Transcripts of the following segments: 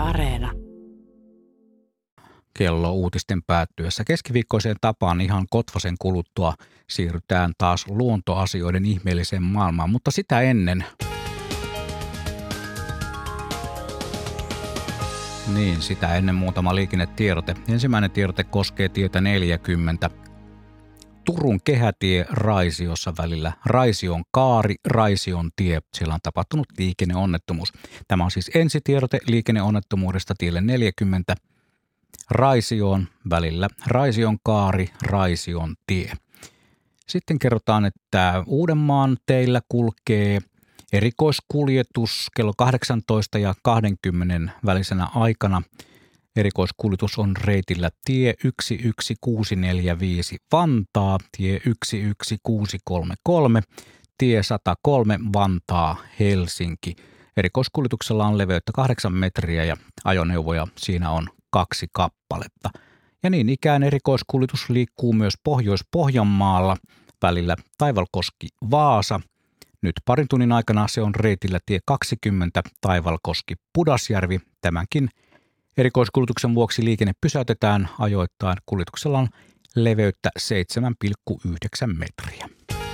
Areena. Kello uutisten päättyessä keskiviikkoiseen tapaan ihan kotvasen kuluttua siirrytään taas luontoasioiden ihmeelliseen maailmaan, mutta sitä ennen... sitä ennen muutama liikennetiedote. Ensimmäinen tiedote koskee tietä 40. Turun kehätie Raisiossa välillä Raision kaari, Raision tie. Siellä on tapahtunut liikenneonnettomuus. Tämä on siis ensitiedote liikenneonnettomuudesta tielle 40 Raisioon välillä Raision kaari, Raision tie. Sitten kerrotaan, että Uudenmaan teillä kulkee erikoiskuljetus kello 18 ja 20 välisenä aikana. Erikoiskuljetus on reitillä tie 11645 Vantaa, tie 11633, tie 103 Vantaa Helsinki. Erikoiskuljetuksella on leveyttä 8 metriä ja ajoneuvoja siinä on 2 kappaletta. Ja niin ikään erikoiskuljetus liikkuu myös Pohjois-Pohjanmaalla välillä Taivalkoski-Vaasa. Nyt parin tunnin aikana se on reitillä tie 20 Taivalkoski-Pudasjärvi. Tämänkin erikoiskuljetuksen vuoksi liikenne pysäytetään ajoittain. Kuljetuksella on leveyttä 7,9 metriä.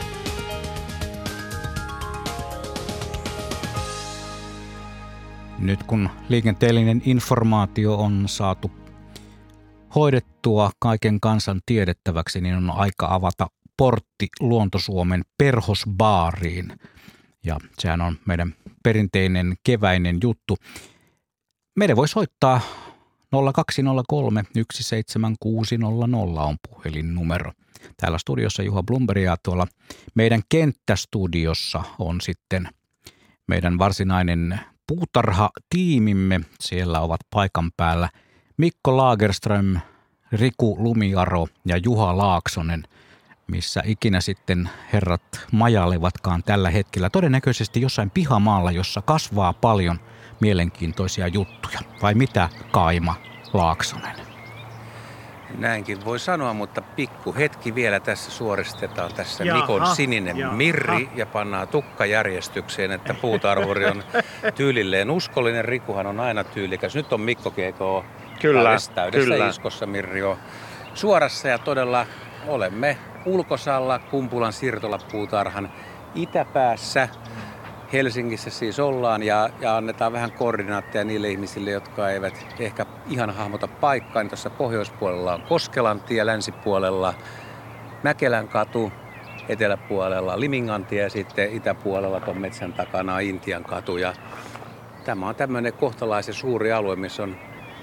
Nyt kun liikenteellinen informaatio on saatu hoidettua kaiken kansan tiedettäväksi, niin on aika avata portti Luontosuomen Perhosbaariin. Ja sehän on meidän perinteinen keväinen juttu. Meidän voi soittaa 0203 17600 on puhelinnumero. Täällä studiossa Juha Blomberg ja tuolla meidän kenttästudiossa on sitten meidän varsinainen puutarhatiimimme. Siellä ovat paikan päällä Mikko Lagerström, Riku Lumiaro ja Juha Laaksonen, missä ikinä sitten herrat majailevatkaan tällä hetkellä. Todennäköisesti jossain pihamaalla, jossa kasvaa paljon mielenkiintoisia juttuja. Vai mitä, Kaima Laaksonen? Näinkin voi sanoa, mutta pikku hetki vielä tässä suoristetaan tässä Mikon sininen mirri ja pannaan tukkajärjestykseen, että puutarhuri on tyylilleen uskollinen. Rikuhan on aina tyylikäs. Nyt on Mikko Keiko täydessä iskossa, mirri on suorassa ja todella olemme ulkosalla Kumpulan siirtolapuutarhan itäpäässä. Helsingissä siis ollaan ja annetaan vähän koordinaatteja niille ihmisille, jotka eivät ehkä ihan hahmota paikkaa. Niin tuossa pohjoispuolella on Koskelantie, länsipuolella Mäkelän katu, eteläpuolella Limingantie ja sitten itäpuolella tuon metsän takana on Intian katu. Ja tämä on tämmöinen kohtalaisen suuri alue, missä on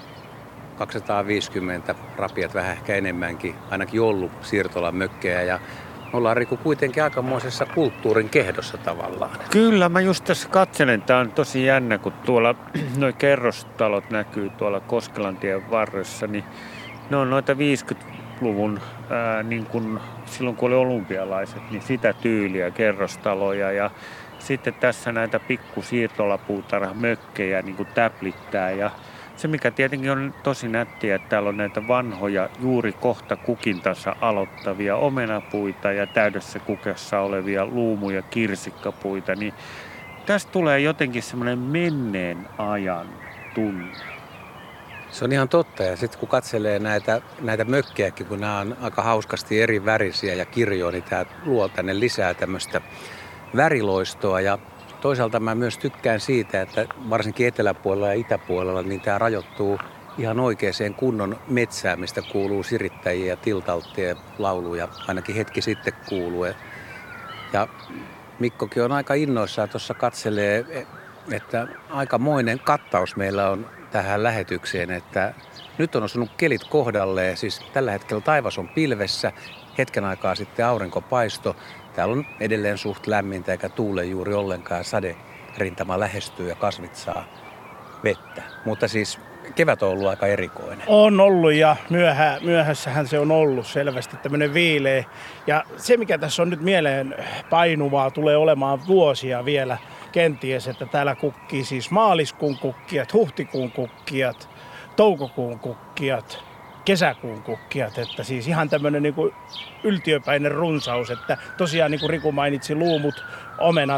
250 rapiat, vähän ehkä enemmänkin, ainakin ollut siirtolan mökkejä. Ja me ollaan, Riku, kuitenkin aikamoisessa kulttuurin kehdossa tavallaan. Kyllä, mä just tässä katselen. Tää on tosi jännä, kun tuolla noi kerrostalot näkyy tuolla Koskelantien varressa, niin ne on noita 50-luvun, niin kuin silloin kun oli olympialaiset, niin sitä tyyliä kerrostaloja. Ja sitten tässä näitä pikkusiirtolapuutarhamökkejä niin kuin täplittää. Ja se, mikä tietenkin on tosi nättiä, että täällä on näitä vanhoja, juuri kohta kukintansa aloittavia omenapuita ja täydessä kukessa olevia luumu- ja kirsikkapuita, niin tästä tulee jotenkin semmoinen menneen ajan tunne. Se on ihan totta, ja sitten kun katselee näitä mökkejäkin, kun nämä on aika hauskasti eri värisiä ja kirjoa, niin tämä luo tänne lisää tämmöistä väriloistoa. Ja toisaalta mä myös tykkään siitä, että varsinkin eteläpuolella ja itäpuolella niin tämä rajoittuu ihan oikeaan kunnon metsään, mistä kuuluu sirittäjiä ja tiltalttien lauluja, ainakin hetki sitten kuuluu. Ja Mikkokin on aika innoissaan tuossa katselee, että aikamoinen kattaus meillä on tähän lähetykseen, että nyt on osunut kelit kohdalleen, siis tällä hetkellä taivas on pilvessä, hetken aikaa sitten aurinkopaisto. Täällä on edelleen suht lämmintä eikä tuule juuri ollenkaan. Saderintama lähestyy ja kasvit saa vettä. Mutta siis kevät on ollut aika erikoinen. On ollut ja myöhässähän se on ollut selvästi tämmöinen viileä. Ja se mikä tässä on nyt mieleen painuvaa tulee olemaan vuosia vielä kenties, että täällä kukkii siis maaliskuun kukkijat, huhtikuun kukkijat, toukokuun kukkijat, kesäkuun kukkijat, että siis ihan tämmöinen niin kuin yltiöpäinen runsaus, että tosiaan niin kuin Riku mainitsi, luumut, omenat,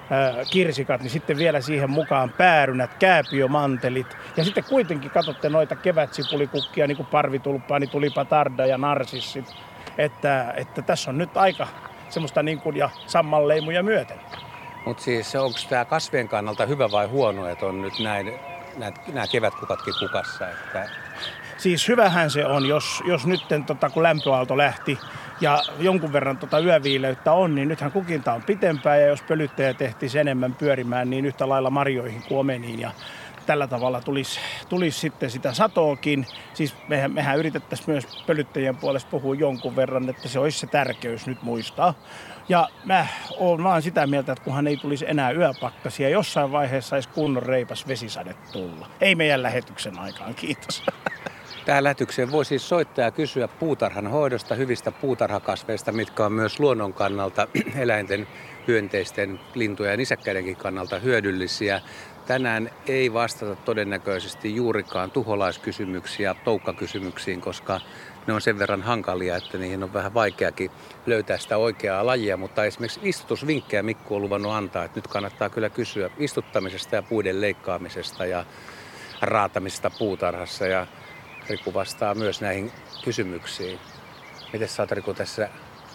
kirsikat, niin sitten vielä siihen mukaan päärynät, kääpiömantelit. Ja sitten kuitenkin katsotte noita kevätsipulikukkia, niin kuin parvitulppaani, tulipatarda ja narsissit. Että tässä on nyt aika semmoista niin kuin ja sammalleimuja myöten. Mutta siis onko tämä kasvien kannalta hyvä vai huono, että on nyt nämä kevätkukatkin kukassa? Että... Siis hyvähän se on, jos nyt kun lämpöaalto lähti ja jonkun verran yöviileyttä on, niin nythän kukinta on pitempään ja jos pölyttäjä tehtiin enemmän pyörimään, niin yhtä lailla marjoihin kuin omeniin ja tällä tavalla tulisi sitten sitä satoakin. Siis mehän yritettäisiin myös pölyttäjien puolesta puhua jonkun verran, että se olisi se tärkeys nyt muistaa. Ja mä oon vaan sitä mieltä, että kunhan ei tulisi enää yöpakkasia, jossain vaiheessa saisi kunnon reipas vesisade tulla. Ei meidän lähetyksen aikaan, kiitos. Tähän lähetykseen voi siis soittaa ja kysyä puutarhan hoidosta, hyvistä puutarhakasveista, mitkä on myös luonnon kannalta, eläinten, hyönteisten, lintujen ja nisäkkäidenkin kannalta hyödyllisiä. Tänään ei vastata todennäköisesti juurikaan tuholaiskysymyksiä, toukkakysymyksiin, koska ne on sen verran hankalia, että niihin on vähän vaikeakin löytää sitä oikeaa lajia. Mutta esimerkiksi istutusvinkkejä Mikko on luvannut antaa, että nyt kannattaa kyllä kysyä istuttamisesta ja puiden leikkaamisesta ja raatamisesta puutarhassa. Ja Riku vastaa myös näihin kysymyksiin. Miten sä oot, Riku, tässä,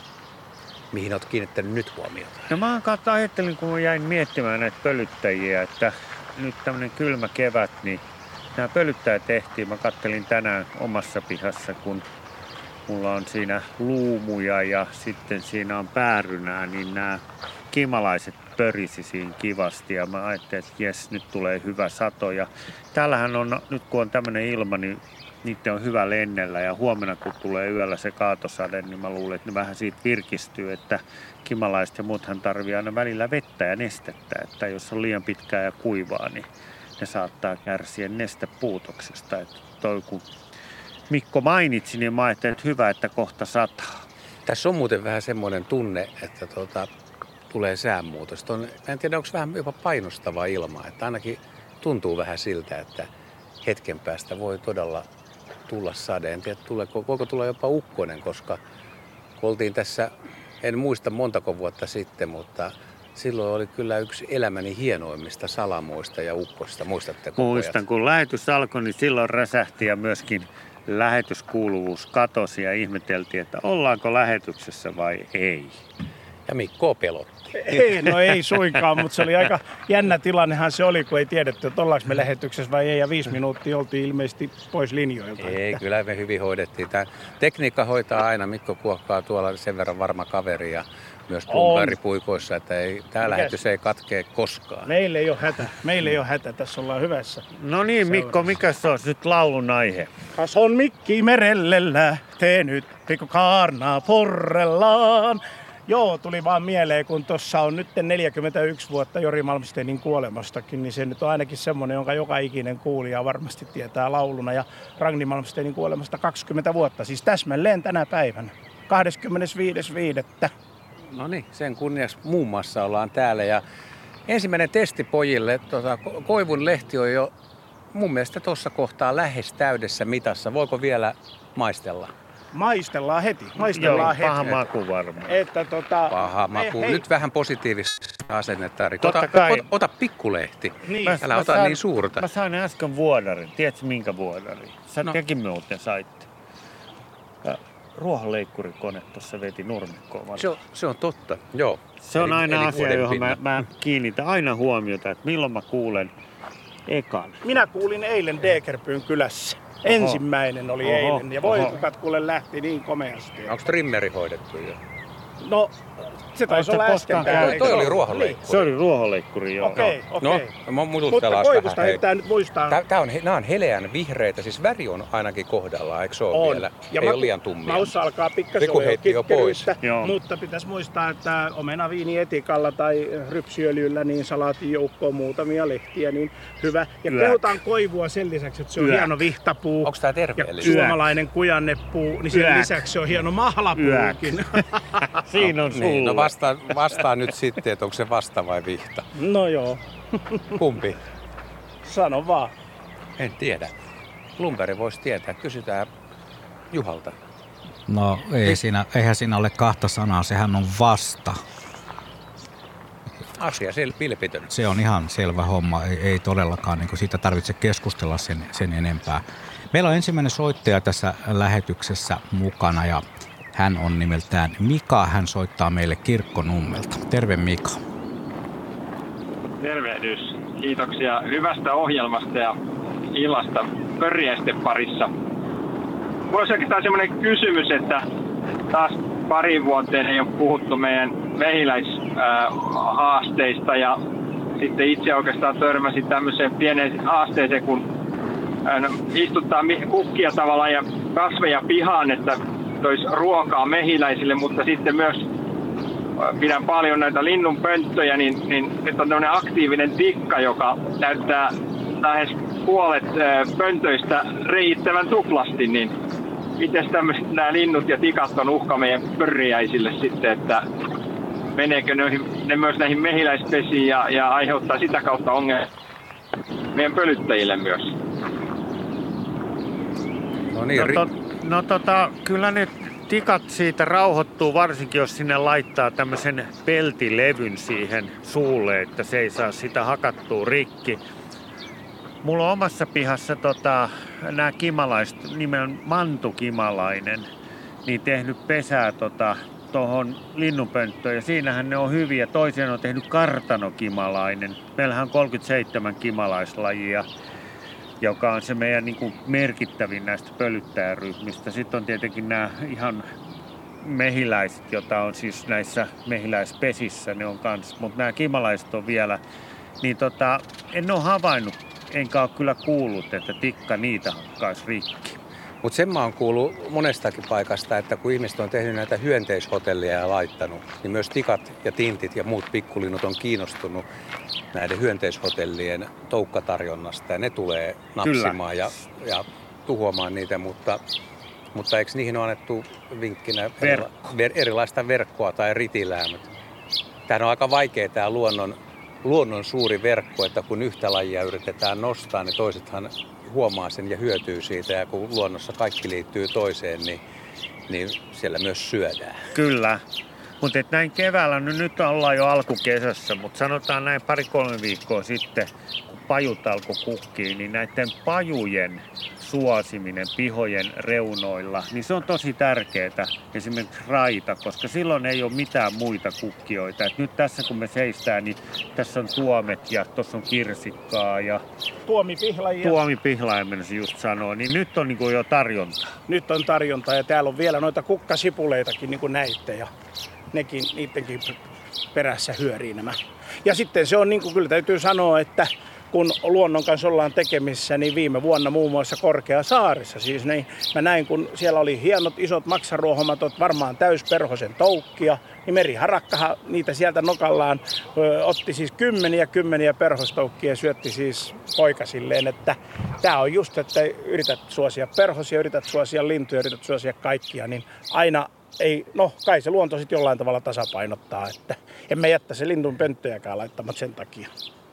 mihin oot kiinnittänyt nyt huomiota? No mä ajattelin, kun jäin miettimään näitä pölyttäjiä, että nyt tämmöinen kylmä kevät, niin nämä pölyttäjät tehtiin. Mä kattelin tänään omassa pihassa, kun mulla on siinä luumuja ja sitten siinä on päärynää, niin nämä kimalaiset pörisi siinä kivasti ja mä ajattelin, että jes, nyt tulee hyvä sato. Ja täällähän on, nyt kun on tämmöinen ilma, niin niiden on hyvä lennellä ja huomenna kun tulee yöllä se kaatosade, niin mä luulen, että ne vähän siitä virkistyy, että kimalaiset ja muuthan tarvii aina välillä vettä ja nestettä, että jos on liian pitkää ja kuivaa, niin ne saattaa kärsiä nestepuutoksesta. Että toi kun Mikko mainitsi, niin mä ajattelin, että hyvä, että kohta sataa. Tässä on muuten vähän semmoinen tunne, että tulee säänmuutos. En tiedä, onko vähän jopa painostava ilma, että ainakin tuntuu vähän siltä, että hetken päästä voi todella tulla sade. En tiedä, voiko tulla jopa ukkonen, koska oltiin tässä, en muista montako vuotta sitten, mutta silloin oli kyllä yksi elämäni hienoimmista salamoista ja ukkosta. Muistatteko? Muistan, kun lähetys alkoi, niin silloin räsähti ja myöskin lähetyskuuluvuus katosi ja ihmeteltiin, että ollaanko lähetyksessä vai ei. Ja Mikko pelotti. Ei suinkaan, mutta se oli aika jännä tilannehan se oli, kun ei tiedetty, että ollaanko me lähetyksessä vai ei. Ja 5 minuuttia oltiin ilmeisesti pois linjoilta. Ei, kyllä me hyvin hoidettiin. Tämä tekniikka hoitaa aina. Mikko Kuokkaa tuolla sen verran varma kaveri ja myös pumparipuikoissa, että lähetys ei katkee koskaan. Meille ei ole hätä. Tässä ollaan hyvässä. No niin, Mikko, mikä se on nyt laulun aihe? Kas on Mikki merelle lähtee nyt, pikku kaarnaa porrellaan. Joo, tuli vaan mieleen, kun tuossa on nyt 41 vuotta Jori Malmsteinin kuolemastakin, niin se nyt on ainakin semmoinen, jonka joka ikinen kuulija varmasti tietää lauluna. Ja Ragni Malmsteinin kuolemasta 20 vuotta, siis täsmälleen tänä päivänä, 25.5. No niin, sen kunniaksi muun muassa ollaan täällä. Ja ensimmäinen testi pojille, koivun lehti on jo mun mielestä tuossa kohtaa lähes täydessä mitassa. Voiko vielä maistella? Maistellaan heti. Paha maku varmaan. Paha maku. Nyt vähän positiivista asennetta. Ota pikkulehti. Niin. Älä ota niin suurta. Mä sain äsken vuodarin. Tiedätkö minkä vuodarin? Tekin muuten saitte. Ruohonleikkurikone tuossa veti nurmikkoon. Se on totta, joo. Se on aina asia, johon mä kiinnitän aina huomiota, että milloin mä kuulen ekan. Minä kuulin eilen Degerpyyn kylässä. Ensimmäinen oli eilen ja voikukat kuule lähti niin komeasti. Onko trimmeri hoidettu jo? No, se taisi olla äsken. Toi oli ruohonleikkuri. Se oli ruohonleikkuri, joo. Okei. No, mutta koivusta heittää nyt muistaa. Nämä on heleän vihreitä, siis väri on ainakin kohdallaan, eikö se ole vielä? Ei ole liian tummia. Maussa alkaa pikkasen jo pois. Mutta pitäisi muistaa, että omenaviinietikalla tai rypsiöljyllä niin salaatin joukkoon muutamia lehtiä, niin hyvä. Ja kehutaan koivua sen lisäksi, että se on hieno vihtapuu. Onko tämä terveellistä? Ja suomalainen kujannepuu, niin sen lisäksi se on hieno mahlapuukin. Siinä on sulla. Niin, no vastaa nyt sitten, että onko se vasta vai vihta. No joo. Kumpi? Sano vaan. En tiedä. Lumperi voisi tietää. Kysytään Juhalta. No eihän siinä ole kahta sanaa, sehän on vasta. asia vilpitön. Se on ihan selvä homma, ei todellakaan niin siitä tarvitse keskustella sen enempää. Meillä on ensimmäinen soittaja tässä lähetyksessä mukana ja hän on nimeltään Mika. Hän soittaa meille Kirkkonummelta. Terve Mika. Tervehdys. Kiitoksia hyvästä ohjelmasta ja illasta pörriäisten parissa. Mulla olisi oikeastaan semmoinen kysymys, että taas pari vuoteen ei ole puhuttu meidän mehiläishaasteista ja sitten itse oikeastaan törmäsin tämmöiseen pieneen haasteeseen, kun istuttaa kukkia tavallaan ja kasveja pihaan, että toisi ruokaa mehiläisille, mutta sitten myös pidän paljon näitä linnunpönttöjä, niin nyt on tämmöinen aktiivinen tikka, joka näyttää lähes puolet pöntöistä reiittävän tuplasti, niin miten nämä linnut ja tikat on uhka meidän pörriäisille sitten, että meneekö ne myös näihin mehiläispesiin ja aiheuttaa sitä kautta ongelmia meidän pölyttäjille myös? No niin, kyllä ne tikat siitä rauhoittuu, varsinkin jos sinne laittaa tämmöisen peltilevyn siihen suulle, että se ei saa sitä hakattua rikki. Mulla on omassa pihassa nämä kimalaiset, nimen mantukimalainen, niin tehnyt pesää tuohon linnunpönttöön ja siinähän ne on hyviä. Toisen on tehnyt kartanokimalainen. Meillähän on 37 kimalaislajia, joka on se meidän niin kuin merkittävin näistä pölyttäjäryhmistä. Sitten on tietenkin nämä ihan mehiläiset, joita on siis näissä mehiläispesissä, ne on kans, mutta nämä kimalaiset on vielä, niin en ole havainnut, enkä ole kyllä kuullut, että tikka niitä hakkaisi rikki. Mutta sen mä oon kuullut monestakin paikasta, että kun ihmiset on tehnyt näitä hyönteishotellia ja laittanut, niin myös tikat ja tintit ja muut pikkulinnut on kiinnostunut näiden hyönteishotellien toukkatarjonnasta. Ja ne tulee napsimaan ja tuhoamaan niitä, mutta eikö niihin ole annettu vinkkinä erilaista verkkoa tai ritilää? Tämähän on aika vaikea tämä luonnon suuri verkko, että kun yhtä lajia yritetään nostaa, niin toisethan huomaa sen ja hyötyy siitä. Ja kun luonnossa kaikki liittyy toiseen, niin siellä myös syödään. Kyllä. Mutta näin keväällä, nyt ollaan jo alkukesässä, mutta sanotaan näin 2-3 viikkoa sitten, kun pajut alkoi kukkii, niin näiden pajujen suosiminen pihojen reunoilla, niin se on tosi tärkeää, esimerkiksi raita, koska silloin ei ole mitään muita kukkijoita. Et nyt tässä kun me seistään, niin tässä on tuomet ja tuossa on kirsikkaa ja tuomipihlaja mennäisin just sanoa, niin nyt on niin jo tarjontaa. Nyt on tarjontaa ja täällä on vielä noita kukkasipuleitakin niin kuin näitte ja niidenkin perässä hyörii nämä. Ja sitten se on niin kuin kyllä täytyy sanoa, että kun luonnon kanssa ollaan tekemissä, niin viime vuonna muun muassa Korkeasaaressa, siis niin mä näin, kun siellä oli hienot isot maksaruohomatot, varmaan täysperhosen toukkia, niin meriharakkahan niitä sieltä nokallaan otti siis kymmeniä perhostoukkia ja syötti siis poikasilleen, että tää on just, että yrität suosia perhosia, yrität suosia lintuja, yrität suosia kaikkia, niin aina ei, kai se luonto sitten jollain tavalla tasapainottaa, että emme jättä se linnun pönttöjäkään laittamat sen takia.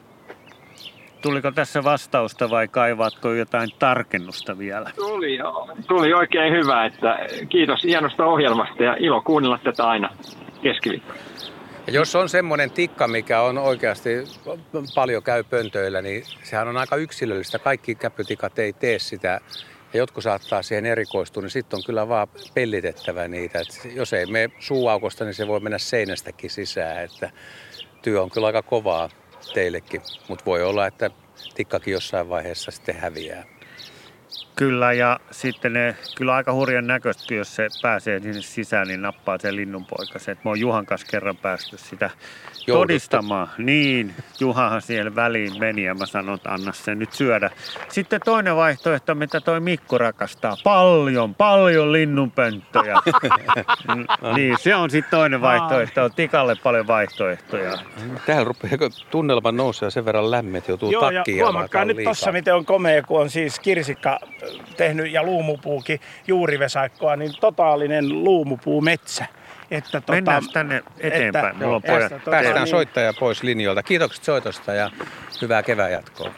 Tuliko tässä vastausta vai kaivaatko jotain tarkennusta vielä? Tuli oikein hyvä, että kiitos hienosta ohjelmasta ja ilo kuunnella tätä aina keskiviikkona. Ja jos on semmoinen tikka, mikä on oikeasti paljon käy pöntöillä, niin sehän on aika yksilöllistä. Kaikki käpytikat ei tee sitä. Ja jotkut saattaa siihen erikoistua, niin sitten on kyllä vaan pellitettävä niitä. Et jos ei mene suuaukosta, niin se voi mennä seinästäkin sisään. Että työ on kyllä aika kovaa teillekin, mutta voi olla, että tikkakin jossain vaiheessa sitten häviää. Kyllä, ja sitten ne kyllä aika hurjan näköistä, jos se pääsee sinne sisään, niin nappaa sen linnunpoikasen. Mä oon Juhan kanssa kerran päästy sitä todistamaan. Niin, Juhahan siellä väliin meni ja mä sanon, että anna sen nyt syödä. Sitten toinen vaihtoehto, mitä toi Mikko rakastaa. Paljon linnunpönttöjä. Niin, se on sitten toinen vaihtoehto. On tikalle paljon vaihtoehtoja. Tähän rupeaa tunnelma nousee sen verran lämmin, joutuu takkiin. Ja huomakkaa nyt tossa, miten on komea, kun on siis kirsikka tehnyt ja luumupuukin juurivesaikkoa, niin totaalinen luumupuumetsä. Mennään tänne eteenpäin. Mulla on pojat. Päästään soittaja pois linjoilta. Kiitokset soitosta ja hyvää kevään jatkoa.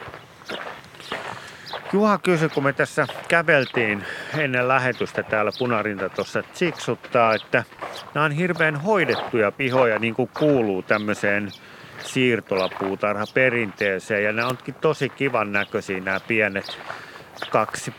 Juha kysyi, kun me tässä käveltiin ennen lähetystä täällä Punarinta tuossa Tsiksuttaa, että nämä on hirveän hoidettuja pihoja, niin kuin kuuluu tämmöiseen siirtolapuutarha perinteeseen. Ja nämä onkin tosi kivan näköisiä nämä pienet 250-300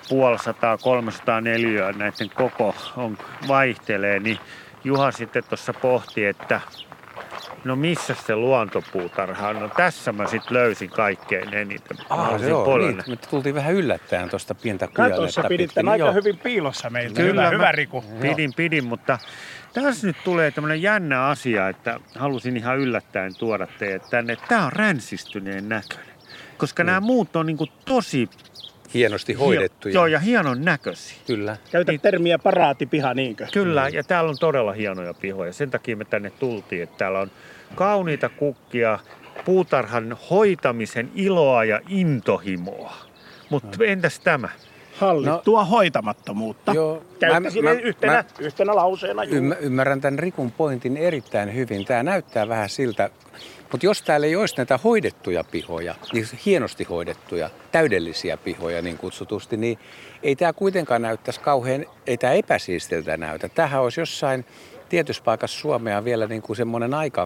neliöä, näiden koko vaihtelee. Niin Juha sitten tuossa pohti, että no missä se luontopuutarha on? No tässä mä sitten löysin kaikkein eniten. Niin, me tultiin vähän yllättäen tuosta pientä kujaletta. Katossa pidit tämän aika hyvin piilossa meiltä. Kyllä, hyvä Riku. Pidin, mutta tässä nyt tulee tämmöinen jännä asia, että halusin ihan yllättäen tuoda teidät tänne. Tämä on ränsistyneen näköinen, koska nämä muut on niinku tosi hienosti hoidettuja. Joo, ja hienon näköisiä. Kyllä. Käytä termiä paraatipiha, niinkö? Kyllä, ja täällä on todella hienoja pihoja. Sen takia me tänne tultiin, että täällä on kauniita kukkia, puutarhan hoitamisen iloa ja intohimoa. Mutta entäs tämä? Hallittua hoitamattomuutta. Joo, Käyttäisin yhtenä lauseena. Ymmärrän tämän Rikun pointin erittäin hyvin. Tämä näyttää vähän siltä, mutta jos täällä ei olisi näitä hoidettuja pihoja, niin hienosti hoidettuja, täydellisiä pihoja niin kutsutusti, niin ei tämä kuitenkaan näyttäisi kauhean, ei tämä epäsiistiltä näytä. Tämähän olisi jossain tietyssä paikassa Suomea vielä niin kuin semmoinen aika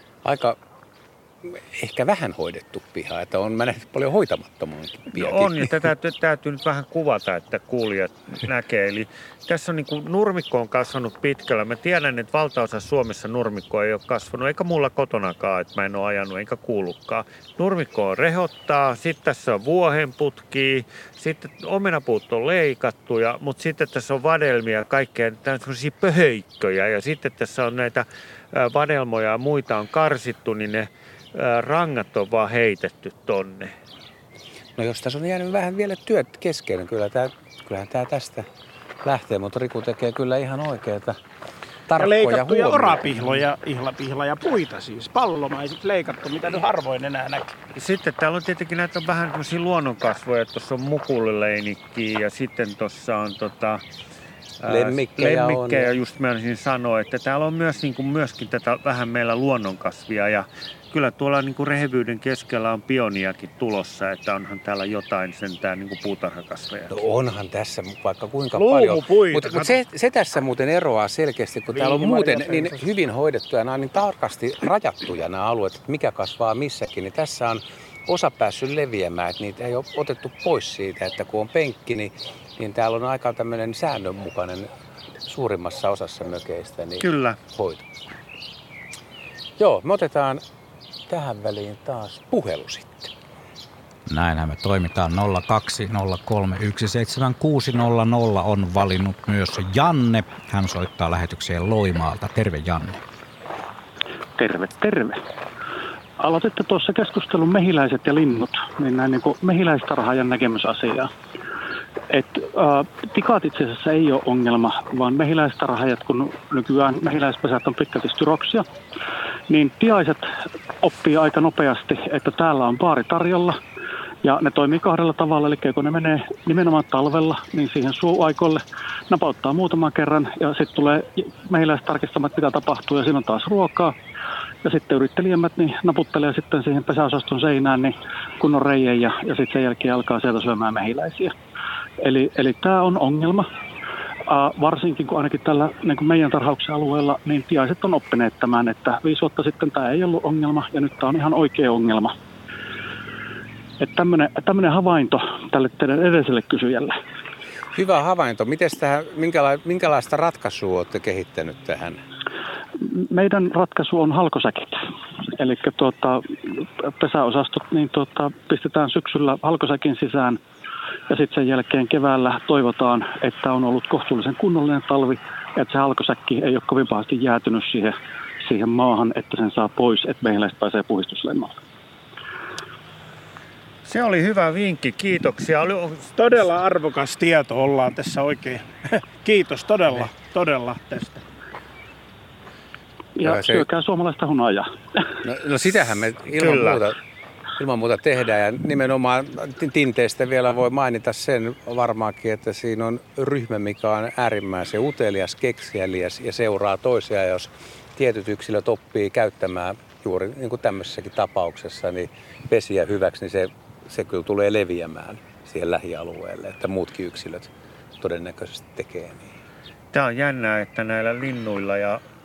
ehkä vähän hoidettu piha, että on nähty paljon hoitamattomuutta. No on, ja tätä täytyy nyt vähän kuvata, että kuulijat näkee. Eli tässä on niin kuin nurmikko on kasvanut pitkällä. Mä tiedän, että valtaosa Suomessa nurmikko ei ole kasvanut, eikä mulla kotonakaan, että mä en ole ajanut eikä kuullutkaan. Nurmikko on rehottaa, sitten tässä on vuohenputkia, sitten omenapuut on leikattu, mutta sitten tässä on vadelmia ja kaikkea tämmöisiä pöhöikköjä. Ja sitten tässä on näitä vadelmoja ja muita on karsittu, niin ne rangat on vaan heitetty tonne. No jos tässä on jäänyt vähän vielä työt kesken, niin kyllähän tämä tästä lähtee, mutta Riku tekee kyllä ihan oikeita tarkkoja leikattuja huomioita. orapihloja, ihlapihloja, puita siis, pallomaiset leikattu, mitä nyt harvoin enää näkyy. Sitten täällä on tietenkin näitä vähän tämmöisiä luonnonkasvoja, tuossa on mukulileinikkiä ja sitten tuossa on lemmikkejä, just mä olisin sanoa, että täällä on myös, niin kuin myöskin tätä vähän meillä luonnonkasvia ja kyllä tuolla niin kuin rehevyyden keskellä on pioniakin tulossa, että onhan täällä jotain sentään niin kuin puutarhakasveja. No onhan tässä vaikka kuinka paljon. Mutta se tässä muuten eroaa selkeästi, kun täällä on muuten niin hyvin hoidettuja, nämä on niin tarkasti rajattuja nämä alueet, että mikä kasvaa missäkin, niin tässä on osa päässyt leviämään, että niitä ei ole otettu pois siitä, että kun on penkki, niin täällä on aika tämmöinen säännönmukainen suurimmassa osassa mökeistä niin kyllä hoito. Joo, me otetaan tähän väliin taas puhelu sitten. Näinhän me toimitaan. 020317600 on valinnut myös Janne. Hän soittaa lähetykseen Loimaalta. Terve Janne. Terve. Aloititte tuossa keskustelun mehiläiset ja linnut, niin näin niin kuin mehiläistarhaajan näkemysasiaa. Tikaat itse asiassa ei ole ongelma, vaan mehiläistarhaajat, kun nykyään mehiläispesät on pitkälti styroksia, niin tiaiset oppii aika nopeasti, että täällä on baari tarjolla. Ja ne toimii kahdella tavalla, eli kun ne menee nimenomaan talvella, niin siihen suuaikoille napauttaa muutaman kerran ja sitten tulee mehiläistarkistamat, mitä tapahtuu ja siinä on taas ruokaa. Ja sitten yrittelijämmät niin naputtelee sitten siihen pesäosaston seinään niin kunnon reijän ja sitten sen jälkeen alkaa sieltä syömään mehiläisiä. Eli tämä on ongelma, varsinkin kun ainakin tällä niin kuin meidän tarhauksen alueella, niin tiaiset on oppineet tämän, että 5 vuotta sitten tämä ei ollut ongelma ja nyt tämä on ihan oikea ongelma. Että tämmöinen havainto tälle teidän edelliselle kysyjälle. Hyvä havainto. Minkälaista ratkaisua olette kehittänyt tähän? Meidän ratkaisu on halkosäkit. Eli pesäosastot niin pistetään syksyllä halkosäkin sisään ja sitten sen jälkeen keväällä toivotaan, että on ollut kohtuullisen kunnollinen talvi, että se halkosäkki ei ole kovin pahasti jäätynyt siihen maahan, että sen saa pois, että mehiläiset pääsee puhdistuslennolle. Se oli hyvä vinkki, kiitoksia. Todella arvokas tieto ollaan tässä oikein. Kiitos todella tästä. Ja syökää suomalaista hunajaa. No sitähän me ilman muuta tehdään ja nimenomaan tinteistä vielä voi mainita sen varmaankin, että siinä on ryhmä, mikä on äärimmäisen utelias, keksijäliäs ja seuraa toisiaan, jos tietyt yksilöt oppii käyttämään juuri niin kuin tämmöisessäkin tapauksessa niin pesiä hyväksi, niin se kyllä tulee leviämään siihen lähialueelle, että muutkin yksilöt todennäköisesti tekee niin. Tämä on jännää, että näillä linnuilla ja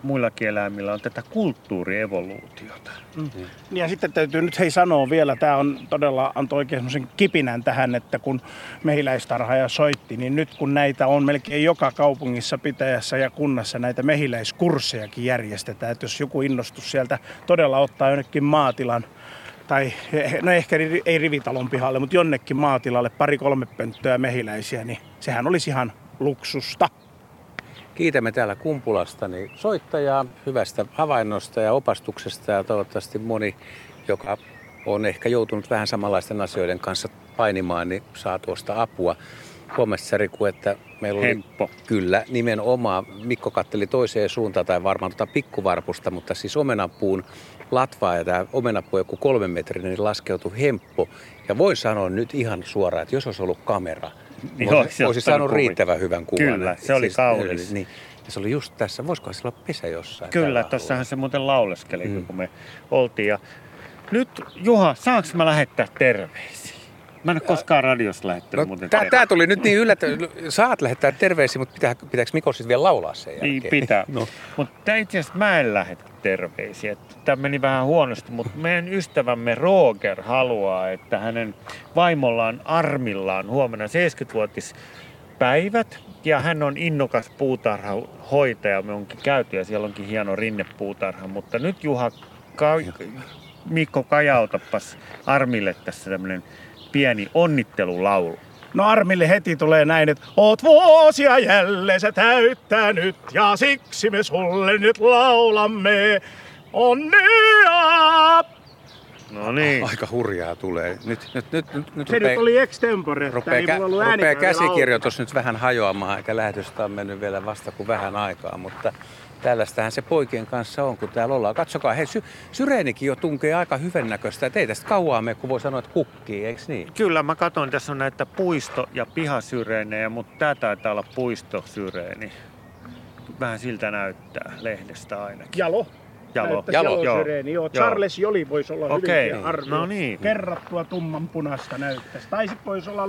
muillakin eläimillä on tätä kulttuurievoluutiota. Ja sitten täytyy nyt sanoa vielä, tämä on todella antoi oikein semmoisen kipinän tähän, että kun mehiläistarhaaja soitti, niin nyt kun näitä on melkein joka kaupungissa, pitäjässä ja kunnassa näitä mehiläiskurssejakin järjestetään, että jos joku innostus sieltä todella ottaa jonnekin maatilan, tai no ehkä ei rivitalon pihalle, mutta jonnekin maatilalle 2-3 pönttöä mehiläisiä, niin sehän olisi ihan luksusta. Kiitämme täällä Kumpulasta niin soittajaa hyvästä havainnosta ja opastuksesta ja toivottavasti moni, joka on ehkä joutunut vähän samanlaisten asioiden kanssa painimaan, niin saa tuosta apua. Huomasit sä, Riku, että meillä oli Hemppo. Kyllä, nimenomaan. Mikko katteli toiseen suuntaan tai varmaan pikkuvarpusta, mutta siis omenapuun latvaa ja tämä omenapuu joku 3 metrinen, niin laskeutui hemppo. Ja voin sanoa nyt ihan suoraan, että jos olisi ollut kamera, Niin olisi saanut riittävän hyvän kuvan. Kyllä, se oli kaunis. Niin, ja se oli just tässä. Voisikohan sillä olla pesä jossain? Kyllä, tossahan se muuten lauleskeli, kun me oltiin. Ja nyt, Juha, saanko mä lähettää terveisiä? Mä en ole koskaan radiossa lähettänyt muuten terveisiä. Tää tuli nyt niin yllättävän. Saat lähettää terveisiä, mutta pitääkö Mikko sitten vielä laulaa sen jälkeen? Niin pitää. No. Mutta itse asiassa mä en lähetä terveisiä. Tämä meni vähän huonosti, mutta meidän ystävämme Roger haluaa, että hänen vaimollaan Armillaan huomenna 70-vuotispäivät. Ja hän on innokas puutarhahoitaja. Me onkin käyty ja siellä onkin hieno rinnepuutarha. Mutta nyt Juha, Mikko, kajautapas Armille tässä tämmöinen pieni onnittelulaulu. No Armille heti tulee näin, että oot vuosia jälleen sä täyttänyt ja siksi me sulle nyt laulamme onnea. No niin. Aika hurjaa tulee. Nyt Se nyt oli extempore. Rupeaa käsikirjoitus nyt vähän hajoamaan, eikä lähetystä on mennyt vielä vasta kuin vähän aikaa, mutta tällaistähän se poikien kanssa on, kun täällä ollaan. Katsokaa, hei, Syreenikin jo tunkee aika hyvennäköistä. Et ei tästä kauaa mene, kun voi sanoa, että kukkii, eikö niin? Kyllä, mä katson, tässä on näitä puisto- ja pihasyreenejä, mutta tää taitaa olla puistosyreeni. Vähän siltä näyttää lehdestä ainakin. Jalo. Jalosyreeni, joo. Charles Joli voisi olla hyvinkin arvio. No niin. Kerrattua tumman punaista näyttäisi. Tai sitten voisi olla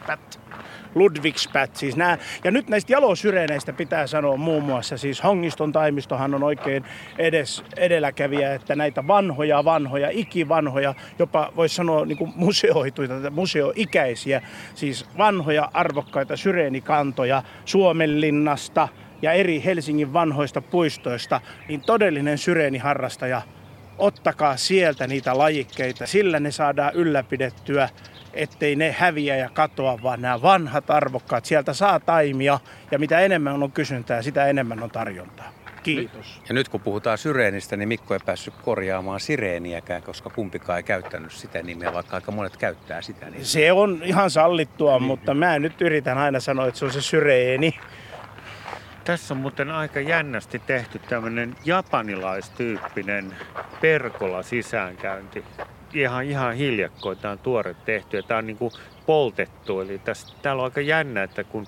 Ludwigspat. Siis nää. Ja nyt näistä jalosyreeneistä pitää sanoa muun muassa, siis Hongiston taimistohan on oikein edelläkävijä, että näitä vanhoja, ikivanhoja, jopa voisi sanoa niin kuin museoituita, museoikäisiä, siis vanhoja arvokkaita syreenikantoja Suomenlinnasta ja eri Helsingin vanhoista puistoista, niin todellinen syreeniharrastaja, ottakaa sieltä niitä lajikkeita, sillä ne saadaan ylläpidettyä, ettei ne häviä ja katoa, vaan nämä vanhat arvokkaat, sieltä saa taimia, ja mitä enemmän on kysyntää, sitä enemmän on tarjontaa. Kiitos. Ja nyt kun puhutaan syreenistä, niin Mikko ei päässyt korjaamaan sireeniäkään, koska kumpikaan ei käyttänyt sitä nimeä, vaikka aika monet käyttää sitä nimeä. Se on ihan sallittua, mutta mä nyt yritän aina sanoa, että se on se syreeni. Tässä on muuten aika jännästi tehty tämmöinen japanilaistyyppinen perkola sisäänkäynti. Ihan hiljakkoin tämä on tuore tehty ja tämä on niinku poltettu. Eli täällä on aika jännä, että kun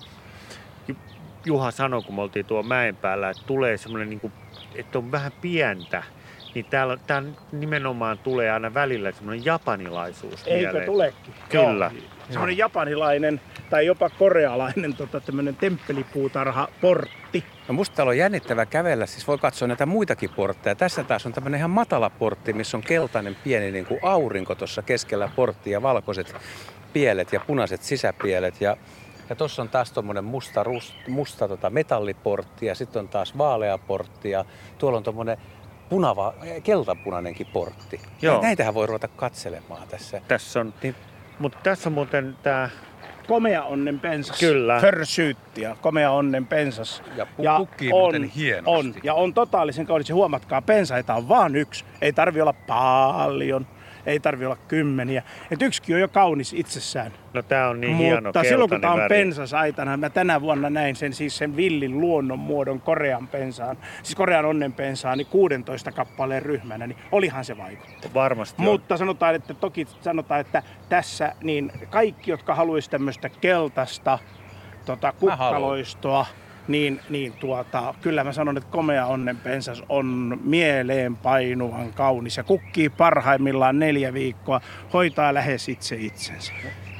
Juha sanoi, kun me oltiin tuo mäen päällä, että tulee semmoinen, niinku, että on vähän pientä, niin täällä nimenomaan tulee aina välillä semmoinen japanilaisuus. Eikö mieleen. tulekin? Kyllä. Semmoinen japanilainen tai jopa korealainen tämmöinen temppelipuutarhaportti. No musta täällä on jännittävä kävellä, siis voi katsoa näitä muitakin portteja. Tässä taas on tämmöinen ihan matala portti, missä on keltainen pieni niin kuin aurinko tuossa keskellä porttia, valkoiset pielet ja punaiset sisäpielet. Ja tuossa on taas tuommoinen musta metalliportti ja sitten on taas vaalea portti ja tuolla on tuommoinen keltapunainenkin portti. Joo. Näitähän voi ruveta katselemaan tässä. Tässä on, niin, mutta tässä on muuten tämä Komea onnen pensas. Kyllä. Försyyttiä, komea onnen pensas. Ja pukkii muuten hienosti. Ja on totaalisen kaunis. Huomatkaa, pensaita on vaan yksi. Ei tarvi olla paljon. Ei tarvi olla kymmeniä. Et yksikin on jo kaunis itsessään. No tää on niin hieno mutta silloin kun tää on väri. pensasaitana, mä tänä vuonna näin sen villin luonnonmuodon Korean pensaan, siis Korean onnenpensaan, niin 16 kappaleen ryhmänä, niin olihan se vaikuttava. Varmasti Mutta toki sanotaan, että tässä niin kaikki, jotka haluaisi tämmöistä keltaista kukkaloistoa, niin kyllä mä sanon, että komea onnenpensas on mieleen painuvan kaunis ja kukkii parhaimmillaan 4 viikkoa, hoitaa lähes itse itsensä.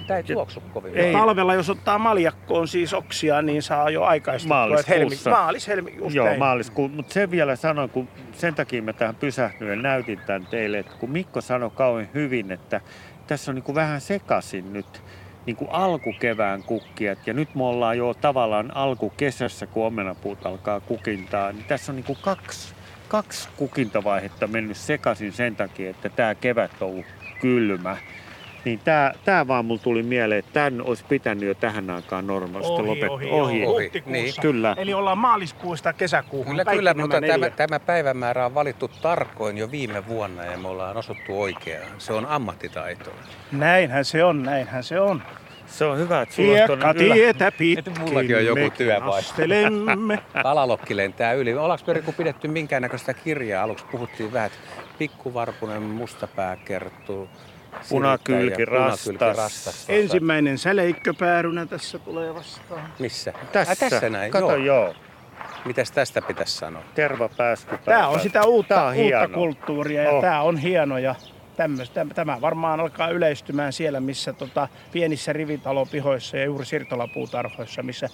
Tämä ei tuoksu kovin. Ei. Talvella, jos ottaa maljakkoon siis oksia, niin saa jo aikaistettua. Maaliskuussa. Maaliskuussa. Mutta sen vielä sanoin, kun sen takia mä tähän pysähdyin ja näytin tämän teille, että kun Mikko sanoi kauhean hyvin, että tässä on niinku vähän sekaisin nyt niinku alkukevään kukkijat ja nyt me ollaan jo tavallaan alkukesässä, kun omenapuut alkaa kukintaa, niin tässä on niinku kaksi kukintavaihetta mennyt sekaisin sen takia, että tämä kevät on ollut kylmä. Niin tää vaan mulla tuli mieleen, että tämän olisi pitänyt jo tähän aikaan normaalisti lopettaa. Ohi. Huhtikuussa. Niin. Kyllä. Eli ollaan maaliskuusta kesäkuuhun. Kyllä, mutta tämä päivämäärä on valittu tarkoin jo viime vuonna ja me ollaan osuttu oikeaan. Se on ammattitaitoa. Näinhän se on. Se on hyvä, että sulla on tuonne Tietä pitkin Mullakin on joku me työpaikka. astelemme. Kalalokki lentää yli. Ollaanko Periku pidetty minkäännäköistä kirjaa? Aluksi puhuttiin vähän, että pikkuvarpunen, mustapääkerttu, punakylki, rastas. Ensimmäinen säleikköpäärynä tässä tulee vastaan. Missä? Tässä näin, Kato, joo. Mitäs tästä pitäisi sanoa? Tervapääsky. Tämä on sitä uutta hieno. kulttuuria ja tämä on hieno ja tämä varmaan alkaa yleistymään siellä, missä pienissä rivitalopihoissa ja juuri siirtolapuutarhoissa, missä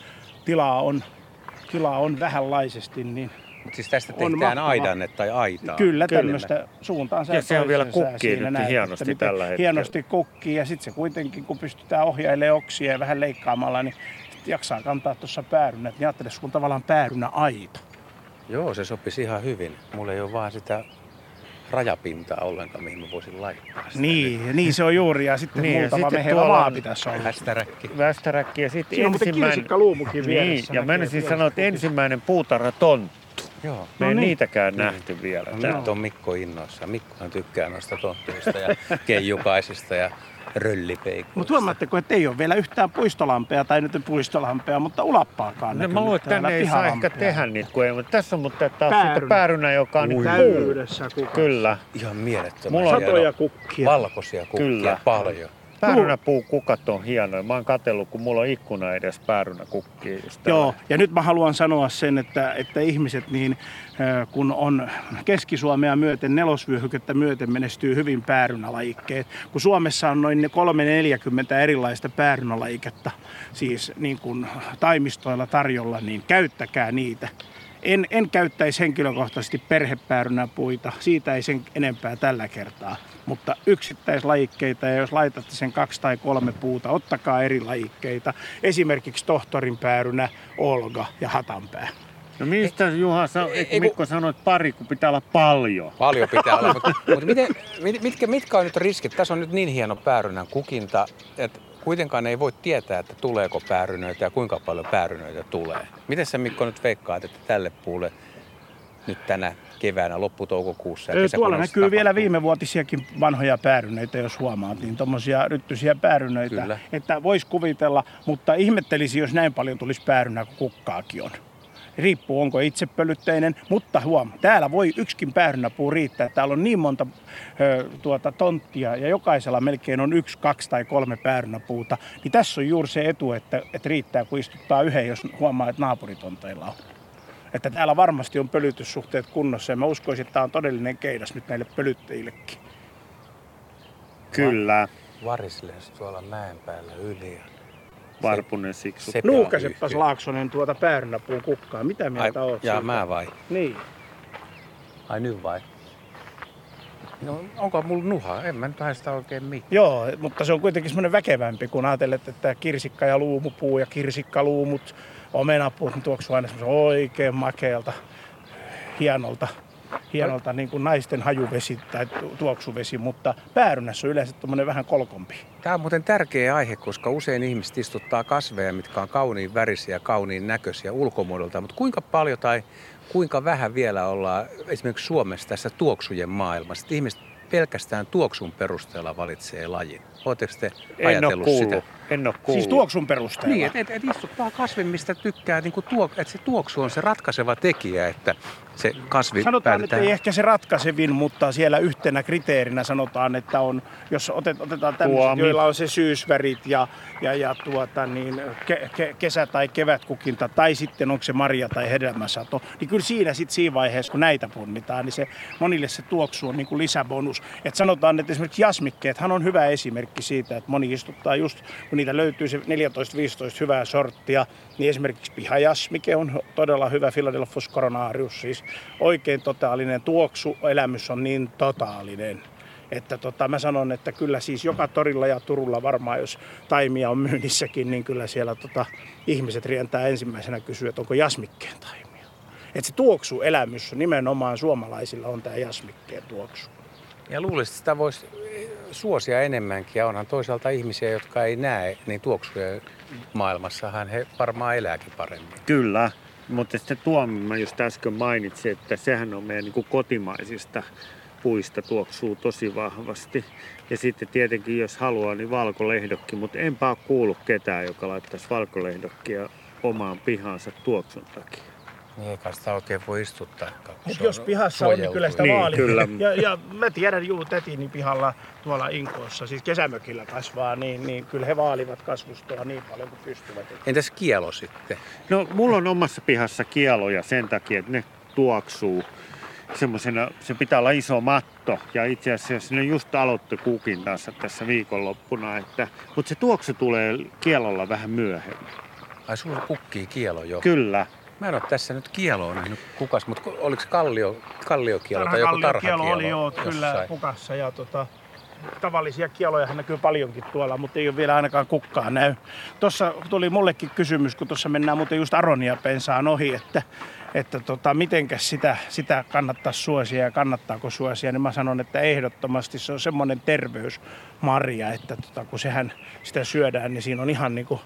tilaa on vähänlaisesti, niin Siis tästä tehdään aidanne tai aitaa. Kyllä, tämmöistä suuntaan ja se on vielä kukkii nyt hienosti tällä hetkellä. Hienosti kukkii ja sitten se kuitenkin, kun pystytään ohjailemaan oksia ja vähän leikkaamalla, niin jaksaa kantaa tuossa päärynät. Niin ajattelee, kun on tavallaan päärynäaita. Joo, se sopisi ihan hyvin. Mulla ei ole vaan sitä rajapintaa ollenkaan, mihin mä voisin laittaa sitä. Niin se on juuri. Ja sitten niin, muutama mehevä maa pitäisi olla. Västäräkki. Ja sitten ensimmäinen... kirsikkaluumukin vieressä. Niin, ja menisin sanoa, että ensimmäinen puutarhatonttu. Joo. Me ei niitäkään nähty vielä. Nyt on Mikko innoissaan. Mikkohan tykkää noista tonttuista ja keijukaisista ja röllipeikoista. Mutta huomaatteko, että ei ole vielä yhtään puistolampea, tai nyt puistolampea, mutta ulappaakaan. No, mä luulen, että tänne ei saa ehkä tehdä niitä, kun ei, mutta tässä on mutta taas sitten päärynä, joka on täydessä kukassa. Kyllä. Ihan mielettömän. Mulla on satoja kukkia. Valkoisia kukkia, kyllä. Paljon. Päärynäpuukukat on hienoja. Mä oon katsellut, kun mulla on ikkuna edes päärynäkukkia. Joo, ja nyt mä haluan sanoa sen, että ihmiset, niin, kun on Keski-Suomea myöten, nelosvyöhykettä myöten menestyy hyvin päärynälajikkeet. Kun Suomessa on noin 3-40 erilaista päärynälajiketta, siis niin kuin taimistoilla tarjolla, niin käyttäkää niitä. En käyttäisi henkilökohtaisesti perhepäärynäpuita, siitä ei sen enempää tällä kertaa. Mutta yksittäislajikkeita, ja jos laitatte sen 2 tai 3 puuta, ottakaa eri lajikkeita. Esimerkiksi tohtorinpäärynä, olga ja hatanpää. No mistä Juha, Mikko sanoi, että pari, kun pitää olla paljon? Paljon pitää olla, mutta mitkä on nyt riskit? Tässä on nyt niin hieno päärynän kukinta, että kuitenkaan ei voi tietää, että tuleeko päärynöitä ja kuinka paljon päärynöitä tulee. Miten sä Mikko nyt veikkaat, että tälle puulle nyt tänä keväänä, lopputoukokuussa ja tuolla näkyy tapahtuu vielä viimevuotisiakin vanhoja päärynöitä, jos huomaat, niin tommosia ryttyisiä päärynöitä. Kyllä. Että vois kuvitella, mutta ihmettelisi, jos näin paljon tulisi päärynää kuin kukkaakin on. Riippuu, onko itsepölytteinen, mutta täällä voi yksikin päärynäpuu riittää. Täällä on niin monta tonttia ja jokaisella melkein on 1, 2 tai 3 päärynäpuuta. Niin tässä on juuri se etu, että riittää, kun istuttaa yhden, jos huomaa, että naapuritonteilla on. Että täällä varmasti on pölytyssuhteet kunnossa ja mä uskoisin, että tämä on todellinen keidas nyt näille pölyttäjillekin. Kyllä. Varislees tuolla mäen päällä yli. Varpunen siksu. Nuukasepas Laaksonen päärynäpuun kukkaa. Mitä mieltä oot? Jaa, mä vai? Niin. Ai nyt vai? No onko mulla nuha? En mä nyt haista oikein mitään. Joo, mutta se on kuitenkin semmoinen väkevämpi, kun ajatellet, että kirsikka- ja luumupuu ja kirsikkaluumut, omenapuut tuoksuu aina semmoisen oikein makealta, hienolta niin kuin naisten hajuvesi tai tuoksuvesi, mutta päärynässä on yleensä tommoinen vähän kolkompi. Tämä on muuten tärkeä aihe, koska usein ihmiset istuttaa kasveja, mitkä on kauniin värisiä, kauniin näköisiä ulkomuodolta, mutta kuinka paljon tai kuinka vähän vielä ollaan esimerkiksi Suomessa tässä tuoksujen maailmassa, että ihmiset pelkästään tuoksun perusteella valitsee lajin. Oletteko te ajatellut sitä? En ole kuullut. Siis tuoksun perusteella? Niin, että istuttaa kasvin, mistä tykkää, niin että se tuoksu on se ratkaiseva tekijä, että se kasvi sanotaan, päätetään. että ei ehkä se ratkaisevin, mutta siellä yhtenä kriteerinä sanotaan, että on, jos otetaan tämmöiset, joilla on se syysvärit ja kesä- tai kevätkukinta, tai sitten onko se marja- tai hedelmäsato, niin kyllä siinä vaiheessa, kun näitä punnitaan, niin se monille se tuoksu on niin kuin lisäbonus tuoksuus. Et sanotaan, että esimerkiksi jasmikkeethan on hyvä esimerkki siitä, että moni istuttaa just, kun niitä löytyy se 14-15 hyvää sorttia, niin esimerkiksi pihajasmike on todella hyvä, Philadelphus coronarius, siis oikein totaalinen tuoksuelämys on niin totaalinen. Että mä sanon, että kyllä siis joka torilla ja Turulla varmaan, jos taimia on myynnissäkin, niin kyllä siellä ihmiset rientää ensimmäisenä kysyä, että onko jasmikkeen taimia. Että se tuoksuelämys nimenomaan suomalaisilla on tämä jasmikkeen tuoksu. Ja luulisin, että sitä voisi suosia enemmänkin. Ja onhan toisaalta ihmisiä, jotka ei näe, niin tuoksuja maailmassahan he varmaan elääkin paremmin. Kyllä, mutta se tuomi, mä just äsken mainitsin, että sehän on meidän niin kuin kotimaisista puista tuoksuu tosi vahvasti. Ja sitten tietenkin, jos haluaa, niin valkolehdokki, mutta enpä ole kuullut ketään, joka laittaisi valkolehdokkia omaan pihansa tuoksun takia. Niin eikä sitä oikein voi istuttaa. Jos pihassa on, niin kyllä sitä vaalitaan. Ja mä tiedän tätini pihalla tuolla Inkoossa, siis kesämökillä kasvaa, niin kyllä he vaalivat kasvustoa niin paljon kuin pystyvät. Entäs kielo sitten? No mulla on omassa pihassa kieloja sen takia, että ne tuoksuu. Semmosena, se pitää olla iso matto ja itse asiassa ne just aloitti kukin kanssa tässä viikonloppuna, mutta se tuoksu tulee kielolla vähän myöhemmin. Ai sulla kukkii kielo jo? Kyllä. Mä en ole tässä nyt kieloa nähnyt kukas, mutta oliko se kalliokielo tai joku tarhakielo? Oli joo, kyllä kukassa ja tavallisia kieloja näkyy paljonkin tuolla, mutta ei ole vielä ainakaan kukkaa näy. Tuossa tuli mullekin kysymys, kun tuossa mennään muuten just aroniapensaan ohi, että mitenkäs sitä kannattaisi suosia ja kannattaako suosia, niin mä sanon, että ehdottomasti se on semmoinen terveysmarja, että kun sehän sitä syödään, niin siinä on ihan niinku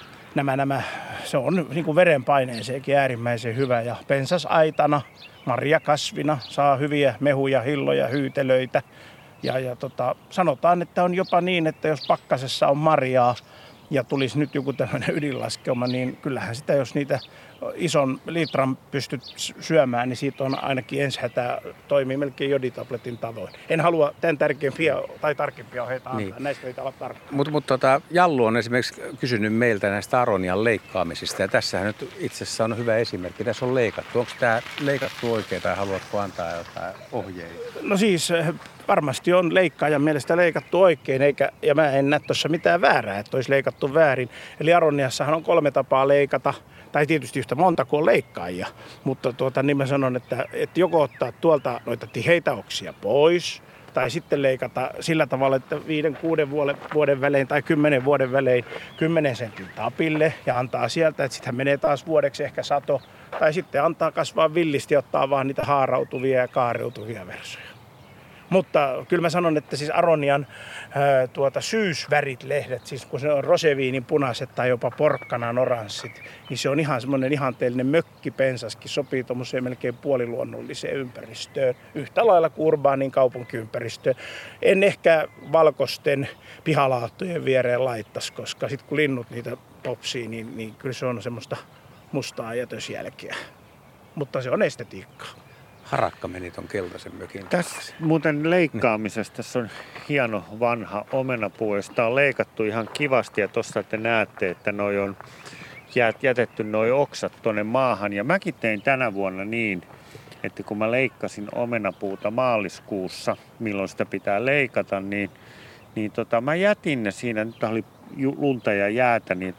se on niinku verenpaineeseenkin äärimmäisen hyvä ja pensasaitana, marjakasvina saa hyviä mehuja, hilloja, hyytelöitä. Ja sanotaan, että on jopa niin, että jos pakkasessa on marjaa ja tulisi nyt joku tämmöinen ydinlaskeuma, niin kyllähän sitä, jos niitä ison litran pystyt syömään, niin siitä on ainakin enshätää toimii melkein joditabletin tavoin. En halua tämän tärkeämpiä tai tarkempia ohjeita antaa, niin. Näistä ei olla tarkkaan. Mutta Jallu on esimerkiksi kysynyt meiltä näistä aronian leikkaamisista ja tässähän nyt itse asiassa on hyvä esimerkki. Tässä on leikattu. Onko tämä leikattu oikein tai haluatko antaa jotain ohjeita? No siis varmasti on leikkaajan mielestä leikattu oikein, ja mä en näe tuossa mitään väärää, että olisi leikattu väärin. Eli aroniassahan on 3 tapaa leikata, tai tietysti yhtä monta kuin on leikkaajia. Mutta niin mä sanon, että joko ottaa tuolta noita tiheitä oksia pois, tai sitten leikata sillä tavalla, että 5-6 vuoden välein tai 10 vuoden välein 10 sentin tapille ja antaa sieltä, että sitten menee taas vuodeksi ehkä sato. Tai sitten antaa kasvaa villisti ja ottaa vaan niitä haarautuvia ja kaareutuvia versoja. Mutta kyllä mä sanon, että siis aronian syysvärit lehdet, siis kun se on roseviinin punaiset tai jopa porkkanan oranssit, niin se on ihan semmoinen ihanteellinen mökkipensaskin, sopii tuommoiseen melkein puoliluonnolliseen ympäristöön, yhtä lailla kuin urbaanin kaupunkiympäristöön. En ehkä valkoisten pihalaattojen viereen laittaisi, koska sitten kun linnut niitä popsii, niin kyllä se on semmoista mustaa jätösjälkeä. Mutta se on estetiikkaa. Harakka meni ton keltaisen mökin. Tässä muuten leikkaamisesta tässä on hieno vanha omenapuu, josta on leikattu ihan kivasti ja tuossa te näette, että noi on jätetty noi oksat tuonne maahan. Ja mäkin tein tänä vuonna niin, että kun mä leikkasin omenapuuta maaliskuussa, milloin sitä pitää leikata, niin mä jätin ne siinä, nyt oli lunta ja jäätä, niin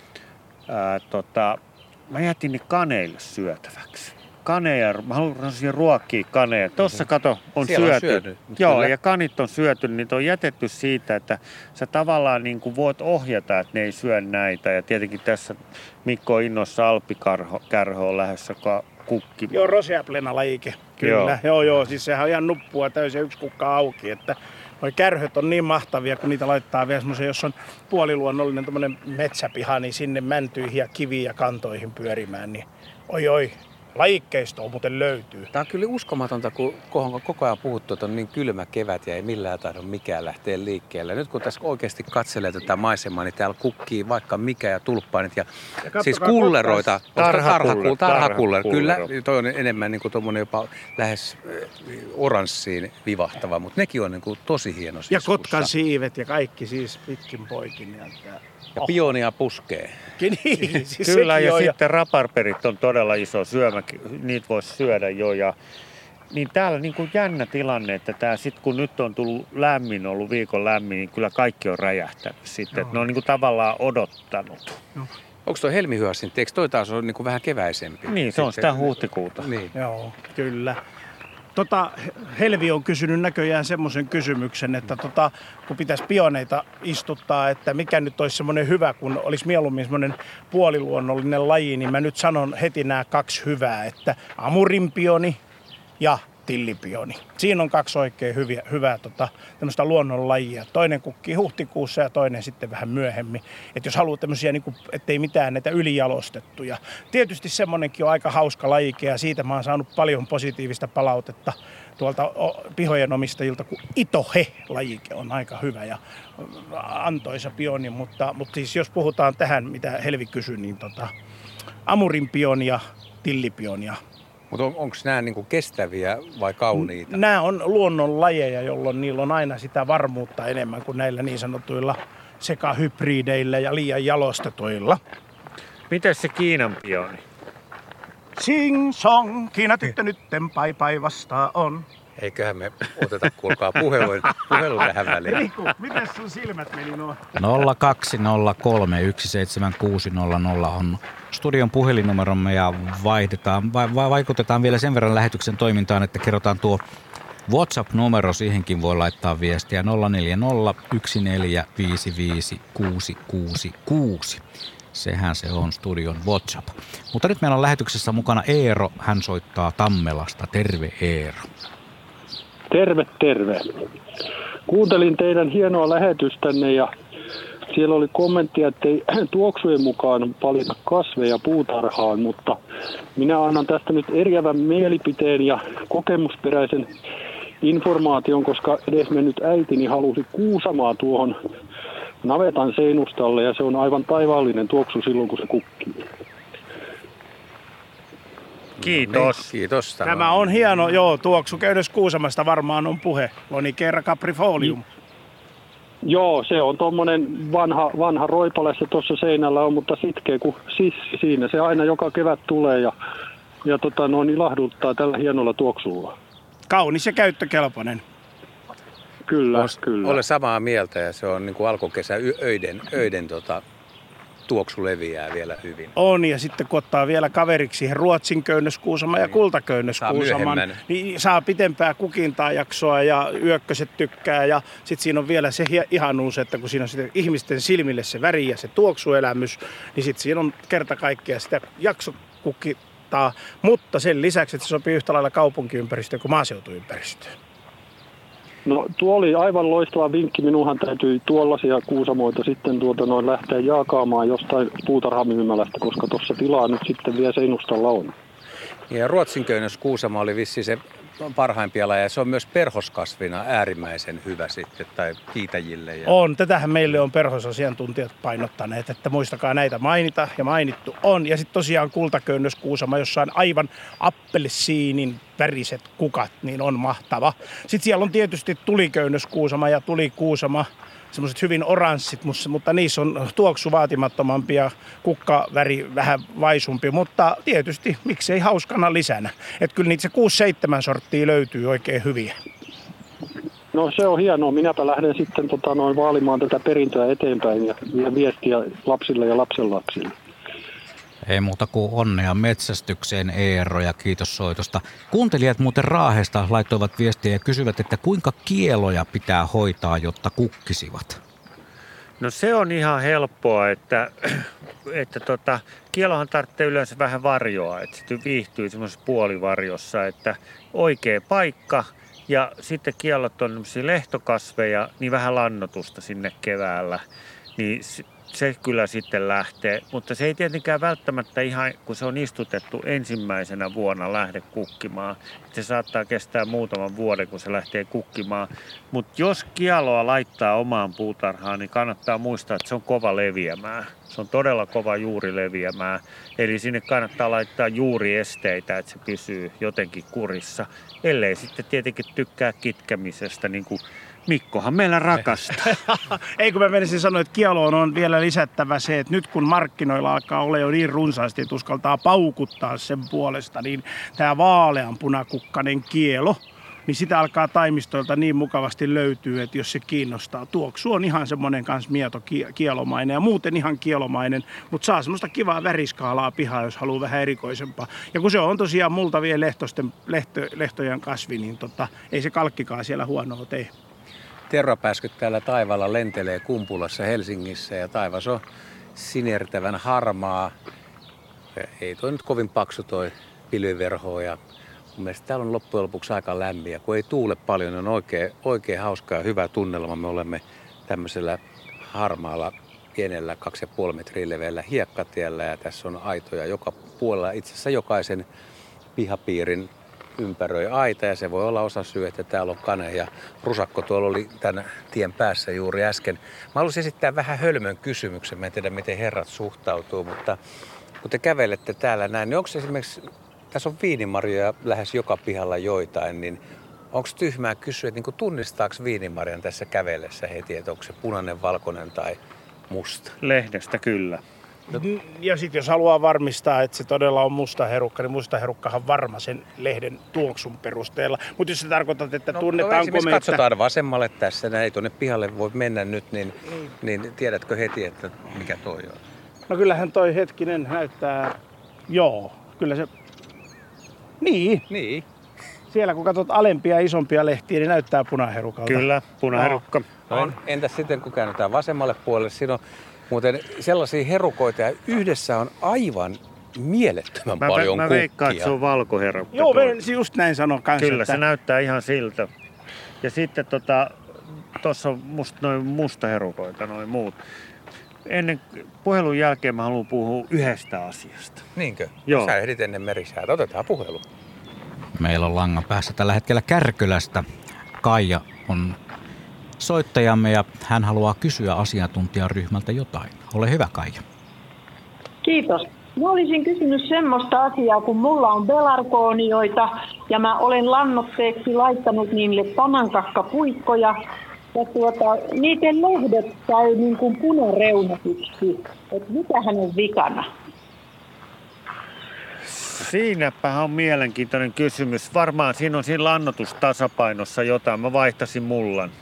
mä jätin ne kaneille syötäväksi. Kaneja, mä haluaisin ruokkia kaneja. Tuossa kato on syöty. Joo, kyllä. Ja kanit on syöty, niin on jätetty siitä, että sä tavallaan niin kuin voit ohjata, että ne ei syö näitä. Ja tietenkin tässä Mikko innossa alppikärho on lähdössä kukkimaan. Joo, roseaplena lajike. Kyllä. Joo, siis sehän on ihan nuppua täysin yksi kukka auki, että noi kärhöt on niin mahtavia, kun niitä laittaa vielä semmoisen, jos on puoliluonnollinen tommonen metsäpiha, niin sinne mäntyihin ja kiviin ja kantoihin pyörimään, niin oi. Lajikkeistoa muuten löytyy. Tämä on kyllä uskomatonta, kun koko ajan puhuttu, että on niin kylmä kevät ja ei millään tahdo mikään lähteä liikkeelle. Nyt kun tässä oikeasti katselee tätä maisemaa, niin täällä kukkii vaikka mikä ja tulppaanit ja siis kulleroita. Tarhakuller. Kyllä, toi on enemmän niin kuin tommonen jopa lähes oranssiin vivahtava, mutta nekin on niin kuin tosi hieno siskussa. Ja kotkan siivet ja kaikki siis pitkin poikin. Ja pionia puskee. Niin, siis kyllä, ja sitten raparperit on todella iso syömä. Niitä voisi syödä jo. Ja Niin täällä niin kuin jännä tilanne, että tää sit kun nyt on tullut lämmin, ollut viikon lämmin, niin kyllä kaikki on räjähtänyt sitten. Että ne on niin kuin tavallaan odottanut. Onko tuo helmihyasintti, eikö toi taas ole niin kuin vähän keväisempi? Niin, se on sitä huhtikuuta. Niin. Joo, kyllä. Helvi on kysynyt näköjään semmoisen kysymyksen, että kun pitäisi pioneita istuttaa, että mikä nyt olisi semmoinen hyvä, kun olisi mieluummin semmoinen puoliluonnollinen laji, niin mä nyt sanon heti nämä 2 hyvää, että amurinpioni ja tillipioni. Siinä on 2 oikein hyvää tämmöistä luonnonlajia. Toinen kukkii huhtikuussa ja toinen sitten vähän myöhemmin. Että jos haluaa tämmöisiä, niin kuin, ettei mitään näitä ylijalostettuja. Tietysti semmoinenkin on aika hauska lajike ja siitä mä oon saanut paljon positiivista palautetta tuolta pihojen omistajilta, kun itohe-lajike on aika hyvä ja antoisa pioni. Mutta siis jos puhutaan tähän, mitä Helvi kysyi, niin amurinpioni ja tillipioni ja Mutta onko nämä niinku kestäviä vai kauniita? Nämä on luonnonlajeja, jolloin niillä on aina sitä varmuutta enemmän kuin näillä niin sanotuilla sekahybrideillä ja liian jalostetuilla. Miten se Kiinan pioni? Sing song, Kiina tyttö nytten pai vastaa on. Eiköhän me oteta, kuulkaa, puhelu tähän väliin. Riku, miten sun silmät meni nuo? 0203 on studion puhelinnumeromme ja vaikutetaan vielä sen verran lähetyksen toimintaan, että kerrotaan tuo WhatsApp-numero, siihenkin voi laittaa viestiä 0401455666. Sehän se on studion WhatsApp. Mutta nyt meillä on lähetyksessä mukana Eero, hän soittaa Tammelasta. Terve Eero. Terve, terve. Kuuntelin teidän hienoa lähetystänne ja siellä oli kommenttia, että ei tuoksujen mukaan valita kasveja puutarhaan, mutta minä annan tästä nyt eriävän mielipiteen ja kokemusperäisen informaation, koska edesmennyt äitini halusi kuusamaa tuohon navetan seinustalle ja se on aivan taivaallinen tuoksu silloin, kun se kukkii. Kiitos. Kiitos. Tämä on hieno, tuoksukäydös Kuusamasta varmaan on puhe. Lonicera caprifolium. Joo, se on tuommoinen vanha roipale, se tuossa seinällä on, mutta sitkeä kuin sissi siinä. Se aina joka kevät tulee ja ilahduttaa tällä hienolla tuoksulla. Kaunis ja käyttökelpoinen. Kyllä. Olen samaa mieltä ja se on niin kuin alkukesä öiden tuoksu leviää vielä hyvin. On, ja sitten kun ottaa vielä kaveriksi siihen Ruotsin köynnöskuusama ja kultaköynnöskuusaman, niin saa pitempää kukintaa-jaksoa ja yökköset tykkää. Ja sitten siinä on vielä se ihanuus, että kun siinä on sitten ihmisten silmille se väri ja se tuoksuelämys, niin sitten siinä on kerta kaikkea sitä jaksokukittaa. Mutta sen lisäksi, että se sopii yhtä lailla kaupunkiympäristöön kuin maaseutuympäristöön. No tuo oli aivan loistava vinkki. Minunhan täytyy tuollaisia kuusamoita sitten lähteä jaakaamaan jostain puutarhamyymälästä, koska tuossa tilaa nyt sitten vielä seinustalla on. Ja ruotsinköynöskuusama oli vissiin se parhaimpia lajeja. Se on myös perhoskasvina äärimmäisen hyvä sitten, tai kiitäjille. On, tätähän meille on perhosasiantuntijat painottaneet, että muistakaa näitä mainita, ja mainittu on. Ja sitten tosiaan kultaköynnöskuusama, jossa on aivan appelsiinin väriset kukat, niin on mahtava. Sitten siellä on tietysti tuliköynnöskuusama ja tulikuusama, semmoiset hyvin oranssit, mutta niissä on tuoksu vaatimattomampi ja kukkaväri vähän vaisumpi, mutta tietysti miksei hauskana lisänä. Että kyllä niitä se 6-7 sorttia löytyy oikein hyviä. No se on hienoa. Minäpä lähden sitten vaalimaan tätä perintöä eteenpäin ja viestiä lapsille ja lapsenlapsille. Ei muuta kuin onnea metsästykseen, Eero, ja kiitos soitosta. Kuuntelijat muuten Raahesta laittoivat viestiä ja kysyvät, että kuinka kieloja pitää hoitaa, jotta kukkisivat? No se on ihan helppoa, että kielohan tarvitsee yleensä vähän varjoa, että se viihtyy semmoisessa puolivarjossa, että oikea paikka ja sitten kiellot on lehtokasveja, niin vähän lannotusta sinne keväällä, niin se kyllä sitten lähtee, mutta se ei tietenkään välttämättä ihan, kun se on istutettu ensimmäisenä vuonna lähde kukkimaan. Se saattaa kestää muutaman vuoden, kun se lähtee kukkimaan. Mutta jos kialoa laittaa omaan puutarhaan, niin kannattaa muistaa, että se on kova leviämään. Se on todella kova juuri leviämään. Eli sinne kannattaa laittaa juuriesteitä, että se pysyy jotenkin kurissa. Ellei sitten tietenkin tykkää kitkemisestä, niin kuin Mikkohan meillä rakastaa. Ei kun mä menisin sanoa, että kieloon on vielä lisättävä se, että nyt kun markkinoilla alkaa olla jo niin runsaasti, että uskaltaa paukuttaa sen puolesta, niin tämä vaaleanpunakukkanen kielo, niin sitä alkaa taimistoilta niin mukavasti löytyy, että jos se kiinnostaa. Tuoksu on ihan semmoinen kans mieto kielomainen ja muuten ihan kielomainen, mutta saa semmoista kivaa väriskaalaa pihaa, jos haluaa vähän erikoisempaa. Ja kun se on tosiaan multavien lehtojen kasvi, niin ei se kalkkikaan siellä huonoa tee. Tervapääskyt täällä taivaalla lentelee Kumpulassa Helsingissä ja taivas on sinertävän harmaa. Ei toi nyt kovin paksu toi pilviverho ja mun mielestä täällä on loppujen lopuksi aika lämmin. Ja kun ei tuule paljon, niin on oikein hauska ja hyvä tunnelma. Me olemme tämmöisellä harmaalla pienellä 2,5 metriä leveällä hiekkatiellä ja tässä on aitoja joka puolella. Itse asiassa jokaisen pihapiirin ympäröi aita ja se voi olla osa syy, että täällä on kane ja rusakko tuolla oli tämän tien päässä juuri äsken. Mä haluaisin esittää vähän hölmön kysymyksen. Mä en tiedä, miten herrat suhtautuu, mutta kun te kävelette täällä näin, niin onko esimerkiksi, tässä on viinimarjoja lähes joka pihalla joitain, niin onko tyhmää kysyä, että niin tunnistaako viinimarjan tässä kävellessä heti, että onko se punainen, valkoinen tai musta? Lehdestä kyllä. Ja sitten jos haluaa varmistaa, että se todella on musta herukka, niin musta herukkahan varma sen lehden tuoksun perusteella. Mutta jos sä tarkoitat, että tunnetaanko me... Katsotaan vasemmalle tässä, ei tuonne pihalle voi mennä nyt, niin tiedätkö heti, että mikä toi on? No kyllähän toi hetkinen näyttää... Joo, kyllä se... Niin. Siellä kun katsot alempia ja isompia lehtiä, niin näyttää punaherukalta. Kyllä, punaherukka. No, entäs sitten kun käännytään vasemmalle puolelle, siinä on muuten sellaisia herukoita ja yhdessä on aivan mielettömän paljon kukkia. Mä veikkaan, että se on valkoherukka. Joo, just näin sanon kanssa. Kyllä, se näyttää ihan siltä. Ja sitten tuossa on noin mustaherukoita, noin muut. Ennen puhelun jälkeen mä haluan puhua yhdestä asiasta. Niinkö? Joo. Sä ehdit ennen merisäätä. Otetaan puhelu. Meillä on langan päässä tällä hetkellä Kärkylästä. Kaija on soittajamme ja hän haluaa kysyä asiantuntijaryhmältä jotain. Ole hyvä, Kaija. Kiitos. Mä olisin kysynyt semmoista asiaa, kun mulla on belargoonioita ja mä olen lannoitteeksi laittanut niille tanankakkapuikkoja. Ja niiden lehdet käy niin kuin punareunatuksi. Että mitähän on vikana? Siinäpä on mielenkiintoinen kysymys. Varmaan siinä on siinä lannoitustasapainossa jotain. Mä vaihtasin mullan.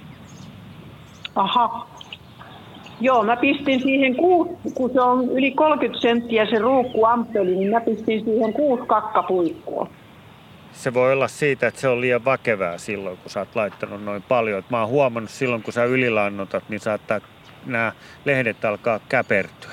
Aha. Joo, mä pistin siihen kun se on yli 30 senttiä se ruukkuamppeli, niin mä pistin siihen 6 kakkapuikkoa. Se voi olla siitä, että se on liian väkevää silloin, kun sä oot laittanut noin paljon. Mä oon huomannut silloin, kun sä ylilannotat, niin saattaa nämä lehdet alkaa käpertyä.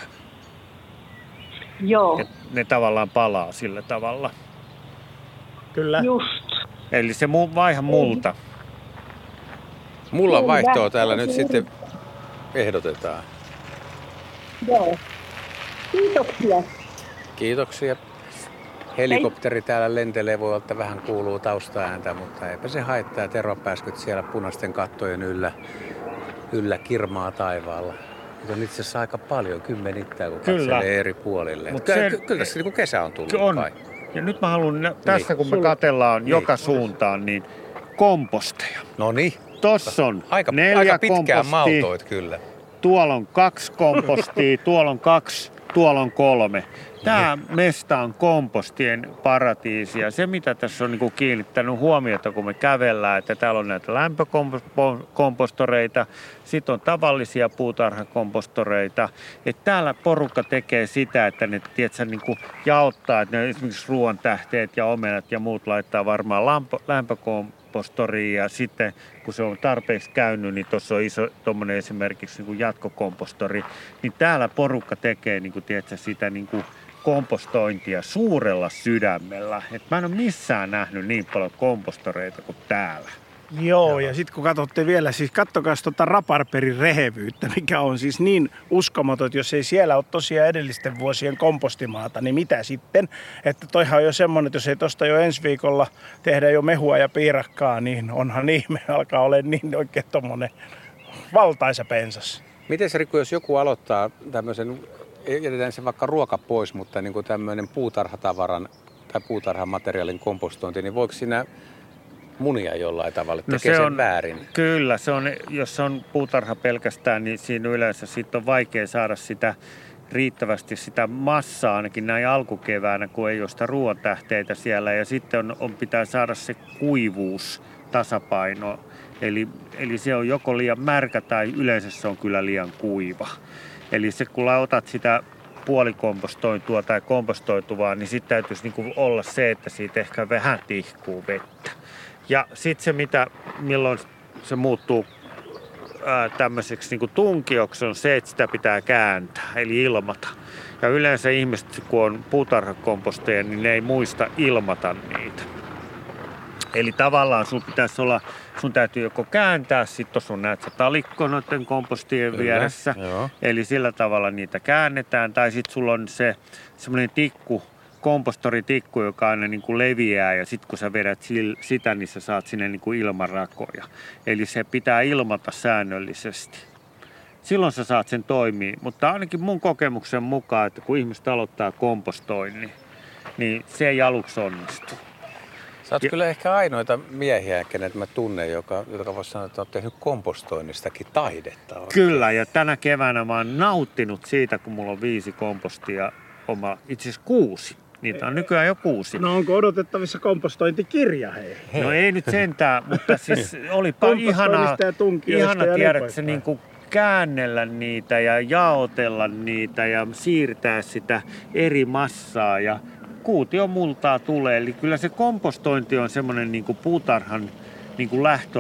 Joo. Ja ne tavallaan palaa sillä tavalla. Kyllä. Just. Eli se vaiha multa. Mullan vaihtoa täällä nyt sitten ehdotetaan. Joo. Kiitoksia. Kiitoksia. Helikopteri täällä lentelee, voi olla, että vähän kuuluu taustaääntä, mutta eipä se haittaa. Tervapääskyt siellä punaisten kattojen yllä kirmaa taivaalla. Nyt on itse asiassa aika paljon, kymmenittäin, kun katselee eri puolille. Kyllä tässä niin kesä on tullut on. Kai. Ja nyt mä haluan, tässä kun me katsellaan joka suuntaan, niin komposteja. No niin. Tossa on aika 4 pitkään kompostia. maltoit kyllä. Tuolla on 2 kompostia, tuolla on 2, tuolla on 3. Tämä mesta on kompostien paratiisi ja se mitä tässä on niin kiinnittänyt huomiota kun me kävellään, että täällä on näitä lämpökompostoreita, sitten on tavallisia puutarhakompostoreita. Että täällä porukka tekee sitä, että ne niin jaottaa, että ne esimerkiksi ruoantähteet ja omenat ja muut laittaa varmaan lämpökompostoriin ja sitten kun se on tarpeeksi käynyt, niin tuossa on iso tommonen esimerkiksi niin jatkokompostori, niin täällä porukka tekee tiedätkö, sitä kompostointia suurella sydämellä. Et mä en ole missään nähnyt niin paljon kompostoreita kuin täällä. Joo, ja sitten kun katsotte vielä, siis kattokaa raparperin rehevyyttä, mikä on siis niin uskomaton, että jos ei siellä ole tosiaan edellisten vuosien kompostimaata, niin mitä sitten? Että toihan on jo semmoinen, että jos ei tosta jo ensi viikolla tehdä jo mehua ja piirakkaa, niin onhan ihme, alkaa olla niin oikein tommonen valtaisa pensas. Miten se Riku, jos joku aloittaa tämmöisen, jätetään se vaikka ruoka pois, mutta niin kuin tämmöinen puutarhatavaran tai puutarhamateriaalin kompostointi, niin voiko siinä munia jollain tavalla, tekee sen väärin. Kyllä, jos on puutarha pelkästään, niin siinä yleensä siitä on vaikea saada sitä riittävästi sitä massaa ainakin näin alkukeväänä, kun ei ole sitä ruoantähteitä siellä. Ja sitten pitää saada se kuivuus, tasapaino. Eli se on joko liian märkä tai yleensä se on kyllä liian kuiva. Eli se kun otat sitä puolikompostoitua tai kompostoituvaa, niin sitten täytyisi niinku olla se, että siitä ehkä vähän tihkuu vettä. Ja sitten se, milloin se muuttuu tämmöiseksi niinku tunkioksi, on se, että sitä pitää kääntää, eli ilmata. Ja yleensä ihmiset, kun on puutarhakomposteja, niin ne ei muista ilmata niitä. Eli tavallaan sun täytyy joko kääntää, sitten tuossa on näet se talikko noiden kompostien vieressä. Joo. Eli sillä tavalla niitä käännetään. Tai sitten sulla on se semmoinen tikku, kompostoritikku, joka aina niin kuin leviää. Ja sitten kun sä vedät sitä, niin sä saat sinne niin kuin ilmarakoja. Eli se pitää ilmata säännöllisesti. Silloin sä saat sen toimia. Mutta ainakin mun kokemuksen mukaan, että kun ihmiset aloittaa kompostoinnin, niin se ei aluksi onnistu. Sä oot kyllä ehkä ainoita miehiä, kenet mä tunnen, joka voisi sanoa, että oot tehnyt kompostoinnistakin taidetta. Kyllä, ja tänä keväänä mä oon nauttinut siitä, kun mulla on 5 kompostia, itse asiassa 6. Niitä on nykyään jo 6. No onko odotettavissa kompostointikirja, hei? No ei nyt sentään, mutta siis olipa ihana tiedä, että se niinku käännellä niitä ja jaotella niitä ja siirtää sitä eri massaa ja kuutiomultaa tulee. Eli kyllä se kompostointi on semmoinen niinku puutarhan niinku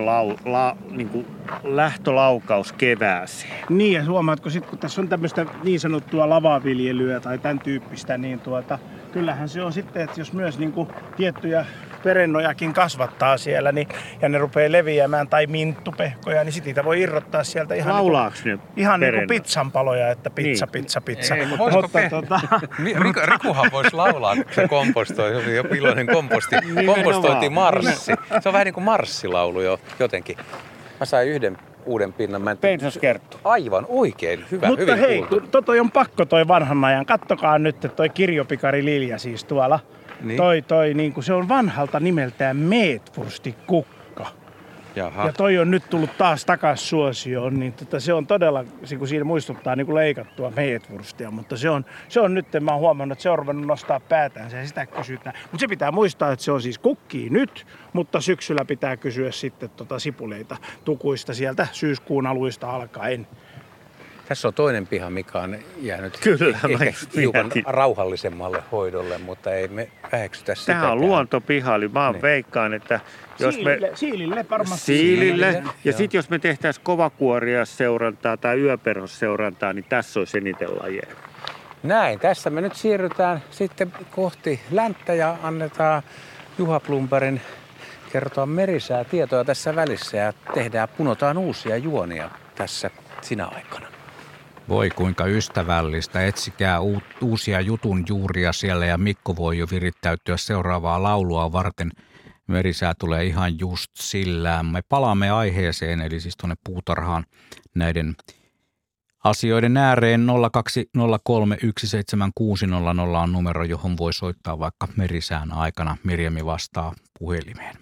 lähtölaukaus kevääseen. Niin, ja huomaatko sitten, kun tässä on tämmöistä niin sanottua lavaviljelyä tai tämän tyyppistä, niin kyllähän se on sitten, että jos myös niinku tiettyjä perennojakin kasvattaa siellä, niin, ja ne rupeaa leviämään, tai minttupehkoja, niin sitten niitä voi irrottaa sieltä ihan niin kuin pizzanpaloja, että pizza. Ei, mutta Rikuhan voisi laulaa, kun se kompostoi, se on joku iloinen kompostointimarssi. Se on vähän niin kuin marssilaulu jo jotenkin. Mä sain yhden uuden pinnan. Pensaskerttu. Aivan oikein, hyvä, mutta hyvin hei, kuultu. toi on pakko toi vanhan ajan. Kattokaa nyt, että toi kirjopikari Lilja siis tuolla. Niin. Toi niin kuin se on vanhalta nimeltään meetvurstikukka. Jaha. Ja toi on nyt tullut taas takas suosioon, niin se on todella, kun siinä muistuttaa niin kuin leikattua meetvurstia, mutta se on nyt, mä oon huomannut, että se on ruvennut nostaa päätänsä ja sitä kysytään. Mutta se pitää muistaa, että se on siis kukkii nyt, mutta syksyllä pitää kysyä sitten sipuleita tukuista sieltä syyskuun aluista alkaen. Tässä on toinen piha, mikä on jäänyt hiukan rauhallisemmalle hoidolle, mutta ei me väheksytä sitä. Tämä on luontopiha, eli mä veikkaan, että jos siilille varmasti. Siilille. Ja sitten jos me tehtäisiin kovakuoriaisseurantaa tai yöperhosseurantaa, niin tässä olisi eniten lajeja. Näin, tässä me nyt siirrytään sitten kohti länttä ja annetaan Juha Blombergin kertoa merisäätietoja tässä välissä ja punotaan uusia juonia tässä sinä aikana. Voi kuinka ystävällistä. Etsikää uusia jutun juuria siellä ja Mikko voi jo virittäytyä seuraavaa laulua varten. Merisää tulee ihan just sillä. Me palaamme aiheeseen, eli siis tuonne puutarhaan näiden asioiden ääreen. 020317600 on numero, johon voi soittaa vaikka merisään aikana. Mirjami vastaa puhelimeen.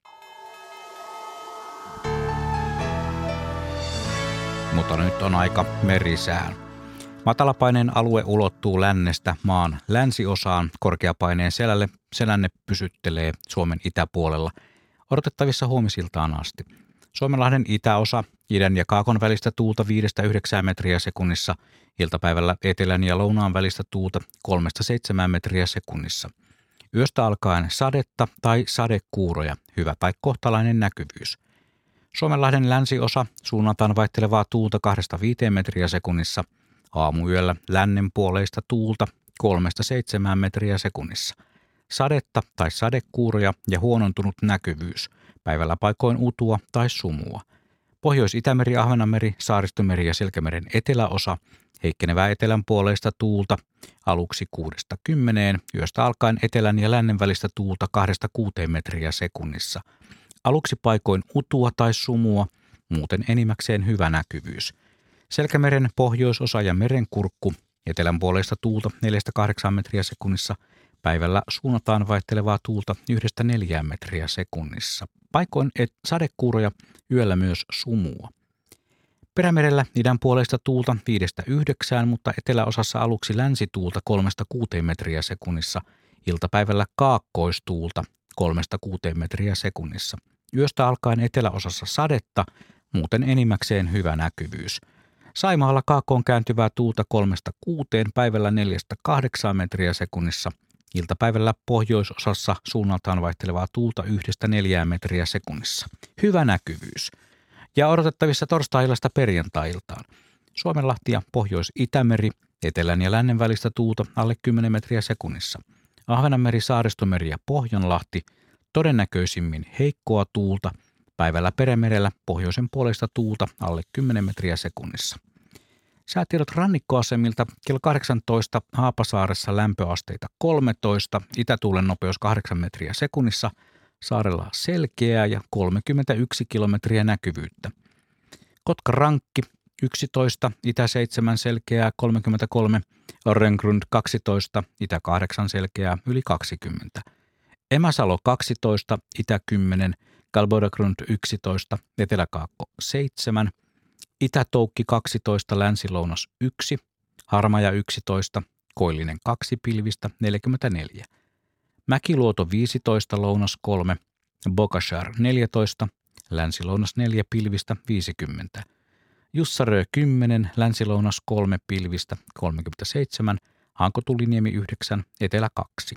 Mutta nyt on aika merisään. Matalapaineen alue ulottuu lännestä maan länsiosaan. Korkeapaineen selänne pysyttelee Suomen itäpuolella. Odotettavissa huomisiltaan asti. Suomenlahden itäosa, idän ja kaakon välistä tuulta 5-9 metriä sekunnissa. Iltapäivällä etelän ja lounaan välistä tuulta 3-7 metriä sekunnissa. Yöstä alkaen sadetta tai sadekuuroja, hyvä tai kohtalainen näkyvyys. Suomenlahden länsiosa suunnataan vaihtelevaa tuulta 2-5 metriä sekunnissa. Aamuyöllä lännenpuoleista tuulta 3-7 metriä sekunnissa. Sadetta tai sadekuuroja ja huonontunut näkyvyys. Päivällä paikoin utua tai sumua. Pohjois-Itämeri, Ahvenanmeri, Saaristomeri ja Selkämeren eteläosa. Heikkenevää etelänpuoleista tuulta aluksi 6-10. Yöstä alkaen etelän ja lännen välistä tuulta 2-6 metriä sekunnissa. Aluksi paikoin utua tai sumua, muuten enimmäkseen hyvä näkyvyys. Selkämeren pohjoisosa ja merenkurkku, etelänpuoleista tuulta 4-8 metriä sekunnissa. Päivällä suunnataan vaihtelevaa tuulta 1-4 metriä sekunnissa. Paikoin sadekuuroja, yöllä myös sumua. Perämerellä idän puolesta tuulta 5-9, mutta eteläosassa aluksi länsituulta 3-6 metriä sekunnissa, iltapäivällä kaakkoistuulta 3-6 metriä sekunnissa. Yöstä alkaen eteläosassa sadetta, muuten enimmäkseen hyvä näkyvyys. Saimaalla kaakkoon kääntyvää tuulta 3-6, päivällä 4-8 metriä sekunnissa. Iltapäivällä pohjoisosassa suunnaltaan vaihtelevaa tuulta 1-4 metriä sekunnissa. Hyvä näkyvyys. Ja odotettavissa torstai-illasta perjantai-iltaan. Suomenlahti ja Pohjois-Itämeri, etelän ja lännen välistä tuulta alle 10 metriä sekunnissa. Ahvenanmeri, Saaristomeri ja Pohjanlahti, todennäköisimmin heikkoa tuulta. Päivällä Perämerellä pohjoisen puolesta tuulta alle 10 metriä sekunnissa. Säätiedot rannikkoasemilta kello 18 Haapasaaressa lämpöasteita 13, itätuulen nopeus 8 metriä sekunnissa, saarella selkeää ja 31 kilometriä näkyvyyttä. Kotka-Rankki 11, itä 7 selkeää 33, Orrengrund 12, itä 8 selkeää yli 20. Emäsalo 12, itä 10, Galbodagrund 11, eteläkaakko 7, Itä-Toukki 12, länsi-lounas 1, Harmaja 11, Koillinen 2 pilvistä 44. Mäkiluoto 15, lounas 3, Bokashar 14, länsi-lounas 4 pilvistä 50. Jussarö 10, länsi-lounas 3 pilvistä 37, Hankotuliniemi 9, etelä 2.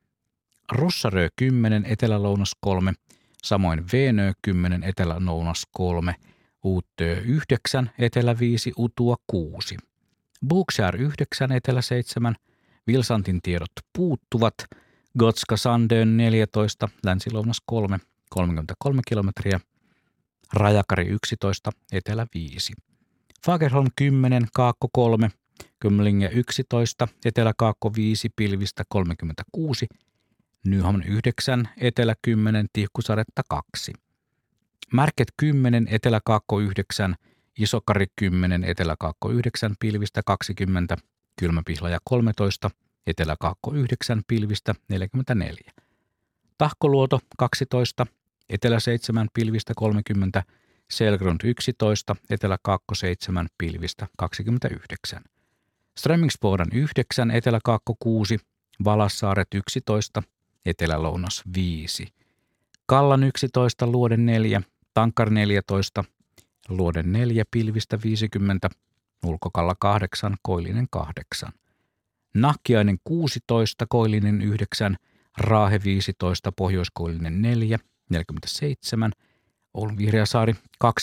Rossarö 10, etelä-lounas 3, samoin Veenö 10, etelä-lounas 3, Uutö 9, etelä 5, Utua 6. Bookshare 9, etelä 7, Vilsantin tiedot puuttuvat, Gotska Sandön 14, länsi-lounas 3, 33 kilometriä, Rajakari 11, etelä 5. Fagerholm 10, kaakko 3, Kymlinge 11, etelä-kaakko 5, pilvistä 36, Nyhamn 9, etelä 10, Tihkusaretta 2. Märket 10, etelä-kaakko 9, Isokari 10, etelä-kaakko 9, pilvistä 20, Kylmäpihlaja 13, etelä-kaakko 9, pilvistä 44. Tahkoluoto 12, etelä 7, pilvistä 30, Selgrund 11, etelä-kaakko 7, pilvistä 29. Strömmingsboden 9, etelä-kaakko 6, Valassaaret 11, etelä-lounas 5. Kallan 11, Luoden 4, Tankar 14, Luoden 4, pilvistä 50, Ulkokalla 8, Koillinen 8. Nahkiainen 16, Koillinen 9, Raahe 15, Pohjoiskoillinen 4, 47, Oulun Vihreäsaari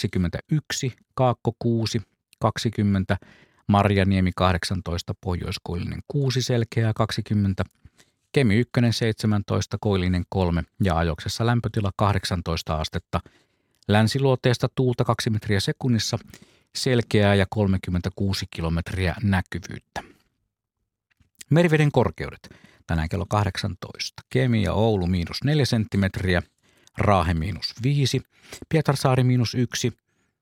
21, Kaakko 6, 20, Marjaniemi 18, Pohjoiskoillinen 6, selkeää 20, Kemi 1, 17, Koillinen 3 ja Ajoksessa lämpötila 18 astetta. Länsiluoteesta tuulta 2 metriä sekunnissa, selkeää ja 36 kilometriä näkyvyyttä. Meriveden korkeudet tänään kello 18. Kemi ja Oulu -4 senttimetriä, Raahe -5, Pietarsaari -1,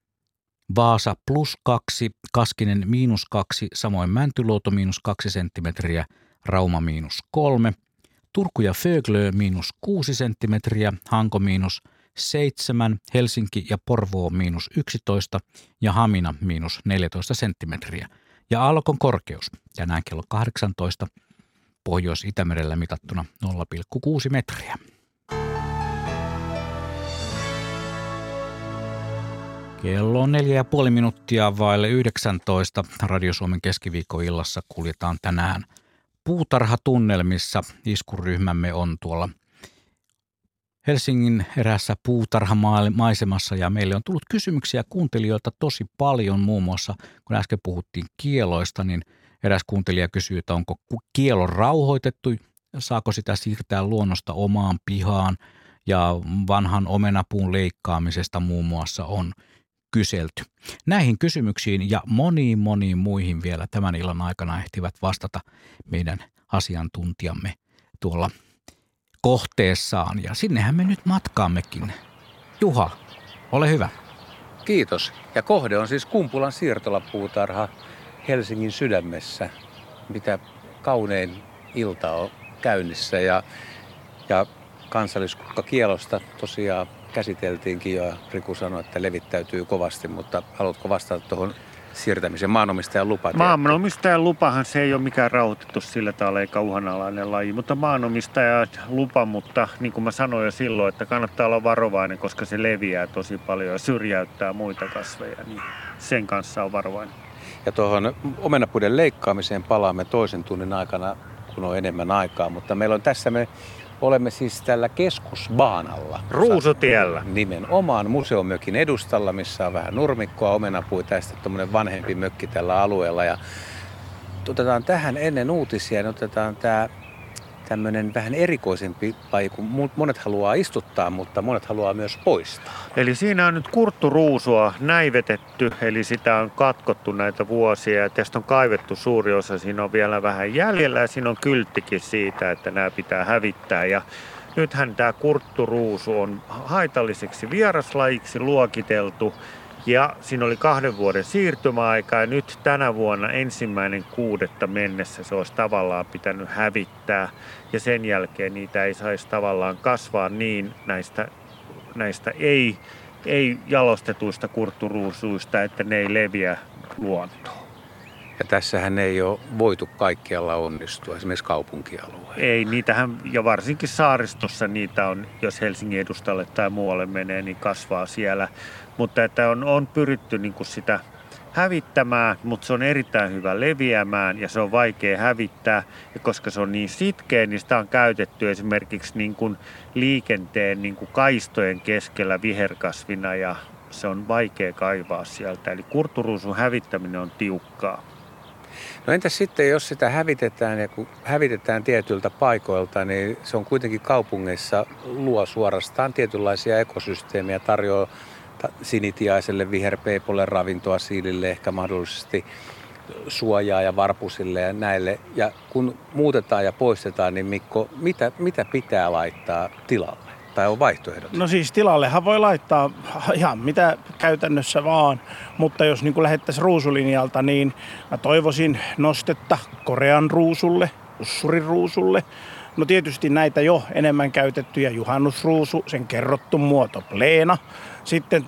Vaasa +2, Kaskinen -2, samoin Mäntyluoto -2 senttimetriä, Rauma -3, Turku ja Föglö -6 senttimetriä, Hanko -7, Helsinki ja Porvoo -11 ja Hamina -14 senttimetriä. Ja aallokon korkeus tänään kello 18 Pohjois-Itämerellä mitattuna 0,6 metriä. Kello on 4,5 minuuttia vaille 19. Radio Suomen keskiviikkoillassa kuljetaan tänään puutarhatunnelmissa. Iskuryhmämme on tuolla Helsingin eräässä puutarhamaisemassa ja meille on tullut kysymyksiä kuuntelijoilta tosi paljon. Muun muassa kun äsken puhuttiin kieloista, niin eräs kuuntelija kysyy, että onko kielo rauhoitettu, saako sitä siirtää luonnosta omaan pihaan ja vanhan omenapuun leikkaamisesta muun muassa on kyselty. Näihin kysymyksiin ja moniin muihin vielä tämän illan aikana ehtivät vastata meidän asiantuntijamme tuolla kohteessaan ja sinnehän me nyt matkaammekin. Juha, ole hyvä. Kiitos. Ja kohde on siis Kumpulan siirtolapuutarha Helsingin sydämessä. Mitä kaunein ilta on käynnissä ja kansalliskukka kielosta tosiaan käsiteltiinkin jo. Riku sanoi, että levittäytyy kovasti, mutta haluatko vastata tuohon siirtämisen maanomistajan lupa? Maanomistajan lupahan se ei ole mikään rauhoitettu sillä tavalla eikä uhanalainen laji, mutta maanomistajan lupa, mutta niin kuin mä sanoin jo silloin, että kannattaa olla varovainen, koska se leviää tosi paljon ja syrjäyttää muita kasveja, niin sen kanssa on varovainen. Ja tuohon omenapuiden leikkaamiseen palaamme toisen tunnin aikana, kun on enemmän aikaa, mutta meillä on tässä, me olemme siis tällä keskusbaanalla. Ruusutiellä. Nimenomaan museomökin edustalla, missä on vähän nurmikkoa, omenapuita ja sitten tuommoinen vanhempi mökki tällä alueella. Ja otetaan tähän ennen uutisia, niin otetaan tämä tämmöinen vähän erikoisempi laji, kun monet haluaa istuttaa, mutta monet haluaa myös poistaa. Eli siinä on nyt kurtturuusua näivetetty, eli sitä on katkottu näitä vuosia ja tästä on kaivettu suuri osa. Siinä on vielä vähän jäljellä ja siinä on kylttikin siitä, että nämä pitää hävittää. Ja nythän tämä kurtturuusu on haitalliseksi vieraslajiksi luokiteltu. Ja siinä oli 2 vuoden siirtymäaika ja nyt tänä vuonna 1.6. mennessä se olisi tavallaan pitänyt hävittää. Ja sen jälkeen niitä ei saisi tavallaan kasvaa niin näistä ei jalostetuista kurtturuusuista, että ne ei leviä luontoon. Ja tässähän ei ole voitu kaikkialla onnistua, esimerkiksi kaupunkialueella. Ei, niitähän, ja varsinkin saaristossa niitä on, jos Helsingin edustalle tai muualle menee, niin kasvaa siellä. Mutta että on pyritty niin kuin sitä hävittämään, mutta se on erittäin hyvä leviämään ja se on vaikea hävittää. Ja koska se on niin sitkeä, niin sitä on käytetty esimerkiksi niin kuin liikenteen niin kuin kaistojen keskellä viherkasvina ja se on vaikea kaivaa sieltä. Eli kurtturuusun hävittäminen on tiukkaa. No entäs sitten, jos sitä hävitetään ja kun hävitetään tietyiltä paikoilta, niin se on kuitenkin kaupungeissa luo suorastaan tietynlaisia ekosysteemejä, tarjoaa sinitiaiselle, viherpeipolle, ravintoa siilille, ehkä mahdollisesti suojaa ja varpusille ja näille. Ja kun muutetaan ja poistetaan, niin Mikko, mitä pitää laittaa tilalle? Tai on vaihtoehdot? No siis tilallehan voi laittaa ihan mitä käytännössä vaan, mutta jos niin lähettäisiin ruusulinjalta, niin mä toivoisin nostetta Korean ruusulle, ussurin ruusulle. No tietysti näitä jo enemmän käytettyjä juhannusruusu, sen kerrottu muoto pleena. Sitten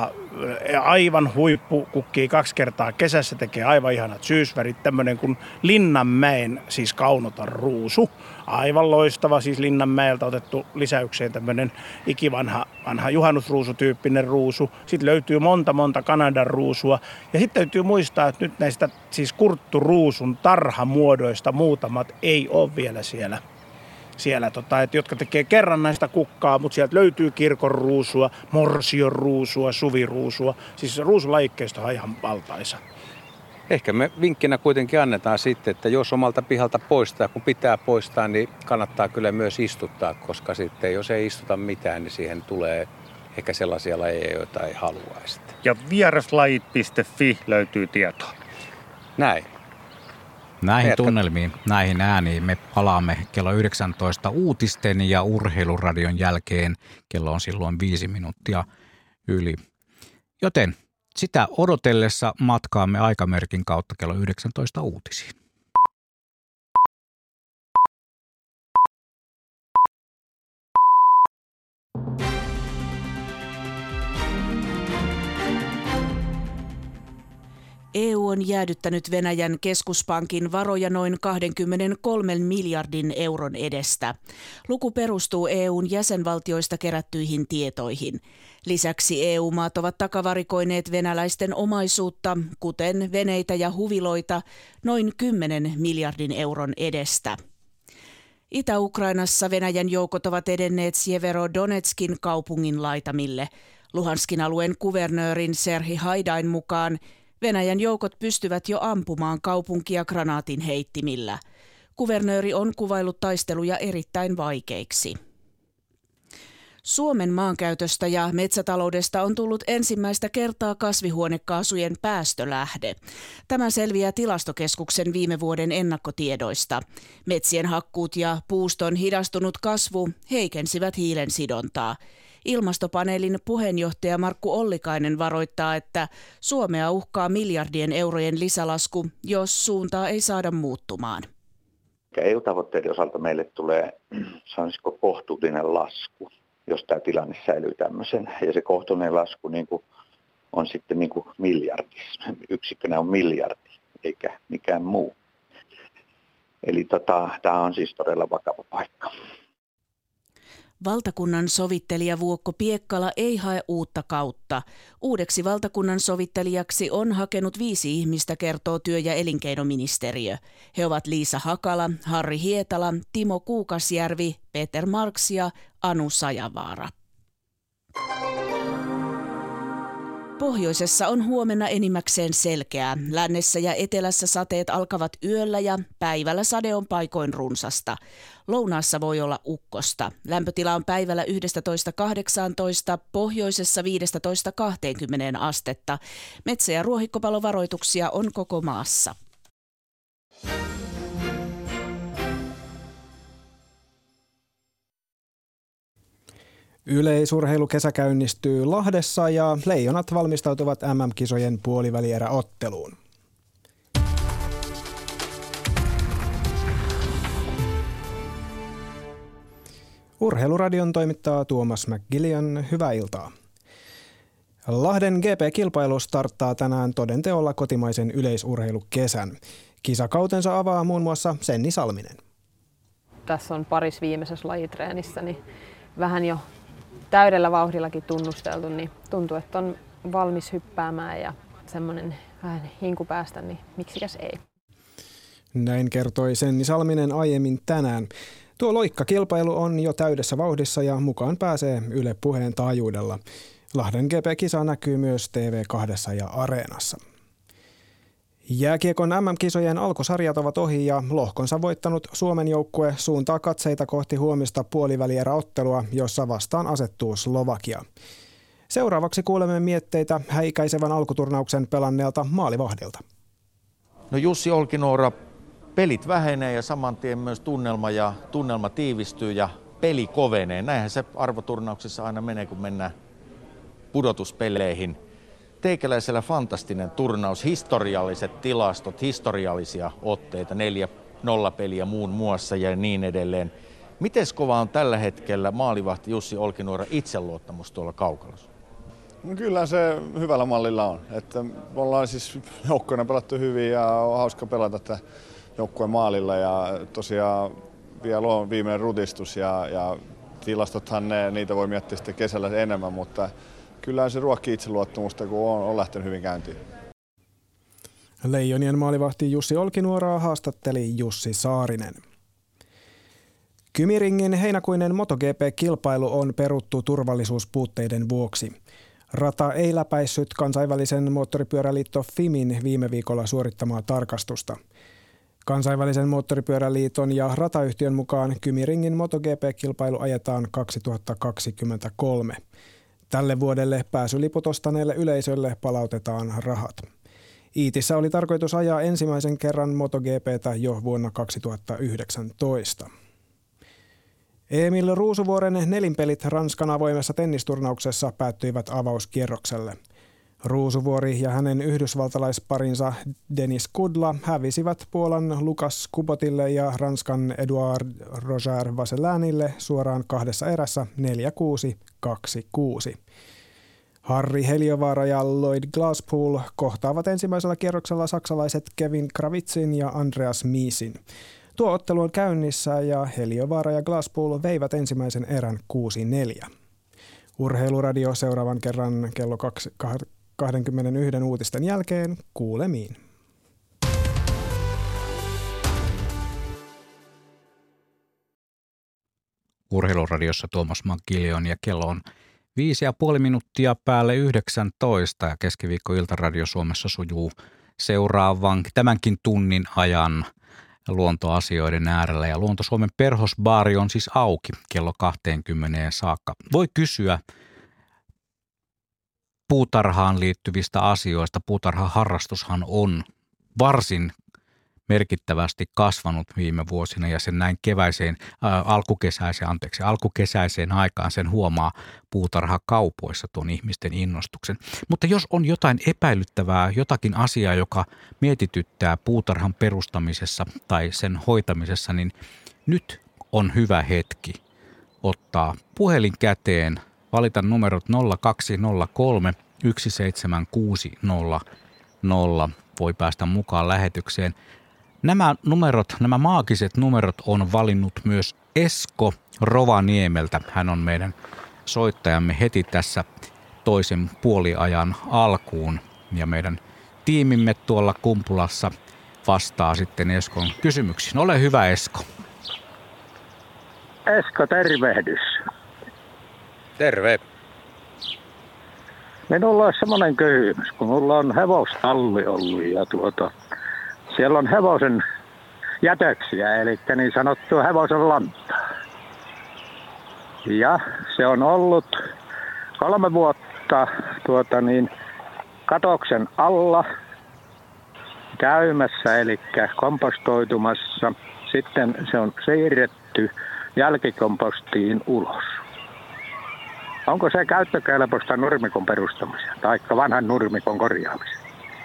aivan huippu kukkii 2 kertaa kesässä, tekee aivan ihanat syysvärit, tämmöinen kuin Linnanmäen, siis kaunotan ruusu. Aivan loistava, siis Linnanmäeltä otettu lisäykseen tämmöinen ikivanha juhannusruusutyyppinen ruusu. Sitten löytyy monta Kanadan ruusua. Ja sitten täytyy muistaa, että nyt näistä siis kurtturuusun tarhamuodoista muutamat ei ole vielä siellä, että jotka tekee kerran näistä kukkaa, mutta sieltä löytyy kirkonruusua, morsionruusua, suviruusua. Siis ruusulajikkeista on ihan valtaisa. Ehkä me vinkkinä kuitenkin annetaan sitten, että jos omalta pihalta poistaa, kun pitää poistaa, niin kannattaa kyllä myös istuttaa, koska sitten jos ei istuta mitään, niin siihen tulee ehkä sellaisia lajeja, joita ei haluaisi. Ja vieraslajit.fi löytyy tietoa. Näin. Näihin tunnelmiin, näihin ääniin me palaamme kello 19 uutisten ja urheiluradion jälkeen. Kello on silloin 5 minuuttia yli. Joten sitä odotellessa matkaamme aikamerkin kautta kello 19 uutisiin. EU on jäädyttänyt Venäjän keskuspankin varoja noin 23 miljardin euron edestä. Luku perustuu EUn jäsenvaltioista kerättyihin tietoihin. Lisäksi EU-maat ovat takavarikoineet venäläisten omaisuutta, kuten veneitä ja huviloita, noin 10 miljardin euron edestä. Itä-Ukrainassa Venäjän joukot ovat edenneet Sieverodonetskin kaupungin laitamille. Luhanskin alueen kuvernöörin Serhi Haidain mukaan Venäjän joukot pystyvät jo ampumaan kaupunkia granaatin heittimillä. Kuvernööri on kuvaillut taisteluja erittäin vaikeiksi. Suomen maankäytöstä ja metsätaloudesta on tullut ensimmäistä kertaa kasvihuonekaasujen päästölähde. Tämä selviää Tilastokeskuksen viime vuoden ennakkotiedoista. Metsien hakkuut ja puuston hidastunut kasvu heikensivät hiilen sidontaa. Ilmastopaneelin puheenjohtaja Markku Ollikainen varoittaa, että Suomea uhkaa miljardien eurojen lisälasku, jos suuntaa ei saada muuttumaan. EU-tavoitteiden osalta meille tulee, sanoisiko, kohtuullinen lasku. jos tämä tilanne säilyy tämmöisen. Ja se kohtuullinen lasku niin kuin on sitten niin kuin miljardi. Yksikkönä on miljardi, eikä mikään muu. Eli tämä on siis todella vakava paikka. Valtakunnan sovittelija Vuokko Piekkala ei hae uutta kautta. Uudeksi valtakunnan sovittelijaksi on hakenut 5 ihmistä, kertoo työ- ja elinkeinoministeriö. He ovat Liisa Hakala, Harri Hietala, Timo Kuukasjärvi, Peter Marx ja Anu Sajavaara. Pohjoisessa on huomenna enimmäkseen selkeää. Lännessä ja etelässä sateet alkavat yöllä ja päivällä sade on paikoin runsasta. Lounaassa voi olla ukkosta. Lämpötila on päivällä 11-18, pohjoisessa 15-20 astetta. Metsä- ja ruohikkopalovaroituksia on koko maassa. Yleisurheilukesä käynnistyy Lahdessa ja Leijonat valmistautuvat MM-kisojen puolivälieräotteluun. Urheiluradion toimittaa Tuomas McGillian. Hyvää iltaa. Lahden GP-kilpailu starttaa tänään todenteolla kotimaisen yleisurheilukesän. Kisakautensa avaa muun muassa Senni Salminen. Tässä on parissa viimeisessä lajitreenissä niin vähän jo täydellä vauhdillakin tunnusteltu, niin tuntuu, että on valmis hyppäämään ja semmoinen vähän hinku päästä, niin miksikäs ei. Näin kertoi Senni Salminen aiemmin tänään. Tuo loikkakilpailu on jo täydessä vauhdissa ja mukaan pääsee Yle Puheen taajuudella. Lahden GP-kisa näkyy myös TV2 ja Areenassa. Jääkiekon MM-kisojen alkusarjat ovat ohi ja lohkonsa voittanut Suomen joukkue suuntaa katseita kohti huomista puolivälieräottelua, jossa vastaan asettuu Slovakia. Seuraavaksi kuulemme mietteitä häikäisevän alkuturnauksen pelanneelta maalivahdilta. No Jussi Olkinuora, pelit vähenee ja saman tien myös tunnelma tiivistyy ja peli kovenee. Näinhän se arvoturnauksissa aina menee, kun mennään pudotuspeleihin. Teikäläisellä fantastinen turnaus, historialliset tilastot, historiallisia otteita, 4-0-peliä muun muassa ja niin edelleen. Mites kova on tällä hetkellä maalivahti Jussi Olkinuora itseluottamus tuolla kaukalossa? No kyllä se hyvällä mallilla on. Että me ollaan siis joukkueena pelattu hyvin ja on hauska pelata tätä joukkueen maalilla. Ja tosiaan vielä on viimeinen rutistus ja tilastothan niitä voi miettiä sitten kesällä enemmän, mutta kyllä se ruokkii itseluottamusta, kun on lähtenyt hyvin käyntiin. Leijonien maalivahti Jussi Olkinuoraa haastatteli Jussi Saarinen. Kymiringin heinäkuinen MotoGP-kilpailu on peruttu turvallisuuspuutteiden vuoksi. Rata ei läpäissyt kansainvälisen moottoripyöräliitto FIMin viime viikolla suorittamaa tarkastusta. Kansainvälisen moottoripyöräliiton ja ratayhtiön mukaan Kymiringin MotoGP-kilpailu ajetaan 2023. Tälle vuodelle pääsyliput ostaneelle yleisölle palautetaan rahat. Iitissä oli tarkoitus ajaa ensimmäisen kerran MotoGP:tä jo vuonna 2019. Emil Ruusuvuoren nelinpelit Ranskan avoimessa tennisturnauksessa päättyivät avauskierrokselle. Ruusuvuori ja hänen yhdysvaltalaisparinsa Denis Kudla hävisivät Puolan Lukas Kubotille ja Ranskan Edouard Roger Vasselänille suoraan 2 erässä 4-6, 2-6. Harri Heliövaara ja Lloyd Glasspool kohtaavat ensimmäisellä kierroksella saksalaiset Kevin Kravitzin ja Andreas Miesin. Tuo ottelu on käynnissä ja Heliövaara ja Glasspool veivät ensimmäisen erän 6-4. Urheiluradio seuraavan kerran kello 21 uutisten jälkeen. Kuulemiin. Urheiluradiossa Tuomas McGillion ja kello on 5,5 minuuttia päälle 19 ja keskiviikko-iltaradio Suomessa sujuu seuraavan tämänkin tunnin ajan luontoasioiden äärellä ja Luonto Suomen perhosbaari on siis auki kello 20 saakka. Voi kysyä puutarhaan liittyvistä asioista. Puutarhaharrastushan on varsin merkittävästi kasvanut viime vuosina ja sen näin alkukesäiseen aikaan sen huomaa puutarhakaupoissa tuon ihmisten innostuksen. Mutta jos on jotain epäilyttävää, jotakin asiaa, joka mietityttää puutarhan perustamisessa tai sen hoitamisessa, niin nyt on hyvä hetki ottaa puhelin käteen, valita numerot 0203 17600, voi päästä mukaan lähetykseen. Nämä maagiset numerot on valinnut myös Esko Rovaniemeltä. Hän on meidän soittajamme heti tässä toisen puoliajan alkuun ja meidän tiimimme tuolla Kumpulassa vastaa sitten Eskon kysymyksiin. Ole hyvä, Esko. Esko, tervehdys. Terve. Minulla on semmoinen kysymys, kun mulla on hevostalli ollut ja siellä on hevosen jätöksiä, eli niin sanottua hevosen lantaa. Ja se on ollut 3 vuotta katoksen alla käymässä, eli kompostoitumassa. Sitten se on siirretty jälkikompostiin ulos. Onko se käyttökelpoista nurmikon perustamiseen tai vanhan nurmikon korjaamiseen?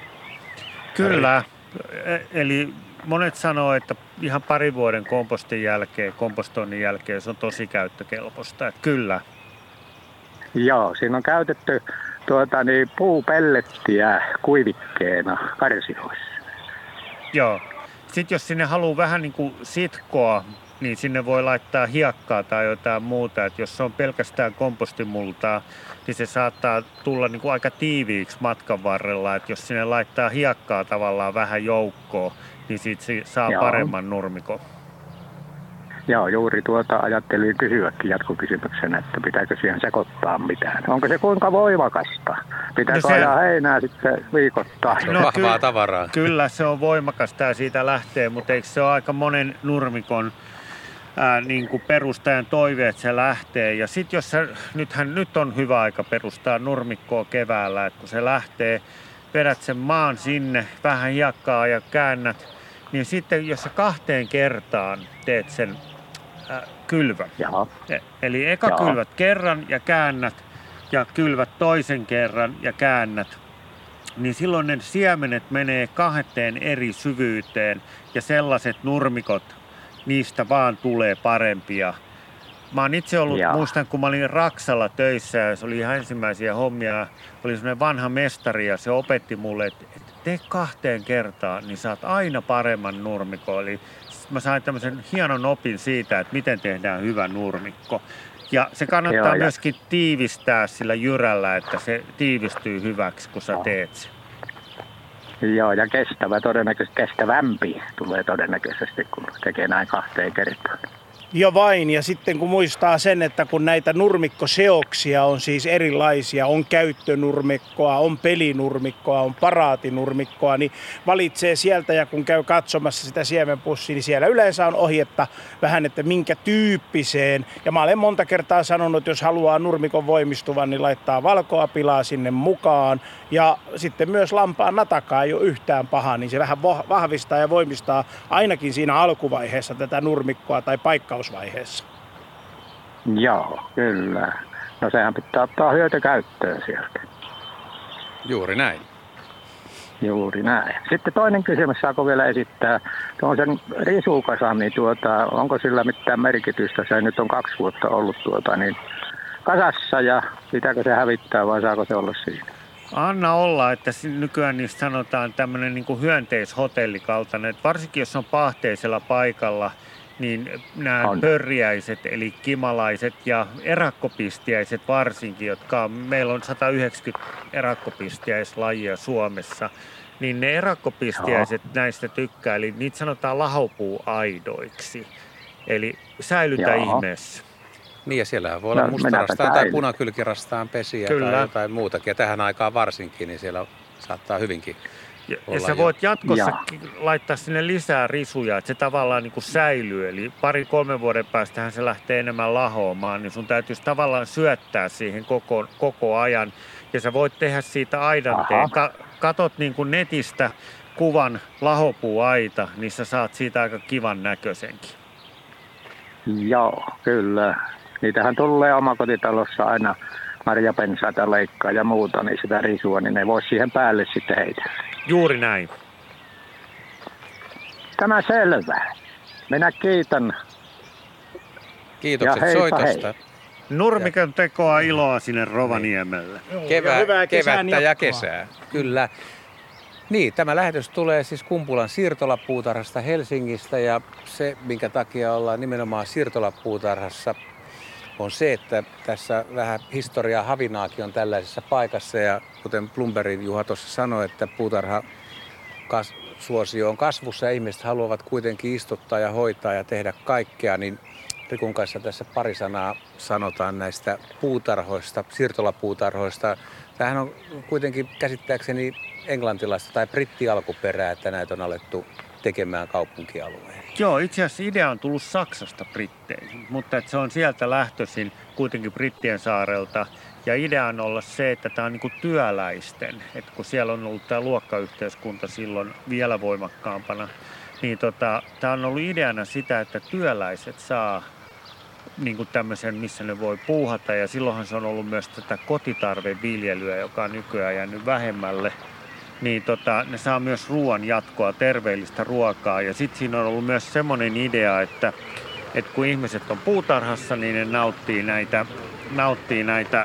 Kyllä. Eli monet sanoo, että ihan 2 vuoden kompostoinnin jälkeen se on tosi käyttökelpoista. Että kyllä. Joo, siinä on käytetty puupellettiä kuivikkeena karsioissa. Joo. Sitten jos sinne haluaa vähän niin kuin sitkoa, niin sinne voi laittaa hiekkaa tai jotain muuta. Että jos se on pelkästään kompostimultaa, niin se saattaa tulla niin kuin aika tiiviiksi matkan varrella. Että jos sinne laittaa hiekkaa tavallaan vähän joukkoon, niin siitä saa paremman nurmikon. Joo, juuri ajattelin kysyäkin jatkokysymyksenä, että pitääkö siihen sekoittaa mitään. Onko se kuinka voimakasta? Pitääkö ajaa heinää sitten viikoittain? Se on vahvaa tavaraa. Kyllä se on voimakasta ja siitä lähtee, mutta eikö se ole aika monen nurmikon niin kuin perustajan toive, että se lähtee. Ja sitten jos nyt on hyvä aika perustaa nurmikkoa keväällä, että kun se lähtee, vedät sen maan sinne, vähän hiekkaa ja käännät, niin sitten jos sä 2 kertaan teet sen kylvän. Eli eka kylvät kerran ja käännät ja kylvät toisen kerran ja käännät, niin silloin ne siemenet menee 2 eri syvyyteen ja sellaiset nurmikot, niistä vaan tulee parempia. Mä oon itse ollut, muistan kun mä olin Raksalla töissä ja se oli ihan ensimmäisiä hommia, oli semmoinen vanha mestari ja se opetti mulle, että tee 2 kertaa, niin saat aina paremman nurmikon. Eli mä sain tämmöisen hienon opin siitä, että miten tehdään hyvä nurmikko. Ja se kannattaa myöskin tiivistää sillä jyrällä, että se tiivistyy hyväksi, kun sä teet sen. Joo, ja kestävämpi tulee todennäköisesti, kun tekee näin 2 kertaa. Jo vain, ja sitten kun muistaa sen, että kun näitä nurmikkoseoksia on siis erilaisia, on käyttönurmikkoa, on pelinurmikkoa, on paraatinurmikkoa, niin valitsee sieltä ja kun käy katsomassa sitä siemenpussia, niin siellä yleensä on ohjetta vähän, että minkä tyyppiseen. Ja mä olen monta kertaa sanonut, että jos haluaa nurmikon voimistuvan, niin laittaa valkoapilaa sinne mukaan. Ja sitten myös lampaan natakaa ei ole yhtään paha, niin se vähän vahvistaa ja voimistaa ainakin siinä alkuvaiheessa tätä nurmikkoa tai paikkausvaiheessa. Joo, kyllä. No sehän pitää ottaa hyötykäyttöön sieltä. Juuri näin. Juuri näin. Sitten toinen kysymys, saako vielä esittää? Tuollaisen risukasan, niin onko sillä mitään merkitystä? Se nyt on 2 vuotta ollut niin kasassa ja pitääkö se hävittää vai saako se olla siinä? Anna olla, että nykyään niistä sanotaan tämmöinen niin kuin hyönteishotellikaltainen, että varsinkin jos on pahteisella paikalla, niin nämä pörjäiset eli kimalaiset ja erakkopistiäiset varsinkin, meillä on 190 erakkopistiäislajia Suomessa, niin ne erakkopistiäiset näistä tykkää, eli niitä sanotaan lahopuuaidoiksi, eli säilytä ihmeessä. Niin ja siellä voi olla mustarastaan tai punakylkirastaan pesiä tai jotain muutakin. Ja tähän aikaan varsinkin, niin siellä saattaa hyvinkin olla. Ja sä voit jatkossakin laittaa sinne lisää risuja, että se tavallaan niin kuin säilyy. Eli 2-3 vuoden päästähän se lähtee enemmän lahoamaan, niin sun täytyisi tavallaan syöttää siihen koko ajan. Ja sä voit tehdä siitä aidanteen. Katot niin kuin netistä kuvan lahopuuaita, niin sä saat siitä aika kivan näköisenkin. Joo, kyllä. Niitähän tulee omakotitalossa aina marjapensaita leikkaa ja muuta, niin sitä risua, niin ne voisi siihen päälle sitten heitellä. Juuri näin. Tämä selvä. Minä kiitän Kiitokset soitosta. Hei. Nurmikon tekoa iloa sinne Rovaniemelle. Kevättä ja kesää. Kyllä. Niin, tämä lähetys tulee siis Kumpulan siirtolapuutarhasta Helsingistä ja se, minkä takia ollaan nimenomaan siirtolapuutarhassa, on se, että tässä vähän historiaa havinaakin on tällaisessa paikassa ja kuten Blumbergin Juha tuossa sanoi, että puutarha suosio on kasvussa ja ihmiset haluavat kuitenkin istuttaa ja hoitaa ja tehdä kaikkea, niin Rikun kanssa tässä pari sanaa sanotaan näistä puutarhoista, siirtolapuutarhoista. Tämähän on kuitenkin käsittääkseni englantilaista tai brittialkuperää, että näitä on alettu tekemään kaupunkialueen. Joo, itse asiassa idea on tullut Saksasta Britteihin, mutta että se on sieltä lähtöisin kuitenkin Brittien saarelta. Ja idea on olla se, että tämä on niin kuin työläisten, että kun siellä on ollut tämä luokkayhteiskunta silloin vielä voimakkaampana, niin tämä on ollut ideana sitä, että työläiset saa niin kuin tämmöisen, missä ne voi puuhata. Ja silloinhan se on ollut myös tätä kotitarveviljelyä, joka on nykyään jäänyt vähemmälle. Niin ne saa myös ruoan jatkoa, terveellistä ruokaa. Ja sitten siinä on ollut myös semmoinen idea, että kun ihmiset on puutarhassa, niin ne nauttii näitä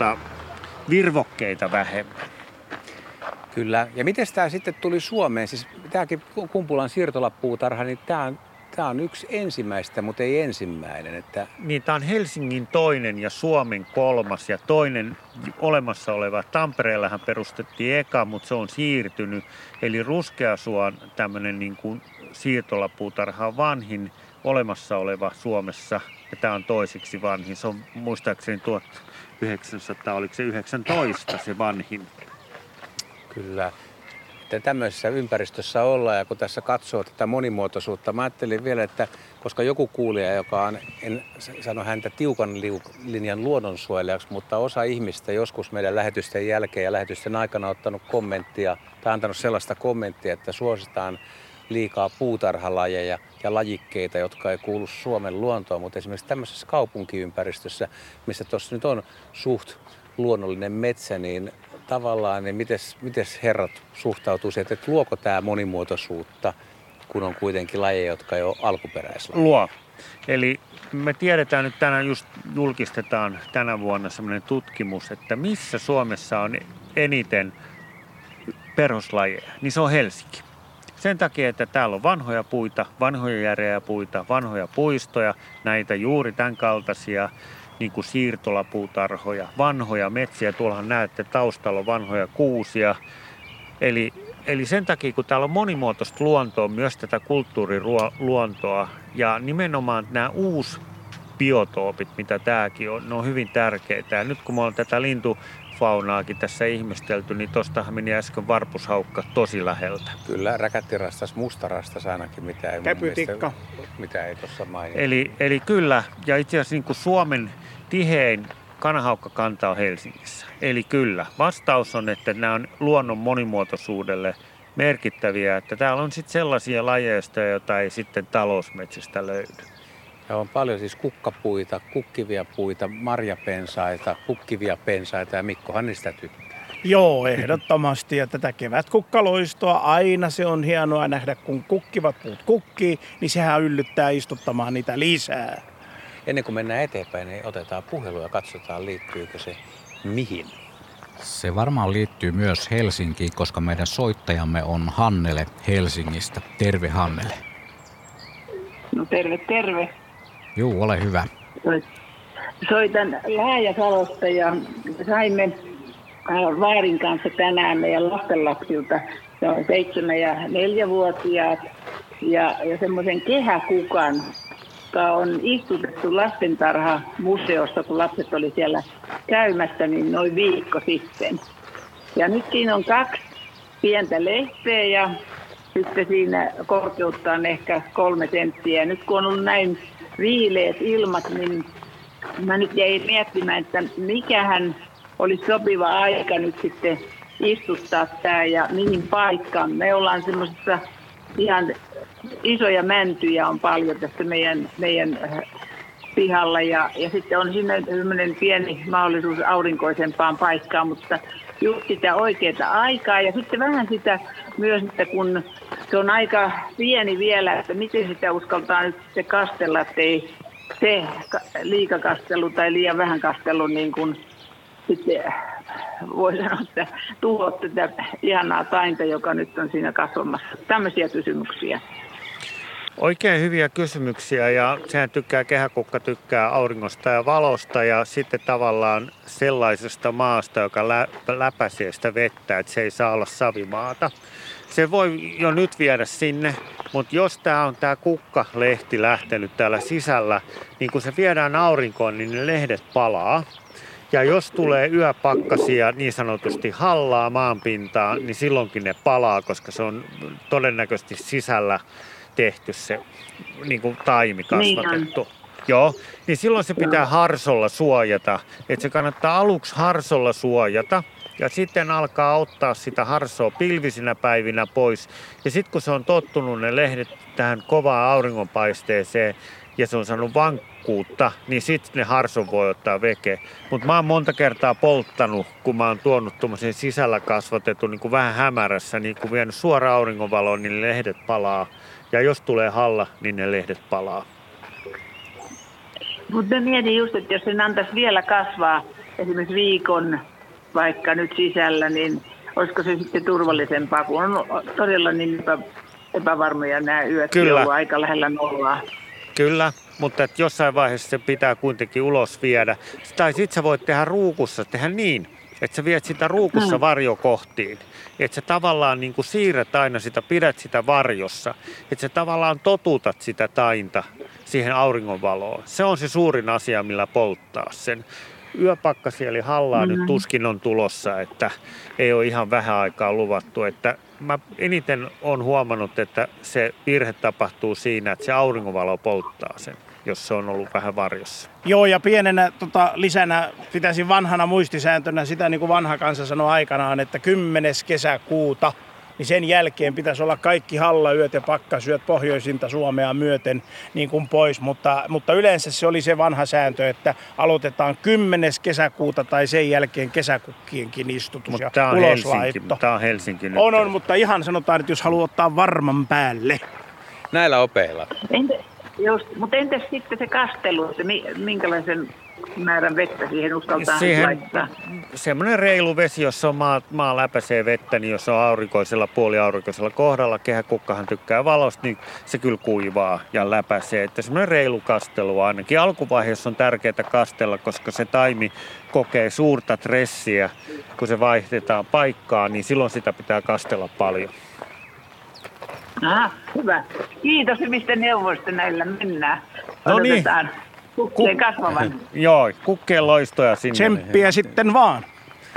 virvokkeita vähemmän. Kyllä. Ja miten tämä sitten tuli Suomeen? Siis tämäkin Kumpulan siirtolapuutarha, niin tämä on yksi ensimmäistä, mutta ei ensimmäinen. Niin, tämä on Helsingin toinen ja Suomen kolmas ja toinen olemassa oleva. Tampereellahan perustettiin eka, mutta se on siirtynyt. Eli Ruskeasuon tämmöinen niin kuin siirtolapuutarha on vanhin olemassa oleva Suomessa. Ja tämä on toiseksi vanhin. Se on muistaakseni 1900, oliko se 19 se vanhin. Kyllä. Että tämmöisessä ympäristössä ollaan ja kun tässä katsoo tätä monimuotoisuutta, mä ajattelin vielä, että koska joku kuulija, joka on, en sano häntä tiukan linjan luonnonsuojelijaksi, mutta osa ihmistä joskus meidän lähetysten jälkeen ja lähetysten aikana ottanut kommenttia tai antanut sellaista kommenttia, että suositaan liikaa puutarhalajeja ja lajikkeita, jotka ei kuulu Suomen luontoon, mutta esimerkiksi tämmöisessä kaupunkiympäristössä, missä tuossa nyt on suht luonnollinen metsä, niin tavallaan, niin mites herrat suhtautuu siihen, että luoko tämä monimuotoisuutta, kun on kuitenkin lajeja, jotka ei ole alkuperäislajeja? Luo. Eli me tiedetään nyt tänään, just julkistetaan tänä vuonna sellainen tutkimus, että missä Suomessa on eniten perhoslajeja, niin se on Helsinki. Sen takia, että täällä on vanhoja puita, vanhoja järeä puita, vanhoja puistoja, näitä juuri tämän kaltaisia niin kuin siirtolapuutarhoja, vanhoja metsiä. Tuollahan näette taustalla on vanhoja kuusia. Eli sen takia, kun täällä on monimuotoista luontoa, myös tätä kulttuuriluontoa ja nimenomaan nämä uusbiotoopit, mitä tämäkin on, ne on hyvin tärkeitä. Ja nyt kun me on tätä lintufaunaakin tässä ihmistelty, niin tuostahan meni äsken varpushaukka tosi läheltä. Kyllä, räkättirastas, mustarastas ainakin, mitä ei tuossa mainita. Eli kyllä, ja itse asiassa niin kuin Suomen tihein kanahaukkakanta on Helsingissä. Eli kyllä, vastaus on, että nämä on luonnon monimuotoisuudelle merkittäviä, että täällä on sitten sellaisia lajeista, joita ei sitten talousmetsistä löydy. Ja on paljon siis kukkapuita, kukkivia puita, marjapensaita, kukkivia pensaita ja Mikkohan niistä tykkää. Joo, ehdottomasti. Ja tätä kevätkukkaloistoa aina se on hienoa nähdä, kun kukkivat puut kukkii, niin sehän yllyttää istuttamaan niitä lisää. Ennen kuin mennään eteenpäin, niin otetaan puhelu ja katsotaan, liittyykö se mihin. Se varmaan liittyy myös Helsinkiin, koska meidän soittajamme on Hannele Helsingistä. Terve Hannele. No terve. Juu, ole hyvä. Soitan Laajasalosta ja saimme vaarin kanssa tänään meidän lastenlapsilta. Se on 7- ja 4-vuotiaat ja semmoisen kehäkukan, joka on istutettu lastentarha-museossa, kun lapset oli siellä käymässä, niin noin viikko sitten. Ja nyt siinä on 2 pientä lehteä ja sitten siinä korkeutta on ehkä 3 senttiä. Nyt kun on ollut näin viileät ilmat, niin mä nyt jäin miettimään, että mikähän olisi sopiva aika nyt sitten istuttaa tämä ja mihin paikkaan. Me ollaan semmoisessa ihan isoja mäntyjä on paljon tässä meidän pihalla ja sitten on siinä sellainen pieni mahdollisuus aurinkoisempaan paikkaan, mutta just sitä oikeaa aikaa ja sitten vähän sitä myös, että kun se on aika pieni vielä, että miten sitä uskaltaa nyt sitten kastella, että ei se liikakastelu tai liian vähän kastelu niin kuin sitten voi sanoa, että tuhoat tätä ihanaa tainta, joka nyt on siinä kasvamassa. Tämmöisiä kysymyksiä. Oikein hyviä kysymyksiä ja sehän kehäkukka tykkää auringosta ja valosta ja sitten tavallaan sellaisesta maasta, joka läpäisee sitä vettä, että se ei saa olla savimaata. Se voi jo nyt viedä sinne, mutta jos tämä on tämä kukkalehti lähtenyt täällä sisällä, niin kun se viedään aurinkoon, niin ne lehdet palaa. Ja jos tulee yöpakkasia niin sanotusti hallaa maanpintaa, niin silloinkin ne palaa, koska se on todennäköisesti sisällä tehty se niin kuin taimi kasvatettu. Niin. Joo, niin silloin se pitää harsolla suojata. Että se kannattaa aluksi harsolla suojata ja sitten alkaa ottaa sitä harsoa pilvisinä päivinä pois. Ja sitten kun se on tottunut ne lehdet tähän kovaan auringonpaisteeseen ja se on saanut vankkuutta, niin sitten ne harson voi ottaa veke. Mutta mä oon monta kertaa polttanut, kun mä oon tuonut tuommoisen sisällä kasvatetun niin kuin vähän hämärässä, niin kun vienyt suoraan auringonvaloon, niin ne lehdet palaa. Ja jos tulee halla, niin ne lehdet palaa. Mutta mietin just, että jos sen antaisi vielä kasvaa esimerkiksi viikon vaikka nyt sisällä, niin olisiko se sitten turvallisempaa, kun on todella niin epävarmoja nämä yöt, on aika lähellä nollaa. Kyllä, mutta että jossain vaiheessa se pitää kuitenkin ulos viedä. Tai sit sä voit tehdä ruukussa, tehdä niin, että sä viet sitä ruukussa varjokohtiin. Että sä tavallaan niin kuin siirrät aina sitä, pidät sitä varjossa. Että sä tavallaan totutat sitä tainta siihen auringonvaloon. Se on se suurin asia, millä polttaa sen. Yöpakkasi eli hallaa nyt tuskin on tulossa, että ei ole ihan vähän aikaa luvattu. Että mä eniten olen huomannut, että se virhe tapahtuu siinä, että se auringonvalo polttaa sen, jos se on ollut vähän varjossa. Joo, ja pienenä lisänä pitäisi vanhana muistisääntönä sitä, niin kuin vanha kansa sanoi aikanaan, että 10. kesäkuuta, niin sen jälkeen pitäisi olla kaikki hallayöt ja pakkasyöt pohjoisinta Suomea myöten niin kuin pois. Mutta yleensä se oli se vanha sääntö, että aloitetaan 10. kesäkuuta tai sen jälkeen kesäkukkienkin istutus ja uloslaitto. Tämä on Helsinki nyt. On, mutta ihan sanotaan, että jos haluaa ottaa varman päälle. Näillä opeilla. Mutta entäs sitten se kastelu, että minkälaisen määrän vettä siihen uskaltaa laittaa? Semmoinen reilu vesi, jos on maa läpäisee vettä, niin jos on aurinkoisella, puoliaurinkoisella kohdalla, kehäkukkahan tykkää valosta, niin se kyllä kuivaa ja läpäisee. Että semmoinen reilu kastelu ainakin. Alkuvaiheessa on tärkeää kastella, koska se taimi kokee suurta stressiä, kun se vaihdetaan paikkaa, niin silloin sitä pitää kastella paljon. Hyvä. Kiitos hyvistä neuvoista, näillä mennään. No niin. Odotetaan kukkeen kasvavan. Joo, kukkeen loistoja sinne. Tsemppiä sitten vaan.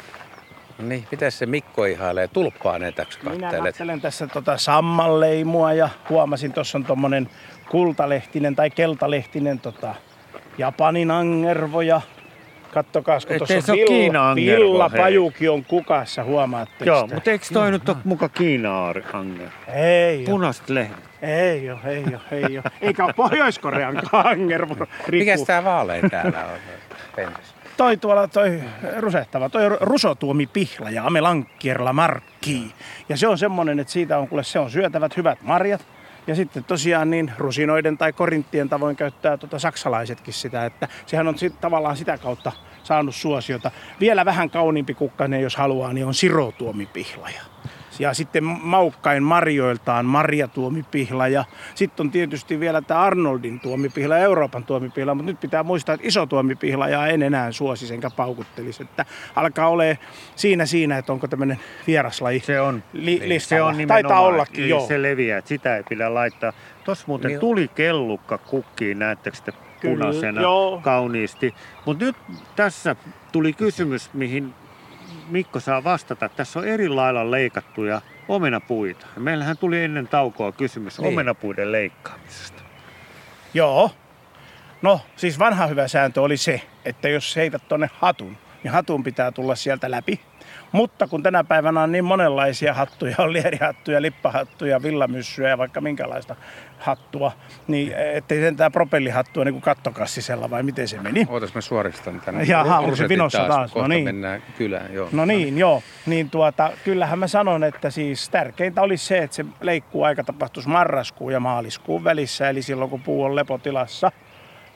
Niin, mitäs se Mikko ihailee? Tulppaaneetäks kattelet? Minä katselen tässä sammalleimua ja huomasin, tuossa on tommonen kultalehtinen tai keltalehtinen Japanin angervoja. Kattokaas, kun tuossa villapajukin on kukassa, huomaatte. Joo, mutta eikö toi nyt ole muka Kiina-anger? Ei Punaiset lehdet. Ei ole. Eikä ole Pohjois-Korean angervo. Mikäs tää vaalein täällä on? Pentas. Toi rusehtava, toi rusotuomipihla ja amelankierla markkii. Ja se on semmonen, että siitä on, se on syötävät hyvät marjat. Ja sitten tosiaan niin rusinoiden tai korinttien tavoin käyttää saksalaisetkin sitä, että sehän on tavallaan sitä kautta saanut suosiota. Vielä vähän kauniimpi kukkainen, jos haluaa, niin on sirotuomipihlaja. Ja sitten maukkain marjoiltaan marjatuomipihla ja sitten on tietysti vielä tämä Arnoldin tuomipihla ja Euroopan tuomipihla, mutta nyt pitää muistaa, että iso tuomipihlaja en enää suosisi enkä paukuttelisi, että alkaa olemaan siinä, että onko tämmöinen vieraslaji listalla. Se on nimenomaan, taitaa ollakin, joo. Se leviää, että sitä ei pidä laittaa. Tuossa muuten tuli kellukka kukkiin, näettekö te punaisena kauniisti. Mutta nyt tässä tuli kysymys, mihin Mikko saa vastata. Tässä on eri lailla leikattuja omenapuita. Meillähän tuli ennen taukoa kysymys omenapuiden leikkaamisesta. Joo. No, siis vanha hyvä sääntö oli se, että jos heität tonne hatun, niin hatun pitää tulla sieltä läpi. Mutta kun tänä päivänä on niin monenlaisia hattuja, on lierihattuja, lippahattuja, villamyssyä ja vaikka minkälaista hattua, niin ettei sentään propellihattua niin kuin kattokassisella vai miten se meni? Ootas mä suoristan tänne. Jaha, onko se vinossa taas? Kohta mennään kylään, joo. No niin, joo. Niin kyllähän mä sanon, että siis tärkeintä olisi se, että se leikkuaika tapahtuisi marraskuun ja maaliskuun välissä, eli silloin kun puu on lepotilassa.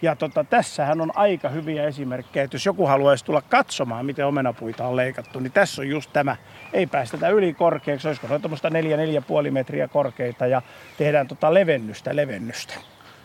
Ja tässähän on aika hyviä esimerkkejä, että jos joku haluaisi tulla katsomaan, miten omenapuita on leikattu, niin tässä on just tämä. Ei päästetä yli korkeaksi, olisiko noin tuommoista 4-4,5 metriä korkeita ja tehdään levennystä.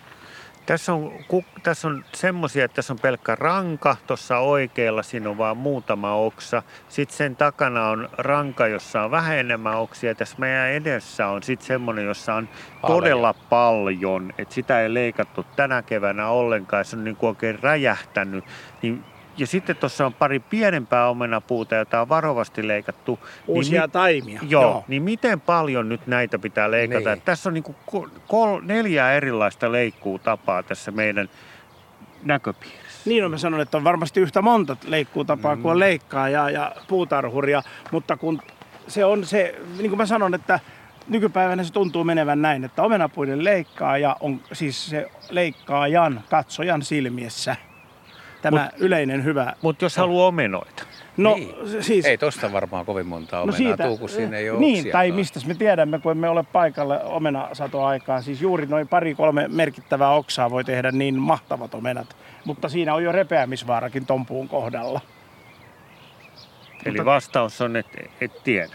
Tässä on semmoisia, että tässä on pelkkä ranka, tuossa oikealla siinä on vaan muutama oksa. Sitten sen takana on ranka, jossa on vähän enemmän oksia. Tässä meidän edessä on sitten semmoinen, jossa on todella paljon. Että sitä ei leikattu tänä keväänä ollenkaan, se on niin kuin oikein räjähtänyt. Ja sitten tuossa on pari pienempää omenapuuta, jota on varovasti leikattu. Uusia taimia. Joo, niin miten paljon nyt näitä pitää leikata? Niin. Tässä on niin kuin 4 erilaista leikkuutapaa tässä meidän näköpiirissä. Niin on, mä sanon, että on varmasti yhtä monta leikkuutapaa kuin on leikkaaja ja puutarhuria, mutta kun se on se, niin kuin mä sanon, että nykypäivänä se tuntuu menevän näin, että omenapuiden leikkaaja on siis se leikkaajan, katsojan silmiessä. Tämä yleinen hyvä. Mutta jos haluaa omenoita. No, niin. siis, ei tosta varmaan kovin monta omenaa tuu, kun siinä ei ole niin, oksia. Tai mistä me tiedämme, kun emme ole paikalle omenasatoaikaan. Siis juuri noin 2-3 merkittävää oksaa voi tehdä niin mahtavat omenat. Mutta siinä on jo repeämisvaarakin ton puun kohdalla. Eli vastaus on, että et tiedä.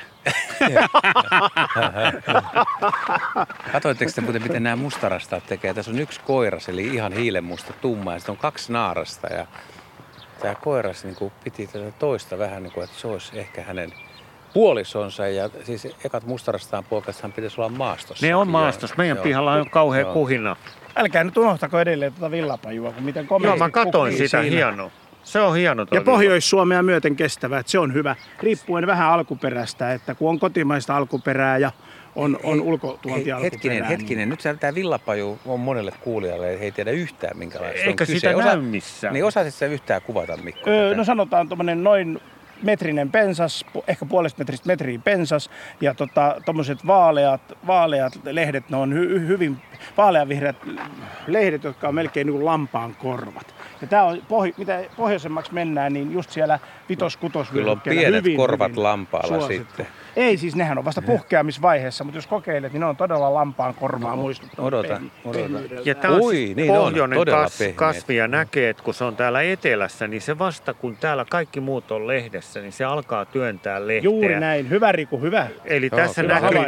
Katoitteko te muuten, miten nämä mustarastaat tekee? Tässä on yksi koiras, eli ihan hiilenmusta tumma, ja sitten on 2 naarasta. Ja tämä koiras niin kuin piti tätä toista vähän niin kuin, että se olisi ehkä hänen puolisonsa. Ja siis ekat mustarastaan poikastahan pitäisi olla maastossa. Ne on maastossa. Meidän pihalla on kauhea kuhina. Älkää nyt unohtako edelleen tuota villapajua, kun miten komeasti. Joo, mä katoin sitä, hienoa. Se on hieno. Ja Pohjois-Suomea myöten kestävä, että se on hyvä. Riippuen vähän alkuperästä, että kun on kotimaista alkuperää ja on ulkotuontialkuperää. Hetkinen. Nyt tämä villapaju on monelle kuulijalle, ei tiedä yhtään minkälaista on kyse. Eikä sitä näy missään. Niin osaisit sä yhtään kuvata, Mikko? No sanotaan tuommoinen noin metrinen pensas, ehkä puolesta metristä metriin pensas ja tommoset vaaleat lehdet, ne on hyvin vaaleanvihreät lehdet, jotka on melkein niin kuin lampaan korvat. Ja tää on, mitä pohjoisemmaksi mennään, niin just siellä 5-6 kyllä on pienet hyvin, korvat hyvin lampaalla suosittu. Sitten. Ei siis, nehän on vasta puhkeamisvaiheessa, mutta jos kokeilet, niin ne on todella lampaan korvaa muistuttava. Odota. Ja tämä on pohjoinen kasvi ja näkee, että kun se on täällä etelässä, niin se vasta kun täällä kaikki muut on lehdessä, niin se alkaa työntää lehteä. Juuri näin. Hyvä Riku, hyvä. Eli tässä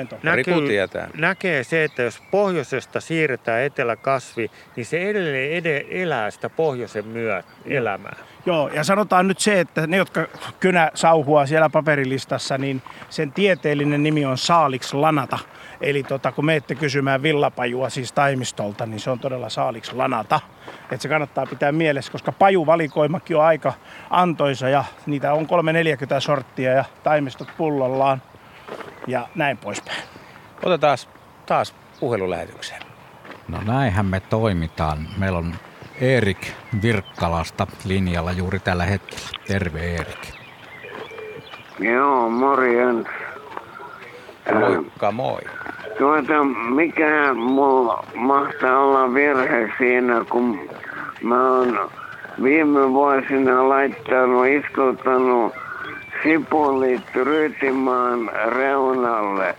näkee se, että jos pohjoisesta siirretään eteläkasvi, niin se edelleen elää sitä pohjoisen elämää. Joo, ja sanotaan nyt se, että ne, jotka kynä sauhua siellä paperilistassa, niin sen tieteellinen nimi on Salix lanata. Eli kun menette kysymään villapajua siis taimistolta, niin se on todella Salix lanata. Että se kannattaa pitää mielessä, koska pajuvalikoimakin on aika antoisa ja niitä on 340 sorttia ja taimistot pullollaan ja näin poispäin. Otetaan taas puhelulähetykseen. No näinhän me toimitaan. Meillä on Erik Virkkalasta linjalla juuri tällä hetkellä. Terve Erik. Joo, morjens. Moikka moi. Mikä mulla mahtaa olla virhe siinä, kun mä oon viime vuosina istuttanut sipulit Ryytimaan reunalle.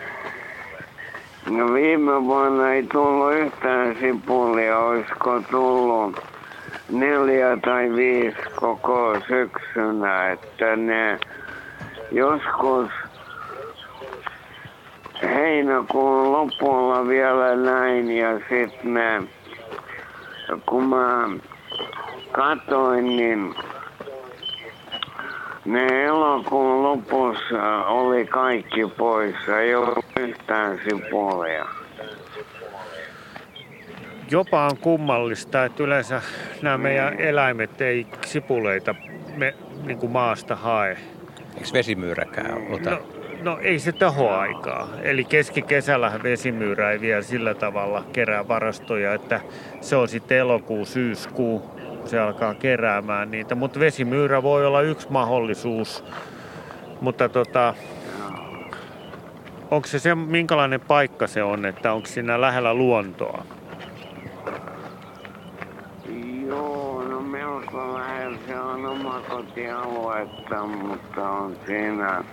No viime vuonna ei tullut yhtään sipulia, olisiko tullut 4 tai 5 koko syksynä, että ne joskus heinäkuun lopulla vielä näin ja sitten kun mä katoin, niin ne elokuun lopussa oli kaikki poissa, ei ollut yhtään sipulia. Jopa on kummallista, että yleensä nämä meidän eläimet ei sipuleita niin kuin maasta hae. Eikö vesimyyräkään ota? No ei se tehoaikaa. Eli keskikesällä vesimyyrä ei vielä sillä tavalla kerää varastoja, että se on sitten elokuu, syyskuu, se alkaa keräämään niitä. Mutta vesimyyrä voi olla yksi mahdollisuus. Mutta onko se minkälainen paikka se on, että onko siinä lähellä luontoa? Joo, no melko lähellä se on omakotialuetta, mutta on siinä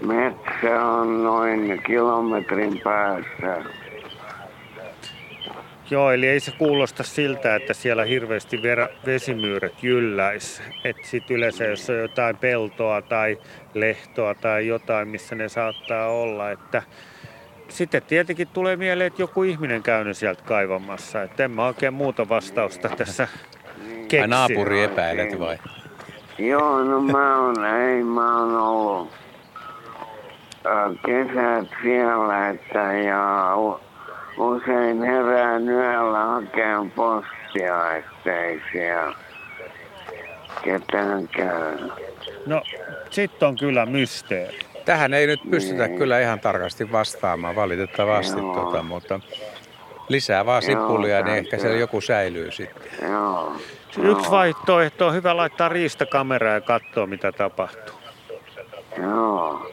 metsä on noin kilometrin päässä. Joo, eli ei se kuulosta siltä, että siellä hirveästi vesimyyrät jylläisi. Että sitten yleensä, jos on jotain peltoa tai lehtoa tai jotain, missä ne saattaa olla. Että sitten tietenkin tulee mieleen, että joku ihminen käynyt sieltä kaivamassa. Että en mä oikein muuta vastausta tässä keksi. Ai naapuri epäilet vai? Joo, no mä oon ollut kesät siellä, että ja usein herään yöllä hakemaan postia, ettei siellä ketään käy. No, sit on kyllä mysteeri. Tähän ei nyt pystytä kyllä ihan tarkasti vastaamaan valitettavasti, mutta lisää vaan sippulia, niin ehkä siellä joku säilyy sitten. Joo. Yksi vaihtoehto on hyvä laittaa riistakameraa ja katsoa, mitä tapahtuu. Joo.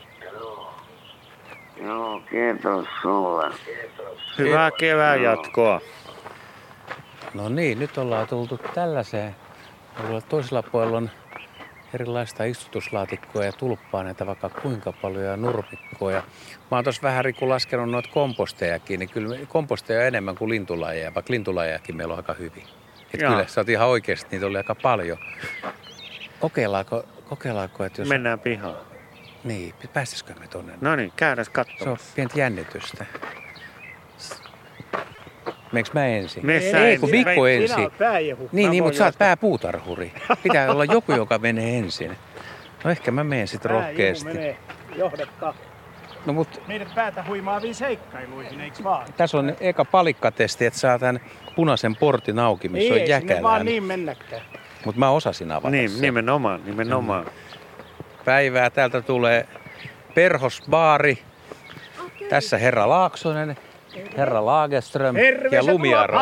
Joo, kiitos sulle. Hyvää kevään jatkoa. No niin, nyt ollaan tultu tällaiseen. Toisella puolella on erilaista istutuslaatikkoa ja tulppaaneita vaikka kuinka paljon ja nurmikkoja. Mä oon tossa vähän Riku laskenut noita kompostejakin, niin kyllä komposteja on enemmän kuin lintulajeja, vaikka lintulajejakin meillä on aika hyvin. Että kyllä sä oot ihan oikeasti, niitä oli aika paljon. Kokeillaanko, että jos... Mennään pihaan. Niin, päästäisikö me tonne? No niin, käydään katsomaan. Se on pientä jännitystä. Meneekö mä ensin? Ei, kun Mikko ensin. Minä oon pääjehu. Niin, mutta sä oot pääpuutarhuri. Pitää olla joku, joka menee ensin. No ehkä mä menen sit rohkeasti. Menee, johdettaa. No mut... Meidän päätä huimaaviin seikkailuihin, eiks vaan? Tässä on eka palikkatesti, että saa tän punaisen portin auki, missä on jäkälää. Ei sinne vaan niin mennäkään. Mut mä osasin avata niin, sen. Nimenomaan. Päivää täältä tulee Perhosbaari. Okay. Tässä herra Laaksonen, herra Lagerström ja Lumiaro.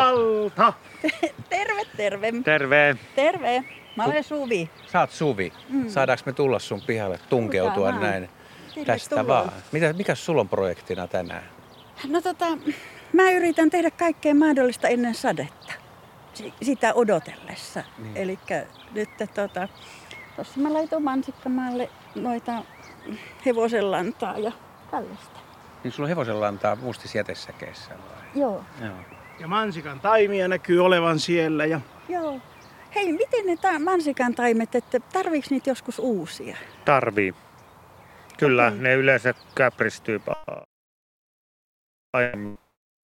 Terve. Terve. Mä olen Suvi. Sä oot Suvi. Saadaanko me tulla sun pihalle tunkeutua näin? Tästä vaan. Mikäs sulla on projektina tänään? No mä yritän tehdä kaikkea mahdollista ennen sadetta. Sitä odotellessa. Niin. Elikkä nyt tossa mä laitoin mansikkamaalle noita hevosenlantaa ja tällaista. Niin sulla on hevosenlantaa mustis jätesäkeissä vai? Joo. Ja mansikan taimia näkyy olevan siellä. Joo. Hei, miten ne mansikan taimet, että tarviiko niitä joskus uusia? Tarvii. Kyllä, ne yleensä käpristyy aiemmin.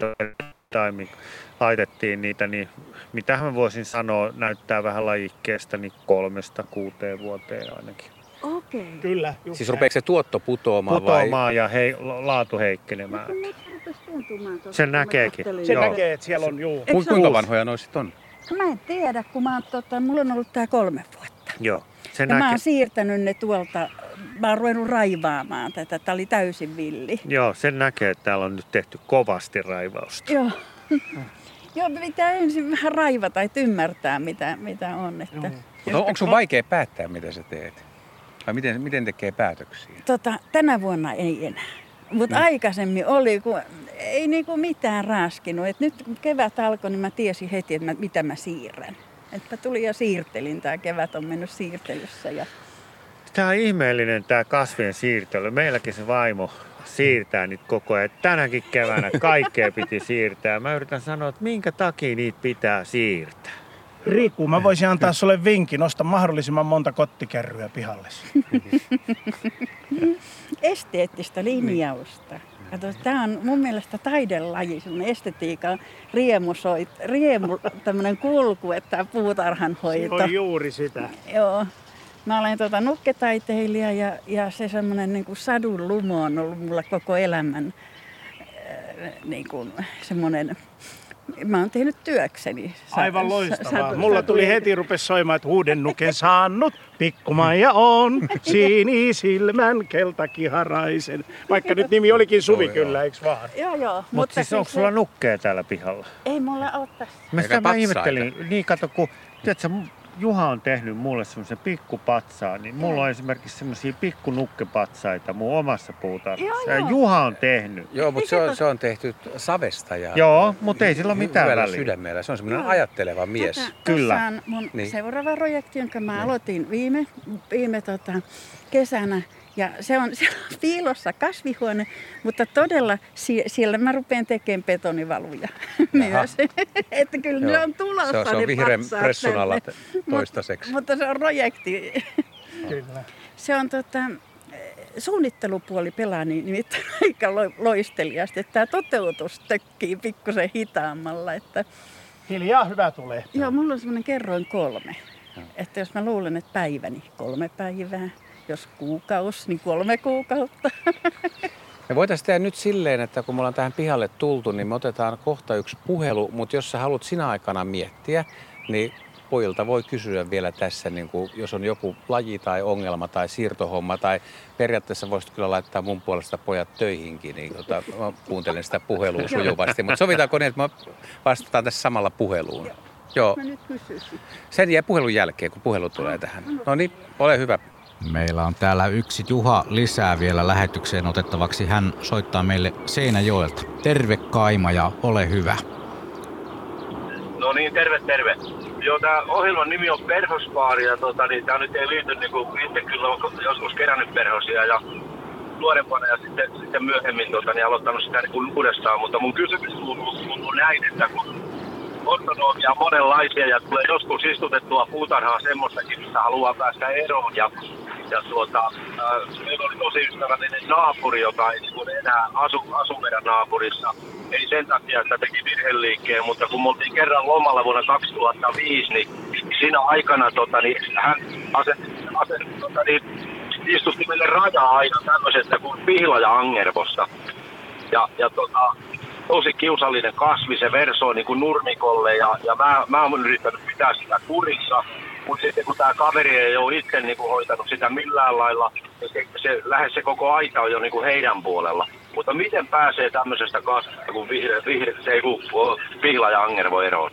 Laitettiin niitä, niin mitä mä voisin sanoa, näyttää vähän lajikkeesta niin 3-6 vuoteen ainakin. Okei. Kyllä. Siis rupeeko se tuotto putoamaan vai? Putoamaan ja laatu heikkenemään. Sen näkeekin. Sen näkee, että siellä on juu. Kuinka vanhoja noisit on? Mä en tiedä, kun mulla on ollut tää 3 vuotta. Joo. Mä oon siirtänyt ne tuolta, mä oon ruvennut raivaamaan tätä, tää oli täysin villi. Joo, sen näkee, että täällä on nyt tehty kovasti raivausta. Joo. Joo, pitää ensin vähän raivata, että ymmärtää mitä on. Että... No, onko sun vaikea päättää, mitä sä teet? Vai miten tekee päätöksiä? Tänä vuonna ei enää. Mutta aikaisemmin oli, kun ei niinku mitään raaskinut. Et nyt kun kevät alkoi, niin mä tiesin heti, että mitä mä siirrän. Että tulin ja siirtelin. Tämä kevät on mennyt siirtelyssä. Tämä on ihmeellinen tämä kasvien siirtely. Meilläkin se vaimo siirtää niitä koko ajan. Tänäkin keväänä kaikkea piti siirtää. Mä yritän sanoa, että minkä takia niitä pitää siirtää. Riku, mä voisin antaa sulle vinkin. Nosta mahdollisimman monta kottikärryä pihalle. Esteettistä linjausta. Kato, tää on mun mielestä taidelaji, semmoinen estetiikan tämmönen kulku, että puutarhanhoito. Se on juuri sitä. Joo. Mä olen nukketaiteilija ja se semmoinen niin kuin sadun lumo on ollut mulla koko elämän niin kuin semmoinen. Mä oon tehnyt työkseni. Aivan loistavaa. Mulla tuli heti rupesi soimaan, että uuden nuken saanut. Pikkumaija on, sinisilmän keltakiharaisen. Vaikka nyt nimi olikin Suvi kyllä, eiks vaan? Joo. Mutta siis onko sulla nukkeja täällä pihalla? Ei mulla ole tässä. Mä ihmettelin, niin kato kun, tiedätkö, Juha on tehnyt mulle semmoisen pikkupatsaan, niin mulla on esimerkiksi semmoisia pikkunukkepatsaita mun omassa puutarhassa. Ja Juha on tehnyt. Joo, mutta se on tehty savesta. Joo, mutta ei sillä ole mitään väliä. Sydämellä. Se on semmoinen ajatteleva mies. Kyllä. Tässä on mun seuraava projekti, jonka mä aloitin viime kesänä. Ja se on piilossa kasvihuone, mutta todella siellä mä rupean tekemään betonivaluja myös. Että kyllä ne on tulossa. Se on vihreän pressun alla toistaiseksi. Mutta se on projekti. Kyllä. Se on suunnittelupuoli pelaa nimittäin aika loisteliasti, että tämä toteutus tökkii pikkusen hitaammalla. Että Hiljaa hyvä tulee. Joo, mulla on semmoinen kerroin 3. Että jos mä luulen, että päiväni 3 päivää, jos kuukausi, niin 3 kuukautta. Me voitaisiin tehdä nyt silleen, että kun me ollaan tähän pihalle tultu, niin me otetaan kohta yksi puhelu, mutta jos sä haluat sinä aikana miettiä, niin pojilta voi kysyä vielä tässä, niin kuin, jos on joku laji tai ongelma tai siirtohomma, tai periaatteessa voisit kyllä laittaa mun puolesta pojat töihinkin, niin mä kuuntelen sitä puhelua sujuvasti. Mutta sovitaanko niin, että me vastataan tässä samalla puheluun? Joo. Mä nyt kysyisin. Sen jää puhelun jälkeen, kun puhelu tulee tähän. No niin, ole hyvä. Meillä on täällä yksi Juha lisää vielä lähetykseen otettavaksi. Hän soittaa meille Seinäjoelta. Terve Kaima ja ole hyvä. No niin, terve. Joo, tää ohjelman nimi on Perhosbaari ja niin tää nyt ei liity niinku, itse kyllä on joskus kerännyt perhosia ja nuorempana ja sitten myöhemmin niin aloittanut sitä niin uudestaan, mutta mun kysymys kuuluu näin, että kun ortonomia on monenlaisia ja tulee joskus istutettua puutarhaa semmoistakin, mistä haluaa päästä eroon ja meillä oli tosi ystävällinen naapuri, joka ei enää asu meidän naapurissa. Ei sen takia, että teki virheliikkeen, mutta kun me oltiin kerran lomalla vuonna 2005, niin siinä aikana hän istutti meille rajaa aina tämmöisestä kuin pihlaja-angervosta. Ja tosi kiusallinen kasvi, se versoi niin kuin nurmikolle ja mä oon yrittänyt pitää sitä kurissa. Mutta sitten kun tämä kaveri ei ole itse niin kuin hoitanut sitä millään lailla, niin lähes se koko aita on jo niin kuin heidän puolella. Mutta miten pääsee tämmöisestä kasvista, kun pihlaja-angervo eroon?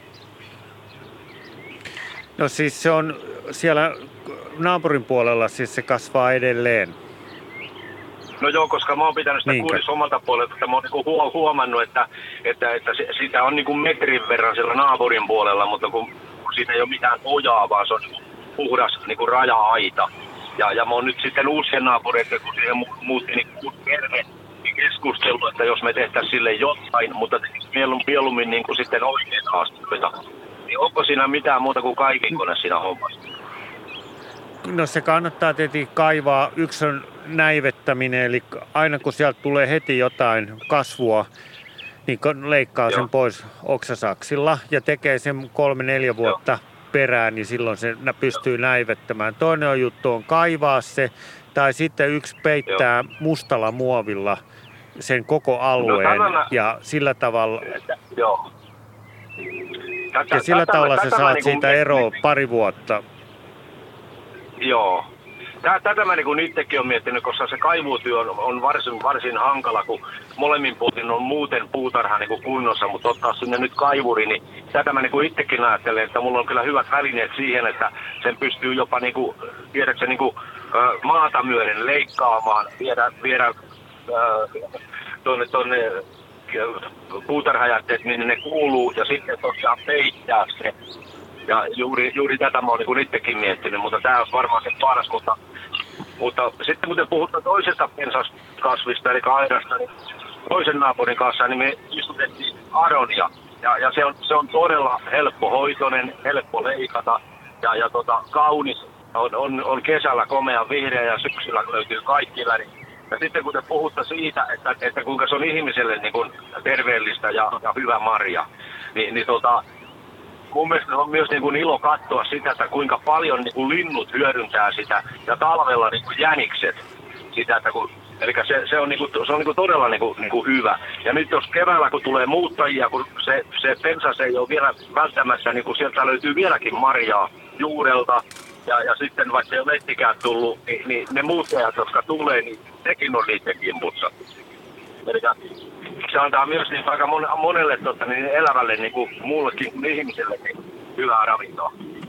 No siis se on siellä naapurin puolella, siis se kasvaa edelleen. No joo, koska mä oon pitänyt sitä kurissa omalta puolelta, että mä oon niin huomannut, että sitä on niin kuin metrin verran siellä naapurin puolella, mutta kun siitä ei ole mitään ojaa, vaan se on puhdas niin kuin raja-aita. Ja mä oon nyt sitten uusien naapureiden, kun siihen muutti niin perhe, niin keskustellut, että jos me tehtäisiin sille jotain, mutta mieluummin niin kuin sitten oikeita asioita. Niin onko siinä mitään muuta kuin kaikinkone siinä hommassa? No se kannattaa tietenkin kaivaa. Yksi on näivettäminen, eli aina kun sieltä tulee heti jotain kasvua, niin leikkaa sen pois oksasaksilla ja tekee sen 3-4 vuotta perään, niin silloin se pystyy näivettämään. Toinen juttu on kaivaa se, tai sitten yksi peittää mustalla muovilla sen koko alueen ja sillä tavalla... Ja sillä tavalla sä saat siitä eroa pari vuotta. Joo. Tätä mä niin itsekin olen miettinyt, koska se kaivuutyö on varsin hankala, kun molemmin puolin on muuten puutarha niin kunnossa, mutta ottaa sinne nyt kaivuri, niin tätä mä niin itsekin ajattelen, että mulla on kyllä hyvät välineet siihen, että sen pystyy jopa tiedätkö, maata myöden leikkaamaan, viedä tuonne puutarhajätteet, minne ne kuuluu, ja sitten tosiaan peittää se. Ja juuri tätä mä oon niin itsekin miettinyt, mutta tämä on varmaan se paras. Mutta sitten kun te puhutaan toisesta pensaskasvista, eli aidasta, niin toisen naapurin kanssa niin me istutettiin aronia. Ja se on todella helppohoitoinen, helppo leikata ja kaunis. On kesällä komea vihreä ja syksyllä löytyy kaikki värit. Ja sitten kun te puhutte siitä, että kuinka se on ihmiselle niin kuin terveellistä ja hyvä marja, niin mun mielestä on myös niin kuin ilo katsoa sitä, että kuinka paljon niin kuin linnut hyödyntää sitä ja talvella niin kuin jänikset sitä, että eli se on, niin kuin todella niin kuin hyvä. Ja nyt jos keväällä kun tulee muuttajia, kun se pensas ei ole vielä välttämättä, niin kuin sieltä löytyy vieläkin marjaa juurelta ja sitten vaikka ei ole lettikään tullut, niin ne muuttajat, jotka tulee, niin nekin on niiden kimpussa. Eli se antaa myös niin aika monelle niin elävälle niin kuin muullekin kuin ihmiselle niin hyvää ravintoa.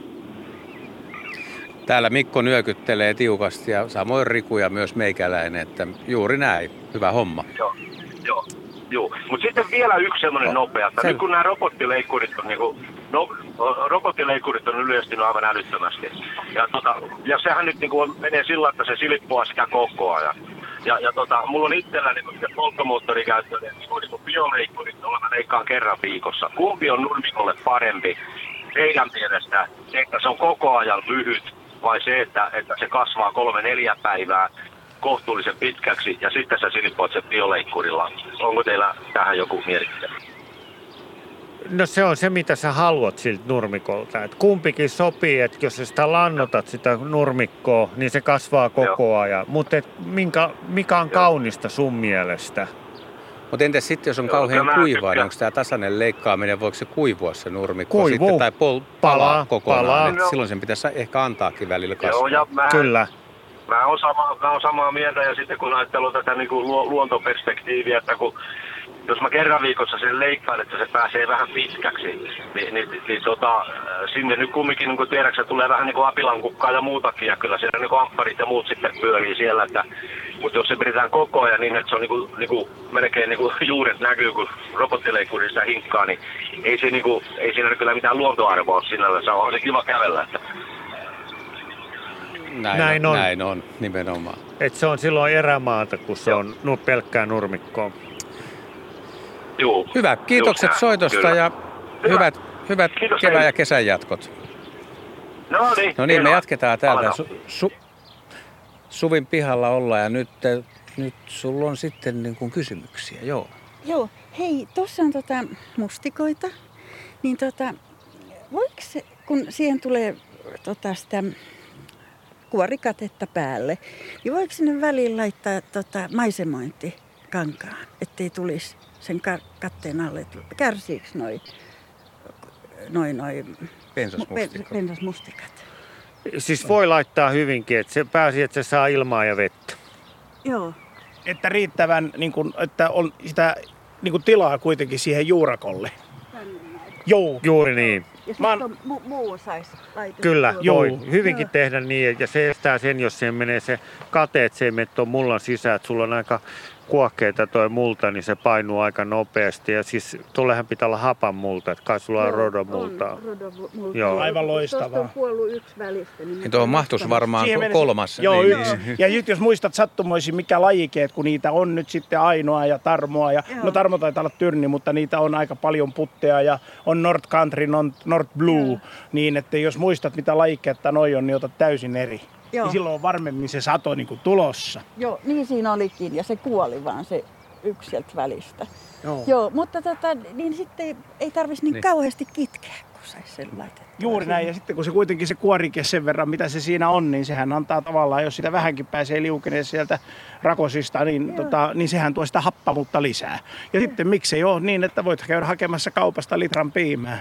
Täällä Mikko nyökyttelee tiukasti ja samoin Riku ja myös meikäläinen, että juuri näin. Hyvä homma. Joo. Mutta sitten vielä yksi semmoinen nopea, että nyt kun nämä robottileikkurit on niin kuin No, robottileikkurit on yleistynyt aivan älyttömästi. Ja sehän nyt niin kuin menee sillä, että se silppuaa sitä koko ajan. Ja mulla on itselläni polttomoottorikäyttöinen niin bioleikkurit, jolla mä leikkaan kerran viikossa. Kumpi on nurmikolle parempi teidän mielestä, että se on koko ajan lyhyt vai se, että se kasvaa 3-4 päivää kohtuullisen pitkäksi ja sitten sä silppuat sen bioleikkurilla? Onko teillä tähän joku mielipide? No se on se, mitä sä haluat siltä nurmikolta. Et kumpikin sopii, että jos sä sitä lannotat sitä nurmikkoa, niin se kasvaa koko ajan. Mutta mikä on kaunista sun mielestä? Mutta entäs sitten, jos on kauhean kuivaa, niin onko tämä tasainen leikkaaminen, voiko se kuivua se nurmikko sitten, tai palaa kokonaan? Silloin sen pitäisi ehkä antaakin välillä kasvaa. Joo, Kyllä. Mä oon samaa mieltä, ja sitten kun ajattelun tätä niin kuin luontoperspektiiviä, että jos mä kerran viikossa sen leikkaan, että se pääsee vähän pitkäksi, niin sinne nyt kumminkin, niin kuin tiedäksä, tulee vähän niin kuin apilankukkaa ja muutakin, ja kyllä siellä niin kuin ampparit ja muut sitten pyörii siellä, mutta jos se pidetään koko ajan niin, että se on niin kuin melkein niin kuin juuret näkyy, kun robottileikkurissa hinkkaa, niin ei siinä kyllä mitään luontoarvoa ole sinällä, on se kiva kävellä. Että. Näin on, nimenomaan. Et se on silloin erämaata, kun se on pelkkää nurmikkoa. Juu. Hyvä, kiitokset soitosta kyllä. Ja hyvät kevään ja kesän jatkot. No niin, me jatketaan täältä. Suvin pihalla ollaan ja nyt sulla on sitten niin kuin kysymyksiä, joo. Joo, hei, tuossa on mustikoita, niin voiko se, kun siihen tulee sitä kuorikatetta päälle, niin voiko sinne väliin laittaa maisemointikankaan, ettei tulisi sen katteen alle, kärsiikö noi pensasmustikat? Siis voi laittaa hyvinkin, että se pääsi, että se saa ilmaa ja vettä. Joo. Että riittävän, että on sitä tilaa kuitenkin siihen juurakolle. Joo. Juuri niin. Ja sitten muu saisi laitettua. Kyllä, voi hyvinkin tehdä niin, ja se estää sen, jos siihen menee se kate, että se ei mene tuon mullan sisään, että sulla on aika kuohkeita toi multa, niin se painuu aika nopeasti. Ja siis tuollehän pitää olla hapan multa, että kai sulla on rodomultaa. Joo. Aivan loistavaa. Tuosta on kuollut yksi välistä. Niin tuohon mahtuisi varmaan kolmas. Joo, yksi. Ja nyt jos muistat sattumoisin, mikä lajikeet, kun niitä on nyt sitten Ainoa ja Tarmoa. Ja, no Tarmo taitaa olla tyrni, mutta niitä on aika paljon putteja ja on North Country, North Blue. Niin, että jos muistat mitä lajikeetta noi on, niin otat täysin eri. Niin silloin on varmemmin se sato tulossa. Joo, niin siinä olikin ja se kuoli vaan se yksi sieltä välistä. Joo, mutta niin sitten ei tarvitsisi niin kauheasti kitkeä, kun saisi sen laitettua. Juuri näin, ja sitten kun se kuitenkin se kuorike sen verran, mitä se siinä on, niin sehän antaa tavallaan, jos sitä vähänkin pääsee liukeneen sieltä rakosista, niin sehän tuo sitä happamuutta lisää. Ja sitten miksei ole niin, että voit käydä hakemassa kaupasta litran piimää.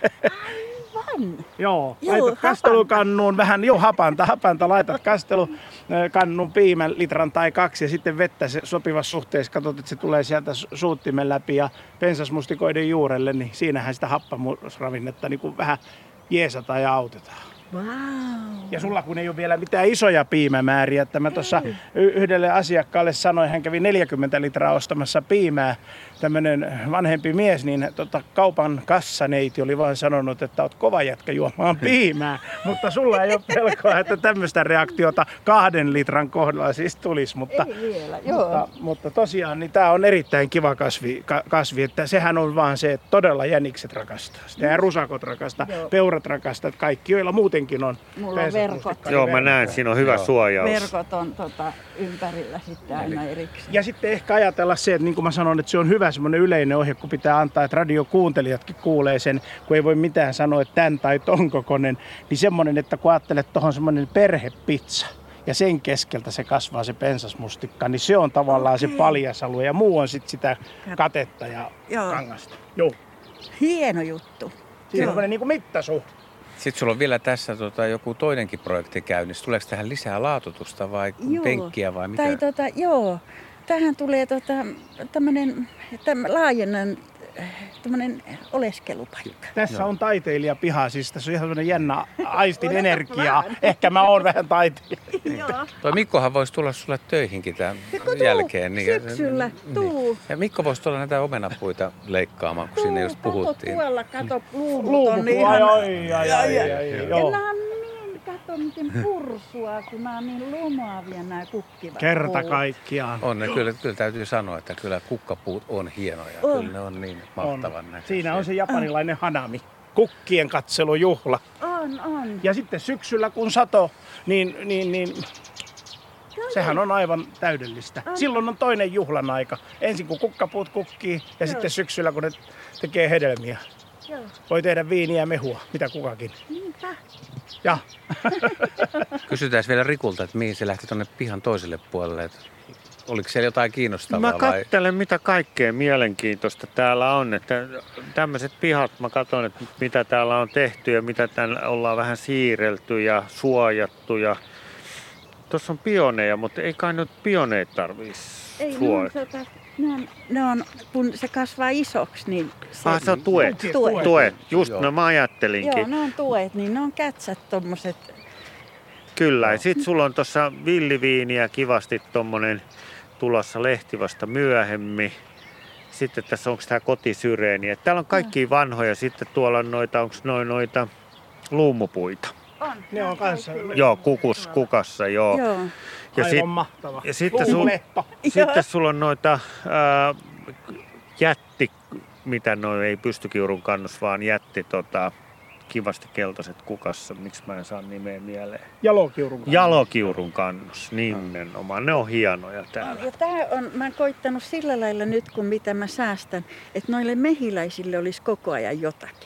Joo, laitat kastelukannuun vähän, hapanta, laitat kastelukannun piimän litran tai 2 ja sitten vettä se sopivassa suhteessa, katsot, että se tulee sieltä suuttimen läpi ja pensasmustikoiden juurelle, niin siinähän sitä happamusravinnetta vähän jeesataan ja autetaan. Wow. Ja sulla kun ei ole vielä mitään isoja piimämääriä, että mä tuossa yhdelle asiakkaalle sanoin, hän kävi 40 litraa ostamassa piimää, tämmöinen vanhempi mies, niin kaupan kassaneiti oli vaan sanonut, että oot kova jätkä juomaan piimää, mutta sulla ei ole pelkoa, että tämmöistä reaktiota 2 litran kohdalla siis tulisi, mutta tosiaan niin tämä on erittäin kiva kasvi, että sehän on vaan se, että todella jänikset rakastaa sitä ja rusakot rakastaa, peurat rakastaa, että kaikki joilla muutenkin on. Mulla on verkot. Joo, mä näen, siinä on hyvä suojaus. Verkot on ympärillä sitten aina erikseen. Ja sitten ehkä ajatella se, että niin kuin mä sanon, että se on hyvä semmoinen yleinen ohje, kun pitää antaa, että radiokuuntelijatkin kuulee sen, kun ei voi mitään sanoa, että tän tai ton kokoinen, niin semmoinen, että kun ajattelet tuohon semmoinen perhepizza ja sen keskeltä se kasvaa se pensasmustikka, niin se on tavallaan se paljas alue ja muu on sitten sitä katetta ja kangasta. Joo. Hieno juttu. Siinä on semmoinen niin kuin mittasuhde. Sitten sulla on vielä tässä joku toinenkin projekti käynnissä. Tuleeko tähän lisää laatutusta vai penkkiä vai mitä? Tähän tulee tämmöinen laajennan tämmöinen oleskelupaikka. Tässä on taiteilijapiha, siis tässä on ihan semmoinen jännä aistin energiaa. Ehkä mä oon vähän taiteilija. Toi Mikkohan voisi tulla sulle töihinkin tämän jälkeen. Syksyllä, tuu. Ja Mikko voisi tulla näitä omenapuita leikkaamaan, kun sinne just puhuttiin. Tuolla, kato, luumut on ihan... Joo. Kato miten pursua, kun nämä on niin lumoavia nämä kukkivat. Kerta kaikkiaan. On ne, kyllä täytyy sanoa, että kyllä kukkapuut on hienoja. Kyllä ne on niin mahtavan näköisiä. Siinä on se japanilainen hanami. Kukkien katselujuhla. On. Ja sitten syksyllä kun sato, niin sehän on aivan täydellistä. Silloin on toinen juhlan aika. Ensin kun kukkapuut kukkii ja sitten syksyllä kun ne tekee hedelmiä. Joo. Voi tehdä viiniä ja mehua, mitä kukakin. Niinpä. Ja. Kysytään vielä Rikulta, että mihin se lähti tuonne pihan toiselle puolelle. Että oliko siellä jotain kiinnostavaa Mä katselen, mitä kaikkea mielenkiintoista täällä on. Että tämmöiset pihat, mä katson, että mitä täällä on tehty ja mitä täällä ollaan vähän siirrelty ja suojattu. Ja tuossa on pioneja, mutta ei kai nyt pioneet tarvitsisi suojata. Ne on, kun se kasvaa isoksi, niin... Se on tuet. Just, no mä ajattelinkin. Joo, ne on tuet, niin ne on kätsät tommoset. Kyllä, ja sit sulla on tuossa villiviiniä kivasti tommonen tulossa lehtivasta myöhemmin. Sitten tässä onko tää kotisyreeni. Et täällä on kaikki vanhoja, sitten tuolla on noita luumupuita. On. Ne on kanssa. Joo, kukassa, joo. Ja aivan mahtava. Ja sitten sulla on noita jätti, mitä ei pystykiurun kannus, vaan jätti kivasti keltaiset kukassa. Miksi mä en saa nimeä mieleen? Jalokiurun kannus, nimenomaan. Ne on hienoja täällä. Ja mä oon koittanut sillä lailla nyt, kun mitä mä säästän, että noille mehiläisille olisi koko ajan jotakin.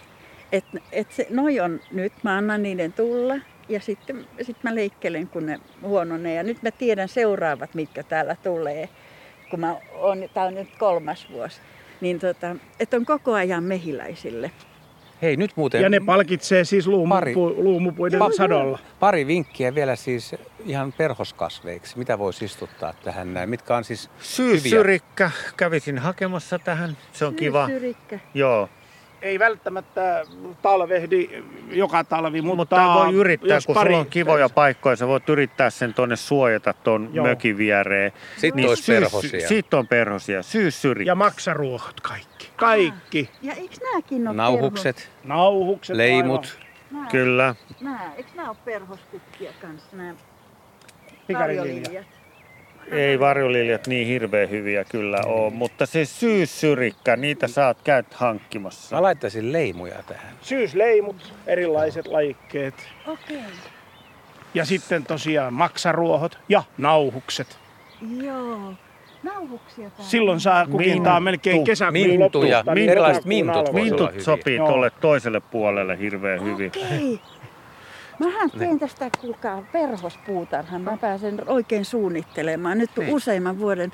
Noi on nyt, mä annan niiden tulla. Ja sitten mä leikkelen, kun ne huononee. Ja nyt mä tiedän seuraavat, mitkä täällä tulee, kun tää on nyt 3. vuosi. Niin että on koko ajan mehiläisille. Hei, nyt muuten... Ja ne palkitsee siis luumupuiden sadolla. Pari vinkkiä vielä siis ihan perhoskasveiksi. Mitä voisi istuttaa tähän näin? Mitkä on siis Syyssyrikkä. Kävisin hakemassa tähän. Se on kiva. Syyssyrikkä. Joo. Ei välttämättä talvehdi joka talvi, mutta voi yrittää, kun sulla on kivoja paikkoja, sä voit yrittää sen tuonne suojata tuon mökin viereen. Sitten olisi perhosia. Sitten on perhosia. Syyssyrikkä. Ja maksaruohot kaikki. Ja eikö nääkin ole Nauhukset. Leimut. Kyllä. Eikö nää ole perhoskukkia kanssa, nää varjoliljat? Ei varjoliljat niin hirveän hyviä kyllä ole, mutta se syyssyrikkä, niitä saat käyt hankkimassa. Mä laittaisin leimuja tähän. Syysleimut, erilaiset lajikkeet. Okei. Ja sitten tosiaan maksaruohot ja nauhukset. Joo, nauhuksia täällä. Silloin saa kukintaa melkein kesäkuun loppuun. Erilaiset mintut. Mintut sopii tuolle toiselle puolelle hirveän hyvin. Okei. Mähän teen tästä, kuulkaa, perhospuutarhan. Mä pääsen oikein suunnittelemaan nyt useimman vuoden.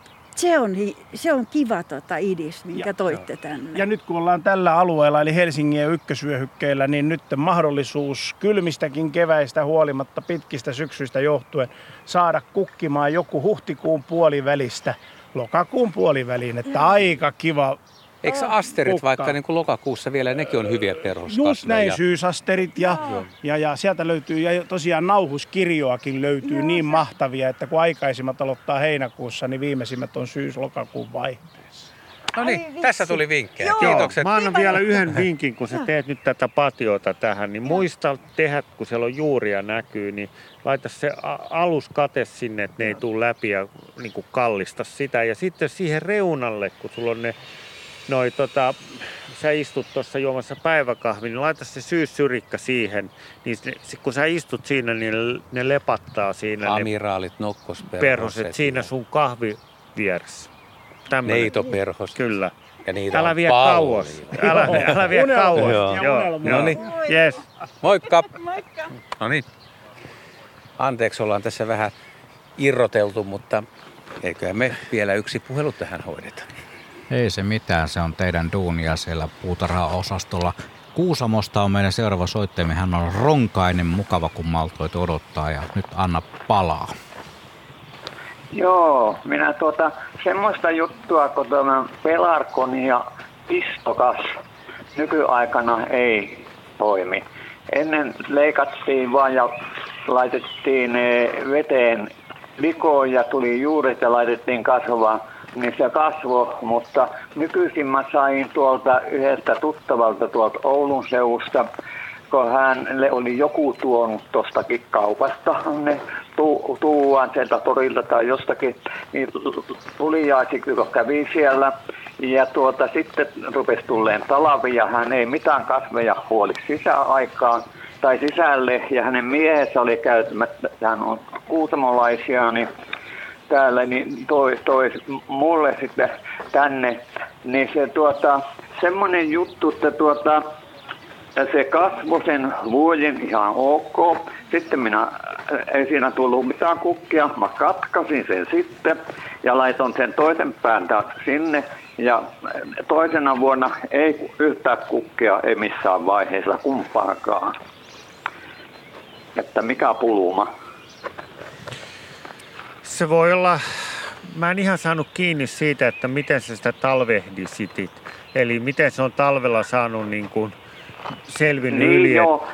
Se on kiva idis, minkä toitte tänne. Ja nyt kun ollaan tällä alueella, eli Helsingin ja ykkösvyöhykkeellä, niin nyt mahdollisuus kylmistäkin keväistä huolimatta pitkistä syksyistä johtuen saada kukkimaan joku huhtikuun puolivälistä lokakuun puoliväliin. Että aika kiva. Eikö asterit vaikka niin kuin lokakuussa vielä, nekin on hyviä perhoskasveja? Just näin, syysasterit ja sieltä löytyy, ja tosiaan nauhuskirjoakin löytyy niin mahtavia, että kun aikaisimmat aloittaa heinäkuussa, niin viimeisimmät on syys-lokakuun vaihteessa. No niin, tässä tuli vinkkejä. Kiitokset. Mä annan vielä yhden vinkin, kun sä teet nyt tätä patiota tähän, niin muista tehdä, kun siellä on juuria näkyy, niin laita se aluskate sinne, että ne ei tule läpi ja niin kuin kallista sitä. Ja sitten siihen reunalle, kun sulla on ne sä istut tuossa juomassa päiväkahvi, niin laita se syyssyrikkä siihen. Niin kun sä istut siinä, niin ne lepattaa siinä. Amiraalit, nokkosperhoset. Siinä sun kahvi vieressä. Neitoperhoset. Kyllä. Ja niitä älä on vie kauas. Älä vie kauas. Joo. No niin. Yes. Moikka. Moikka. No niin. Anteeksi, ollaan tässä vähän irroteltu, mutta eiköhän me vielä yksi puhelu tähän hoideta. Ei se mitään, se on teidän duunia siellä puutarha-osastolla. Kuusamosta on meidän seuraava soittajamme. Hän on ronkainen, mukava kun maltoit odottaa ja nyt anna palaa. Joo, minä semmoista juttua, kun pelarkoni ja istokas. Nykyaikana ei toimi. Ennen leikattiin vaan ja laitettiin veteen likoon ja tuli juuret ja laitettiin kasvamaan. Niin se kasvoi, mutta nykyisin mä sain tuolta yhdeltä tuttavalta tuolta Oulun seudusta, kun hänelle oli joku tuonut tostakin kaupasta, ne tuuaan sieltä torilta tai jostakin, niin tuliaisiksi, kun kävi siellä. Ja sitten rupesi tulleen talvi ja hän ei mitään kasveja huoli sisäaikaan tai sisälle. Ja hänen miehensä oli käyttämättä, hän on kuusamolaisia, niin täällä niin toi mulle sitten tänne. Niin se semmoinen juttu, että se kasvoi sen vuoden ihan ok. Sitten ei siinä tullut mitään kukkia. Mä katkasin sen sitten ja laitoin sen toisen pään taas sinne. Ja toisena vuonna ei yhtään kukkia, ei missään vaiheessa kumpaakaan. Että mikä puluma? Se voi olla, mä en ihan saanut kiinni siitä, että miten sä sitä talvehdisit. Eli miten se on talvella saanut niin kuin selvinnyt niin, yli.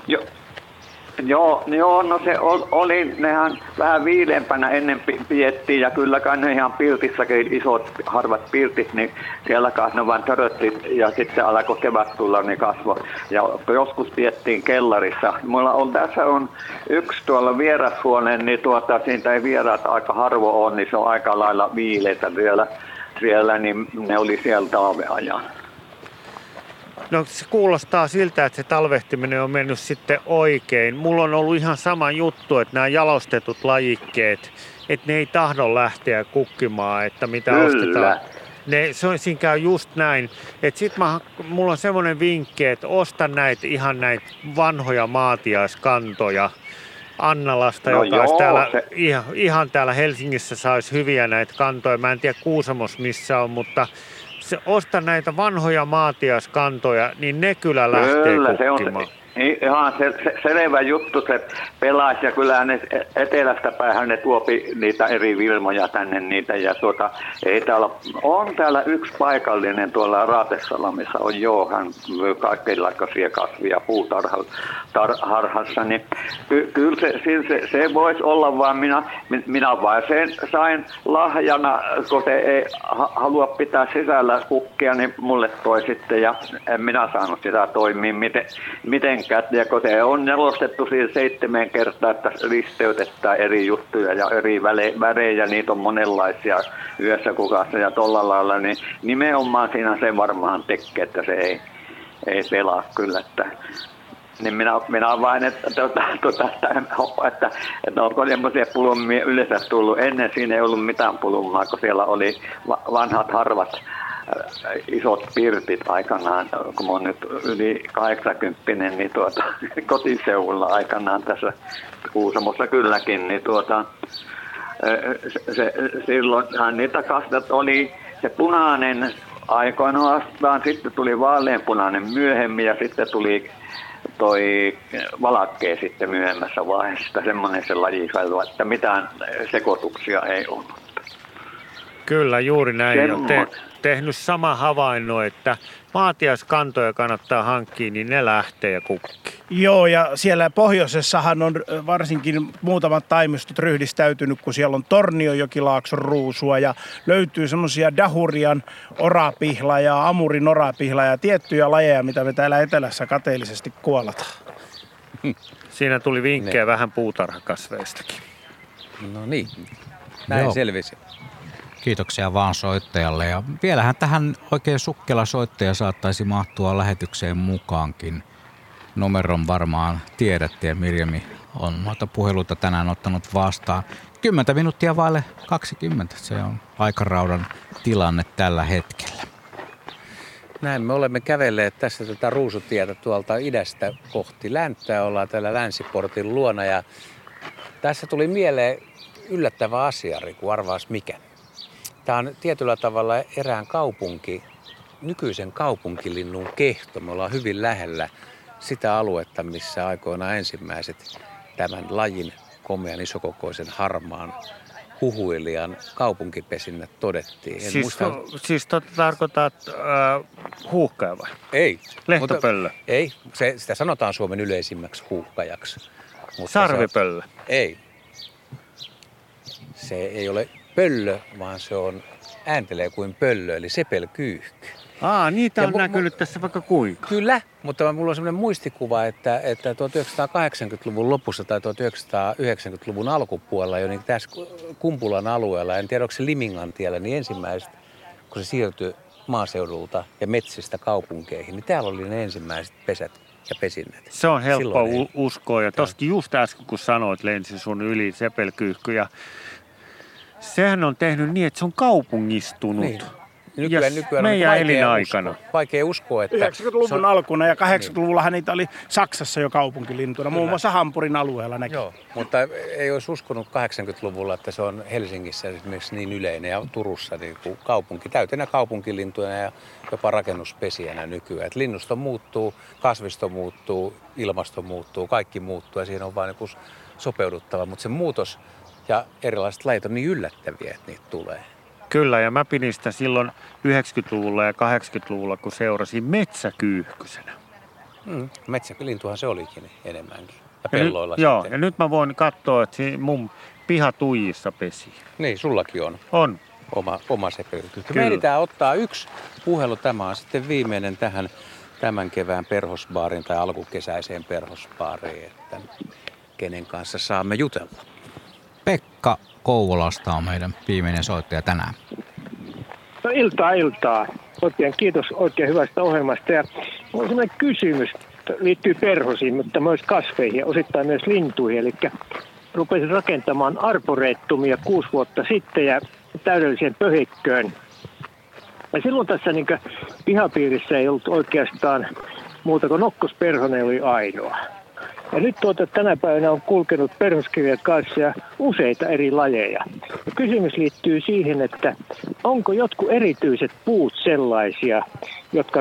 Joo, no se oli, nehän vähän viileämpänä ennen piettiin ja kyllä kai ne ihan piltissäkin isot harvat piltit, niin siellä kai ne vaan törötti ja sitten alkoi kevät tulla, niin kasvoi. Ja joskus piettiin kellarissa. Tässä on yksi tuolla vierashuoneen, niin siitä ei vieraat aika harvo on, niin se on aika lailla viileitä siellä, niin ne oli siellä talven ajan. No se kuulostaa siltä, että se talvehtiminen on mennyt sitten oikein. Mulla on ollut ihan sama juttu, että nämä jalostetut lajikkeet, että ne ei tahdo lähteä kukkimaan, että mitä Kyllä. ostetaan. Siinä käy just näin. Että sit mulla on semmoinen vinkki, että osta ihan näitä vanhoja maatiaiskantoja Annalasta, joka olisi täällä, ihan täällä Helsingissä saisi hyviä näitä kantoja. Mä en tiedä Kuusamossa missä on, mutta osta näitä vanhoja maatiaiskantoja, niin ne kyllä lähtee kukkimaan. Ihan selvä juttu se pelasi ja kyllä ne etelästä päähän ne tuopi niitä eri vilmoja tänne niitä ja ei täällä, on täällä yksi paikallinen tuolla Raatesalamissa on hän kaikenlaisia kasvia puutarhassa, niin kyllä se voisi olla vaan minä vaan sen sain lahjana, kun se ei halua pitää sisällä kukkia, niin mulle toi sitten ja en minä saanut sitä toimia mitenkään. Ja kun se on jalostettu siihen 7 kertaa, että risteytetään eri juttuja ja eri värejä, niitä on monenlaisia yössä kukassa ja tolla lailla, niin nimenomaan siinä se varmaan tekee, että se ei pelaa kyllä. Että, niin minä vain, että onko semmoisia pulmia yleensä tullut. Ennen siinä ei ollut mitään pulmaa, kun siellä oli vanhat harvat isot pirtit aikanaan, kun olen nyt yli 80, niin kotiseudulla aikanaan tässä Kuusamossa kylläkin, niin silloinhan niitä kasvat oli se punainen aikoinaan, sitten tuli vaaleanpunainen myöhemmin ja sitten tuli toi valakkee sitten myöhemmässä vaiheessa, semmoinen se lajipäivä, että mitään sekoituksia ei ollut. Kyllä, juuri näin. Tehnyt sama havainno, että maatiaiskantoja kannattaa hankkia, niin ne lähtee ja kukkii. Joo, ja siellä pohjoisessahan on varsinkin muutamat taimistot ryhdistäytynyt, kun siellä on Tornionjokilaakson ruusua ja löytyy semmoisia dahurian orapihlaa ja amurin orapihlaa ja tiettyjä lajeja, mitä me täällä etelässä kateellisesti kuollataan. Siinä tuli vinkkejä vähän puutarhakasveistakin. No niin, näin selvisi. Kiitoksia vaan soittajalle ja vielähän tähän oikein sukkela soittaja saattaisi mahtua lähetykseen mukaankin. Numeron varmaan tiedätte ja Mirjami on noita puheluita tänään ottanut vastaan. 10 minuuttia vaille 20, se on aikaraudan tilanne tällä hetkellä. Näin me olemme kävelleet tässä tätä Ruusutietä tuolta idästä kohti länttä. Ollaan täällä Länsiportin luona ja tässä tuli mieleen yllättävä asia, Riku, arvaas mikä. Tämä on tietyllä tavalla erään nykyisen kaupunkilinnun kehto. Me ollaan hyvin lähellä sitä aluetta, missä aikoinaan ensimmäiset tämän lajin komean isokokoisen harmaan huhuilijan kaupunkipesinnät todettiin. Siis tarkoitat huuhkaja vai? Ei. Lehtopöllö? Ei, sitä sanotaan Suomen yleisimmäksi huuhkajaksi. Sarvipöllö? Ei. Se ei ole pöllö, vaan se ääntelee kuin pöllö, eli sepelkyyhky. Niitä on näkynyt tässä vaikka kuinka. Kyllä, mutta mulla on sellainen muistikuva, että 1980-luvun lopussa tai 1990-luvun alkupuolella jo niin tässä Kumpulan alueella, en tiedä onko se Limingantiellä, niin ensimmäiset, kun se siirtyi maaseudulta ja metsistä kaupunkeihin, niin täällä oli ne ensimmäiset pesät ja pesinnät. Se on helppo uskoa ja tostakin just äsken kun sanoit lensi sun yli sepelkyyhky ja sehän on tehnyt niin, että se on kaupungistunut. Niin. Nykyään meidän elinaikana. Vaikea uskoa, että 90-luvun alkuna ja 80-luvullahan niitä oli Saksassa jo kaupunkilintuna, muun muassa Hampurin alueella näkyy. Joo, mutta ei olisi uskonut 80-luvulla, että se on Helsingissä esimerkiksi niin yleinen ja Turussa niin kuin täytenä kaupunkilintuja ja jopa rakennuspesijänä nykyään. Et linnusto muuttuu, kasvisto muuttuu, ilmasto muuttuu, kaikki muuttuu ja siihen on vain niin sopeuduttava, mutta se muutos ja erilaiset lajit on niin yllättäviä, että niitä tulee. Kyllä, ja mä pidin sitä silloin 90-luvulla ja 80-luvulla, kun seurasin metsäkyyhkysenä. Metsälintuhan se olikin enemmänkin. Ja pelloilla Joo, ja nyt mä voin katsoa, että mun pihatuijissa pesi. Niin, sullakin on. On. Oma sepelkyyhky. Me ehditään ottaa yksi puhelu. Tämä on sitten viimeinen tämän kevään perhosbaariin tai alkukesäiseen perhosbaariin, että kenen kanssa saamme jutella. Pekka Kouvolasta on meidän viimeinen soittaja tänään. No iltaa. Oikein kiitos oikein hyvästä ohjelmasta. Ja on sellainen kysymys, liittyy perhosiin, mutta myös kasveihin ja osittain myös lintuihin. Eli rupesin rakentamaan arboreettumia 6 vuotta sitten ja täydelliseen pöhikköön. Ja silloin tässä pihapiirissä ei ollut oikeastaan muuta kuin nokkosperhonen oli ainoa. Ja nyt tänä päivänä on kulkenut perhoskirjan kanssa ja useita eri lajeja. Ja kysymys liittyy siihen, että onko jotkut erityiset puut sellaisia, jotka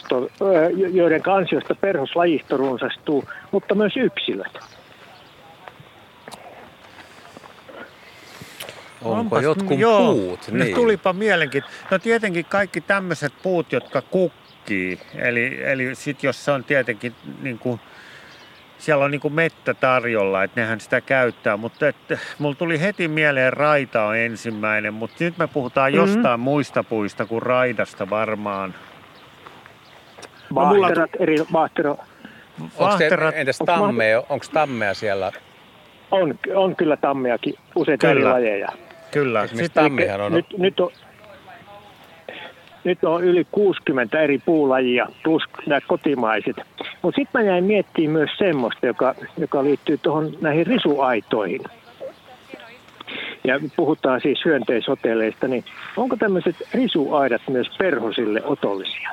joiden ansiosta perhoslajisto runsastuu, mutta myös yksilöt. Onko jotkut puut? Niin. Tulipa mielenkiintoista. No tietenkin kaikki tämmöiset puut, jotka kukkii. Eli sit jos se on tietenkin niin kuin siellä on niin kuin mettä tarjolla, että nehän sitä käyttää, mutta mulla tuli heti mieleen raita on ensimmäinen, mutta nyt me puhutaan jostain muista puista kuin raidasta varmaan. Vaahterat, eri entäs tammea? Onko tammea siellä? On kyllä tammeakin, useita eri lajeja. Kyllä. Esimerkiksi tammihan on. Nyt on yli 60 eri puulajia plus nämä kotimaiset. Mutta sitten mä jäin miettimään myös semmoista, joka liittyy näihin risuaitoihin. Ja puhutaan siis hyönteishotelleista, niin onko tämmöiset risuaidat myös perhosille otollisia?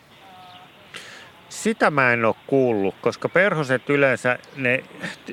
Sitä mä en ole kuullut, koska perhoset yleensä ne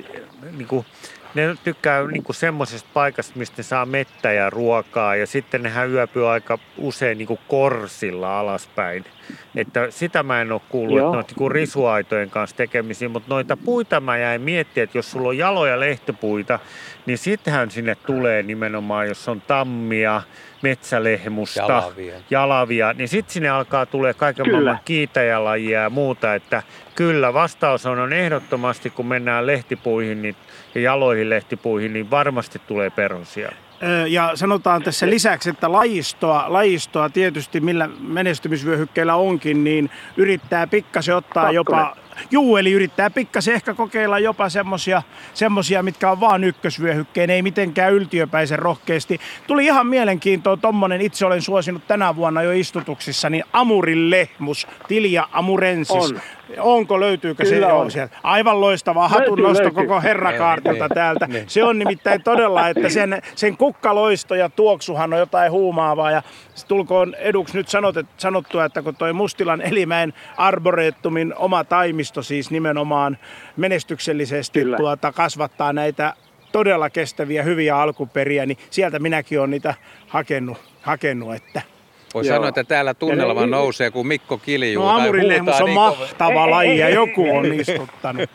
tykkää semmoisesta paikasta, mistä ne saa mettä ja ruokaa ja sitten nehän yöpyy aika usein korsilla alaspäin. Että sitä mä en ole kuullut, että ne on risuaitojen kanssa tekemisiä, mutta noita puita mä jäin miettimään, että jos sulla on jaloja lehtipuita, niin sittenhän sinne tulee nimenomaan, jos on tammia, metsälehmusta, jalavia, niin sitten sinne alkaa tulee kaiken maailman kiitäjälajia ja muuta, että kyllä vastaus on ehdottomasti, kun mennään lehtipuihin ja jaloihin lehtipuihin, niin varmasti tulee perhosia. Ja sanotaan tässä lisäksi, että lajistoa tietysti millä menestymisvyöhykkeillä onkin, niin yrittää pikkasen ottaa eli yrittää pikkasen ehkä kokeilla jopa semmosia, mitkä on vaan ykkösvyöhykkeen, ei mitenkään yltiöpäisen rohkeasti. Tuli ihan mielenkiintoa tommonen, itse olen suosinut tänä vuonna jo istutuksissa, niin amurinlehmus, Tilia amurensis. Löytyykö kyllä se? On sieltä. Aivan loistavaa hatunnosto koko herrakaartilta täältä. Se on nimittäin todella, että sen kukkaloisto ja tuoksuhan on jotain huumaavaa. Ja tulkoon eduksi nyt sanottua, että kun toi Mustilan Elimäen arboreettumin oma taimisto siis nimenomaan menestyksellisesti kasvattaa näitä todella kestäviä, hyviä alkuperiä, niin sieltä minäkin olen niitä hakenut, että voi sanoa, että täällä tunnelma nousee, kun Mikko kiljuu. No amurinlehmus on mahtava laji ja joku on istuttanut.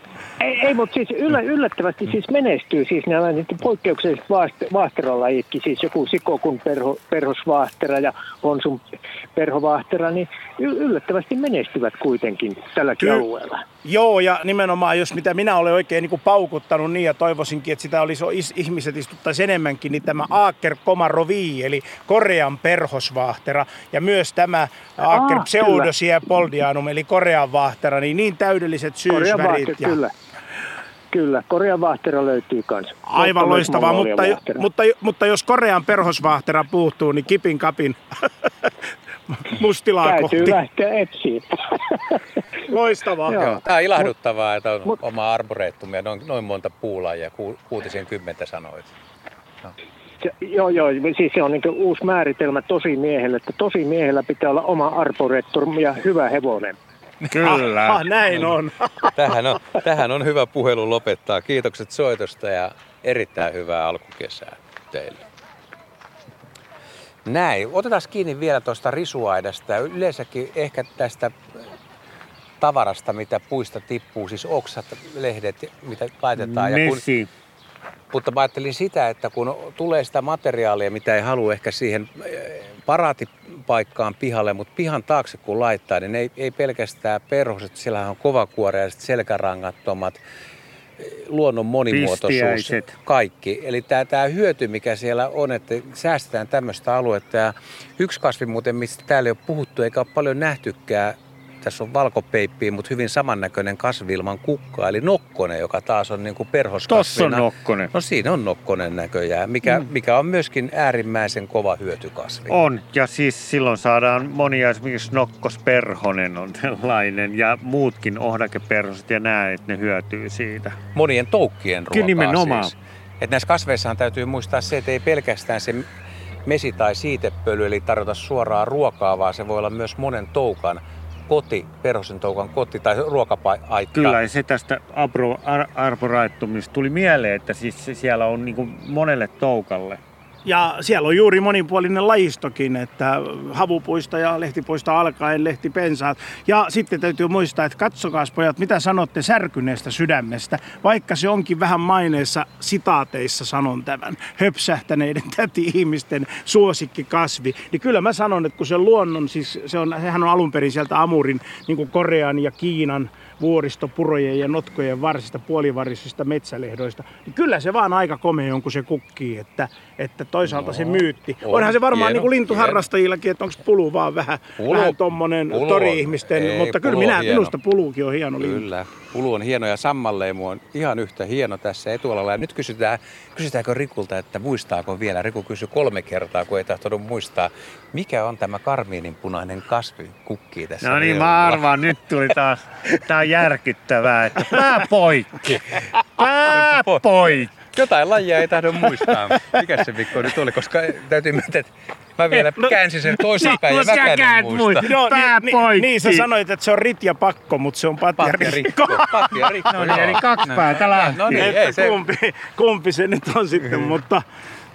Ei, mutta siis yllättävästi siis menestyy siis nämä poikkeukselliset vaahteralajitkin, siis joku sikokun perhosvaahtera ja honsun perhovaahtera, niin yllättävästi menestyvät kuitenkin tälläkin alueella. Joo, ja nimenomaan jos mitä minä olen oikein niin kuin paukuttanut niin ja toivoisinkin, että sitä olisi ihmiset istuttaisi enemmänkin, niin tämä Aker komarovi, eli Korean perhosvaahtera, ja myös tämä Aker pseudosiepolianum, eli Korean vaahtera, niin täydelliset syysvärit. Kyllä, Korean vaahtera löytyy kanssa. Aivan loistavaa, mutta jos Korean perhosvaahtera puuttuu, niin kipin kapin mustilaa kohti. Täytyy lähteä etsiin. Loistavaa. Joo, tämä on ilahduttavaa, että on oma arboreettumia, noin monta puulajia, 60 sanoit. No. Joo, siis se on niin uusi määritelmä tosimiehelle, että tosimiehellä pitää olla oma arboreettum ja hyvä hevonen. Kyllä. Näin on. Tähän on hyvä puhelu lopettaa. Kiitokset soitosta ja erittäin hyvää alkukesää teille. Näin. Otetaan kiinni vielä tuosta risuaidasta ja yleensäkin ehkä tästä tavarasta, mitä puista tippuu, siis oksat, lehdet, mitä laitetaan. Mutta mä ajattelin sitä, että kun tulee sitä materiaalia, mitä ei halua ehkä siihen paraatipaikkaan pihalle, mutta pihan taakse kun laittaa, niin ei pelkästään perhoset, siellähän on kovakuorea ja selkärangattomat, luonnon monimuotoisuus, pistiäiset. Kaikki. Eli tämä hyöty, mikä siellä on, että säästetään tämmöistä aluetta. Ja yksi kasvi muuten, mistä täällä ei ole puhuttu eikä ole paljon nähtykään, tässä on valkopeippiä, mutta hyvin samannäköinen kasvi ilman kukkaa, eli nokkonen, joka taas on niin kuin perhoskasvina. Tossa on nokkonen. No siinä on nokkonen näköjään, mikä on myöskin äärimmäisen kova hyötykasvi. On, ja siis silloin saadaan monia, esimerkiksi nokkosperhonen on sellainen, ja muutkin ohdakeperhoset ja nämä, että ne hyötyy siitä. Monien toukkien ruokaa nimenomaan. Siis. Että näissä kasveissahan täytyy muistaa se, että ei pelkästään se mesi- tai siitepöly, eli tarjota suoraa ruokaa, vaan se voi olla myös monen toukan koti, perhosen toukan koti tai ruokapaikka. Kyllä, ja se tästä arboraittumista tuli mieleen, että siis siellä on niin kuin monelle toukalle. Ja siellä on juuri monipuolinen lajistokin, että havupuista ja lehtipuista alkaen lehtipensaat. Ja sitten täytyy muistaa, että katsokaas pojat, mitä sanotte särkyneestä sydämestä, vaikka se onkin vähän maineessa sitaateissa sanon tämän, höpsähtäneiden täti-ihmisten suosikkikasvi. Niin kyllä mä sanon, että kun se luonnon, siis sehän on alun perin sieltä Amurin, niin kuin Korean ja Kiinan vuoristopurojen ja notkojen varsista, puolivarsista metsälehdoista, niin kyllä se vaan aika komea on, kun se kukkii, että toisaalta se myytti. Onhan se varmaan niin kuin lintuharrastajillakin, että onko pulu vaan vähän tommonen tori-ihmisten, mutta kyllä minusta puluukin on hieno lintu. Kyllä, pulu on hieno ja sammalleimu on ihan yhtä hieno tässä etualalla. Ja nyt kysytäänkö Rikulta, että muistaako vielä? Riku kysyi 3 kertaa, kun ei tahtonut muistaa. Mikä on tämä karmiininpunainen kasvi kukkii tässä? No niin, mä arvaan, nyt tuli taas. Tää on järkyttävää, että pää poikki. Pää poikki. Jotain lajia ei tahdo muistaa. Mikä se Mikko nyt oli, koska täytyy myöntää, että mä vielä käänsin sen toisinpäin ja mäkään en muista. Pää poikki. Niin sä sanoit, että se on rit ja pakko, mutta se on pat ja rikko. Pat ja rikko. No niin, eli 2 päätä lähti. No niin, ei se. Kumpi se nyt on sitten, mutta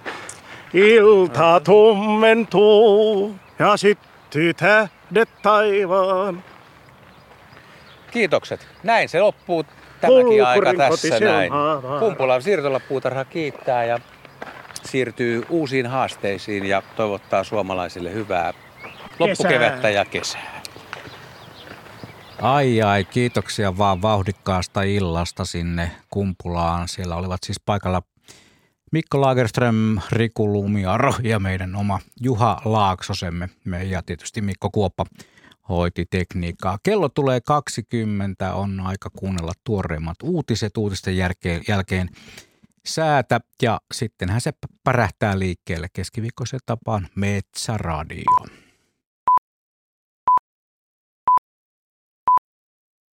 ilta tummentuu ja syttyy tähdet taivaan. Kiitokset. Näin se loppuu tämäkin aika tässä näin. Kumpulan siirtolapuutarha kiittää ja siirtyy uusiin haasteisiin ja toivottaa suomalaisille hyvää loppukevättä ja kesää. Ai, kiitoksia vaan vauhdikkaasta illasta sinne Kumpulaan. Siellä olivat siis paikalla Mikko Lagerström, Riku Lumiaro ja meidän oma Juha Laaksosemme. Ja tietysti Mikko Kuoppa hoiti tekniikkaa. Kello tulee 20, on aika kuunnella tuoreimmat uutiset, uutisten jälkeen säätä ja sittenhän se pärähtää liikkeelle keskiviikkoisen tapaan Metsäradio.